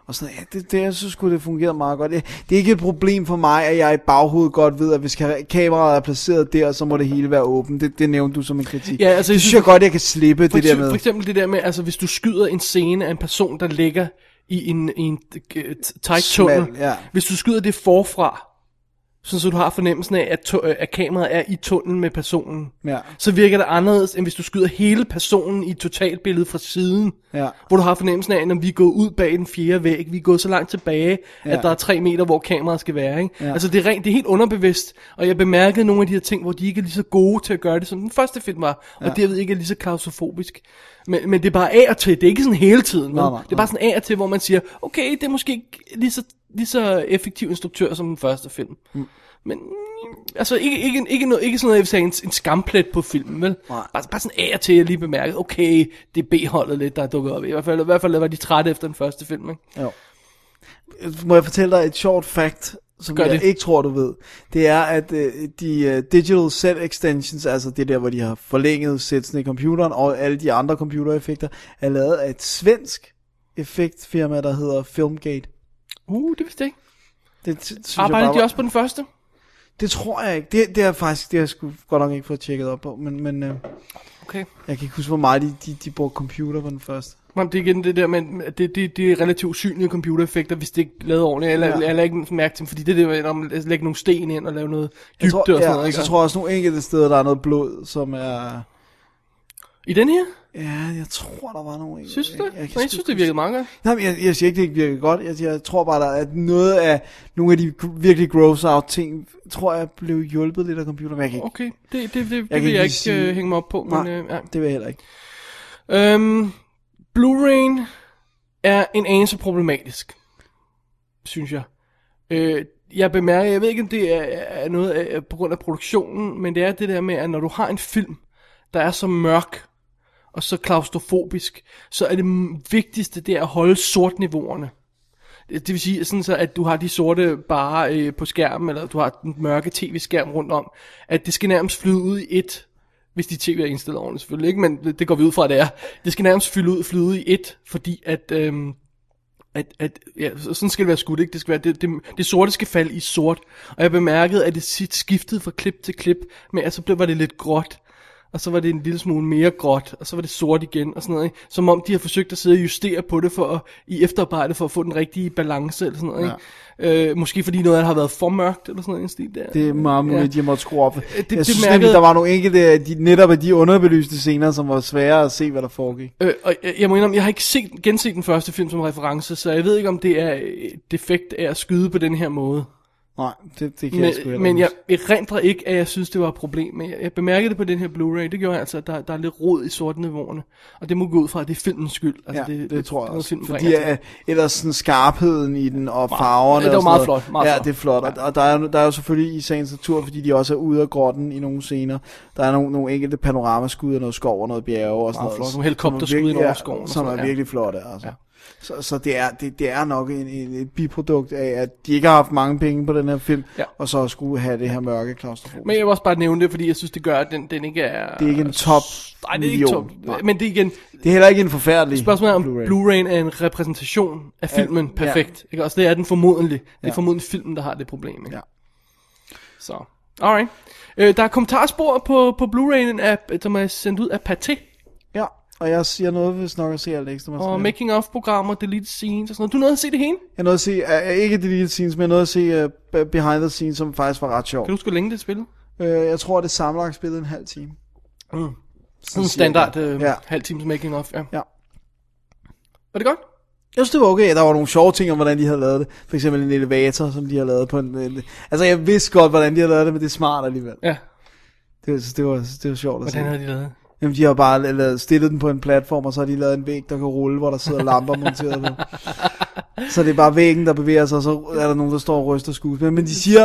Og sådan, ja, jeg synes sgu, det fungerede meget godt. Det er ikke et problem for mig, at jeg i baghovedet godt ved, at hvis kameraet er placeret der, så må det hele være åbent. Det nævnte du som en kritik. Ja, altså, det synes jeg godt, jeg kan slippe det der med. For eksempel det der med, altså hvis du skyder en scene af en person, der ligger i en tight tunnel. Ja. Hvis du skyder det forfra, så du har fornemmelsen af, at kameraet er i tunnelen med personen, så virker det anderledes, end hvis du skyder hele personen i totalbilledet fra siden, hvor du har fornemmelsen af, når vi går ud bag den fjerde væg, vi er gået så langt tilbage, at der er 3 meter, hvor kameraet skal være. Ikke? Altså det er helt underbevidst, og jeg bemærkede nogle af de her ting, hvor de ikke er lige så gode til at gøre det, som den første film var, og derved ikke er lige så klaustrofobisk. Men det er bare af og til, det er ikke sådan hele tiden, det er bare sådan af og til, hvor man siger, okay, det er måske ikke lige så effektiv instruktør som den første film. Men altså ikke sådan noget, jeg vil sige, en skamplet på filmen, vel? Bare sådan af og til, jeg lige bemærket, okay, det er B-holdet lidt, der er dukket op. I hvert fald var de trætte efter den første film, ikke? Jo. Må jeg fortælle dig et short fact, som jeg ikke tror, du ved. Det er, at de digital set extensions, altså det der, hvor de har forlænget sætsene i computeren, og alle de andre computereffekter, er lavet af et svensk effektfirma, der hedder Filmgate. Det vidste jeg ikke. Arbejder de også på den første? Det tror jeg ikke. Det er faktisk, det har jeg sgu godt nok ikke fået tjekket op på, men okay. Jeg kan ikke huske, hvor meget de bruger computer på den første. Det er igen det der med, det er relativt usynlige computereffekter, hvis det ikke er lavet ordentligt, eller ikke mærke til, fordi det er om at lægge nogle sten ind og lave noget dybde og sådan noget. Jeg tror også nogle enkelte steder, der er noget blod, som er... I den her? Ja, jeg tror, der var nogle... Synes du det? Jeg synes, det virkede meget godt. Nej, men jeg siger ikke, det ikke virkede godt. Jeg tror bare, at nogle af de virkelig gross out ting, tror jeg, blev hjulpet lidt af computer. Men jeg kan ikke... Okay, det vil jeg ikke hænge mig op på. Nej, men, det vil jeg heller ikke. Blu-ray'en er en anelse problematisk, synes jeg. Jeg bemærker, jeg ved ikke, om det er noget af, på grund af produktionen, men det er det der med, at når du har en film, der er så mørk og så klaustrofobisk, så er det vigtigste, det er at holde sortniveauerne. Det vil sige, sådan så, at du har de sorte bare på skærmen, eller du har den mørke tv-skærm rundt om, at det skal nærmest flyde ud i et, hvis de tv er indstillet ordentligt selvfølgelig, ikke? Men det går vi ud fra, at det er. Det skal nærmest flyde ud i et, fordi at ja, sådan skal det være skudt, ikke? Det skal være det sorte skal falde i sort. Og jeg bemærkede, at det skiftede fra klip til klip, men altså var det lidt gråt. Og så var det en lille smule mere gråt, og så var det sort igen, og sådan noget, ikke? Som om de har forsøgt at sidde og justere på det i efterarbejde for at få den rigtige balance, eller sådan noget, ikke? Måske fordi noget af det har været for mørkt, eller sådan noget, en stil der. Det er meget muligt, de har måttet skrue op. Jeg synes nemlig, der var nogle enkelte, netop af de underbelyste scener, som var svære at se, hvad der foregik. Og jeg må indrømme, jeg har ikke genset den første film som reference, så jeg ved ikke, om det er et defekt af at skyde på den her måde. Nej, det kan jeg sgu ikke. Men jeg erindrer ikke, at jeg synes, det var et problem. Men jeg bemærkede det på den her Blu-ray. Det gjorde altså, at der er lidt rod i sortniveauerne. Og det må gå ud fra, at det er filmens skyld. Altså, det tror jeg også. Fordi ellers sådan skarpheden i den og farverne. Det var meget flot. Meget det er flot. Ja. Og der er jo selvfølgelig i sagens natur, fordi de også er ude af grotten i nogle scener. Der er nogle enkelte panoramaskud og noget skov og noget bjerge og sådan noget. Flot. Nogle helikopterskud i over skoven. Som er virkelig flotte, altså. Ja. Så det er nok et biprodukt af, at de ikke har haft mange penge på den her film, og så skulle have det her mørke klaustrofobisk. Men jeg vil også bare nævne det, fordi jeg synes, det gør, at den ikke er... Det er ikke en top. Nej, det er ikke top. Men det er igen... Det er heller ikke en forfærdelig spørgsmålet om Blu-ray er en repræsentation af filmen perfekt. Ikke? Også det er den formodentlig. Det er formodentlig filmen, der har det problem. Ikke? Ja. Så, alright. Der er kommentarspor på Blu-ray'en, som er sendt ud af Pathé. Ja. Og jeg siger noget, hvis nok at se alt ekstra materiale. Og making of programmer, deleted scenes og sådan noget. Du nåede at se det hele? Jeg nåede at se, ikke deleted scenes, men jeg nåede at se behind the scenes, som faktisk var ret sjovt. Kan du huske, hvor længe det spillede? Jeg tror, det sammenlagt spillede en halv time. Sådan en standard halv times making of, ja. Var det godt? Jeg synes, det var okay. Der var nogle sjove ting om, hvordan de havde lavet det. For eksempel en elevator, som de har lavet på en... Altså, jeg vidste godt, hvordan de har lavet det, men det er smart alligevel. Ja. Det var sjovt at se. Hvordan havde de lavet det? Jamen, de har bare stillet den på en platform, og så har de lavet en væg, der kan rulle, hvor der sidder lamper monteret på. Så det er bare væggen, der bevæger sig, og så er der nogen, der står og ryster skuespillerne. Men de siger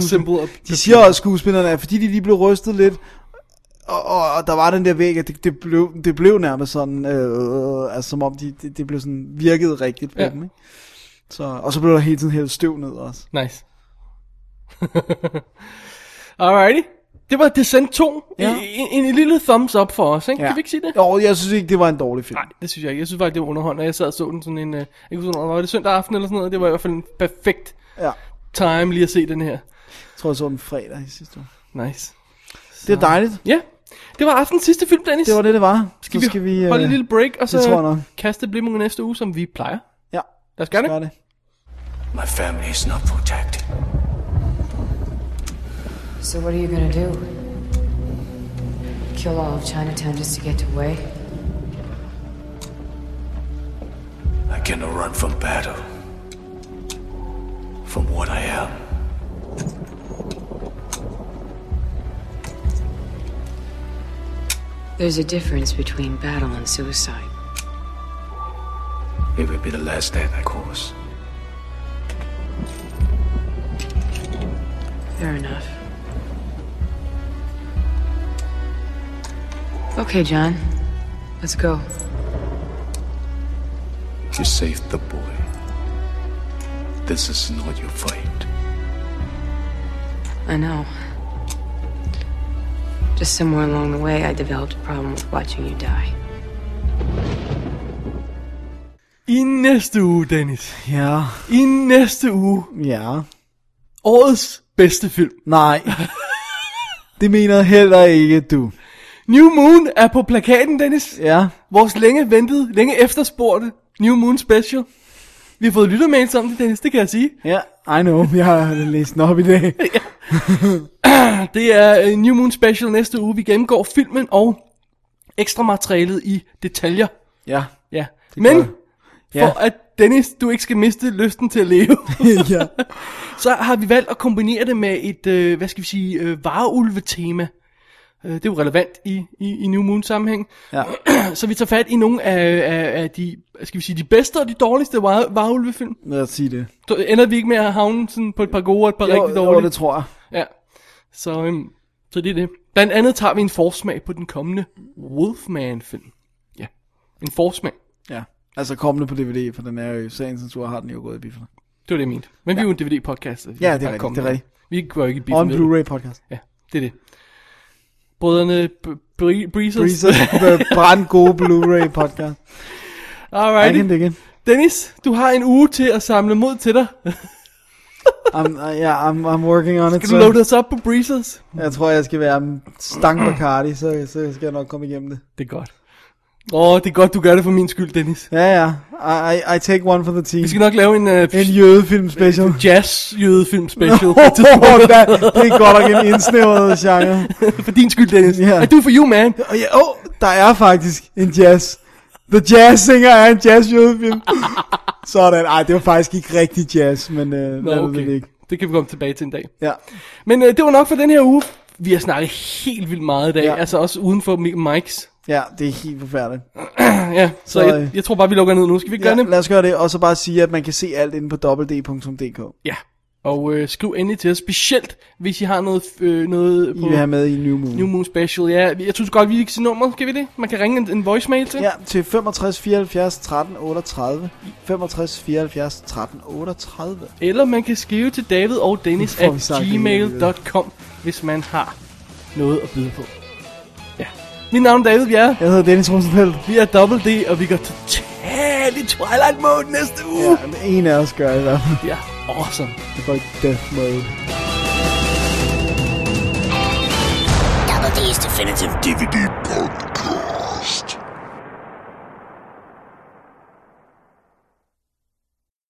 også, skuespillerne, at fordi de lige blev rystet lidt, og der var den der væg, at det blev nærmest sådan, altså som om det blev sådan virket rigtigt på dem, ikke? Så, og så blev der hele tiden hældt støv ned også. Nice. Alrighty. Det var Descent 2. Ja. En lille thumbs up for os, ikke? Ja. Kan vi ikke sige det? Jo, jeg synes ikke, det var en dårlig film. Nej, det synes jeg ikke. Jeg synes faktisk, det var underholdende. Jeg sad og så den sådan en... var det søndag aften eller sådan noget? Det var i hvert fald en perfekt time lige at se den her. Jeg tror, jeg så den fredag i sidste uge. Nice. Det er dejligt. Ja. Det var aftenens sidste film, Dennis. Det var det var. Skal vi holde et lille break, og så kaste blik mod næste uge, som vi plejer? Ja. Lad os gøre det. My family is not protected. So what are you gonna do? Kill all of Chinatown just to get to Wei? I cannot run from battle. From what I am. There's a difference between battle and suicide. It will be the last stand I cross. Fair enough. Okay, John. Let's go. You saved the boy. This is not your fight. I know. Just somewhere along the way, I developed a problem with watching you die. I næste uge, Dennis. Ja. I næste uge. Ja. Årets bedste film. Nej. Det mener heller ikke du. New Moon er på plakaten, Dennis. Ja. Vores længe efterspurgte New Moon special. Vi har fået lyttermails om det, Dennis, det kan jeg sige. Ja, I know. Jeg har læst den op i dag. Det er New Moon special næste uge. Vi gennemgår filmen og ekstra materialet i detaljer. Ja. Ja. Men for at Dennis, du ikke skal miste lysten til at leve, ja. så har vi valgt at kombinere det med et, vareulve-tema. Det er jo relevant i New Moon sammenhæng. Ja. Så vi tager fat i nogle af de, de bedste og de dårligste vareulve-film. Lad os sige det. Så ender vi ikke med at havne sådan på et par gode og et par rigtig dårlige? Jo, det tror jeg. Ja. Så det er det. Blandt andet tager vi en forsmag på den kommende Wolfman-film. Ja. En forsmag. Ja. Altså kommende på DVD, for den er jo sagens natur, har den jo gået i biffen. Det var det, jeg mente. Men vi er jo en DVD-podcast. Ja, det er rigtigt. Det er rigtigt. Vi går ikke i biffen. Og en Blu-ray-podcast. Ja, det er det. Brødrene Breezers. Brandgode Blu-ray-podcast. Alright. Dennis, du har en uge til at samle mod til dig. I'm working on it. Skal du loade os op på Breezers? Jeg tror, jeg skal være stang Bacardi, så skal jeg nok komme igennem det. Det er godt. Det er godt, du gør det for min skyld, Dennis. Ja. I take one for the team. Vi skal nok lave en jødefilm special. Jazz-jødefilm special. Det er godt nok en indsnævret genre. For din skyld, Dennis. Yeah. I do for you, man. Der er faktisk en jazz. The Jazz Singer er en jazz-jødefilm. Sådan. Ej, det var faktisk ikke rigtig jazz, men okay. det ikke. Det kan vi komme tilbage til en dag. Ja. Men det var nok for den her uge. Vi har snakket helt vildt meget i dag. Ja. Altså også uden for mics. Ja, det er helt forfærdeligt. Ja, så jeg tror bare, vi lukker ned nu. Skal vi gøre det? Lad os gøre det, og så bare sige, at man kan se alt inde på www.dk. Ja, og skriv endelig til os, specielt hvis I har noget på... I vil have med i New Moon. New Moon Special, ja. Jeg synes godt, vi kan sige nummer, skal vi det? Man kan ringe en voicemail til. Ja, til 65 74 13 38. 65 74 13 38. Eller man kan skrive til David og Dennis @gmail.com, hvis man har noget at byde på. Ja. Mit navn er David Bjerre. Jeg hedder Dennis Rosenfeldt. Vi er Double D, og vi går totalt i Twilight Mode næste uge. Ja, en af os gør i hvert fald. Ja, awesome. Det går i Death Mode. Double D's Definitive DVD Podcast.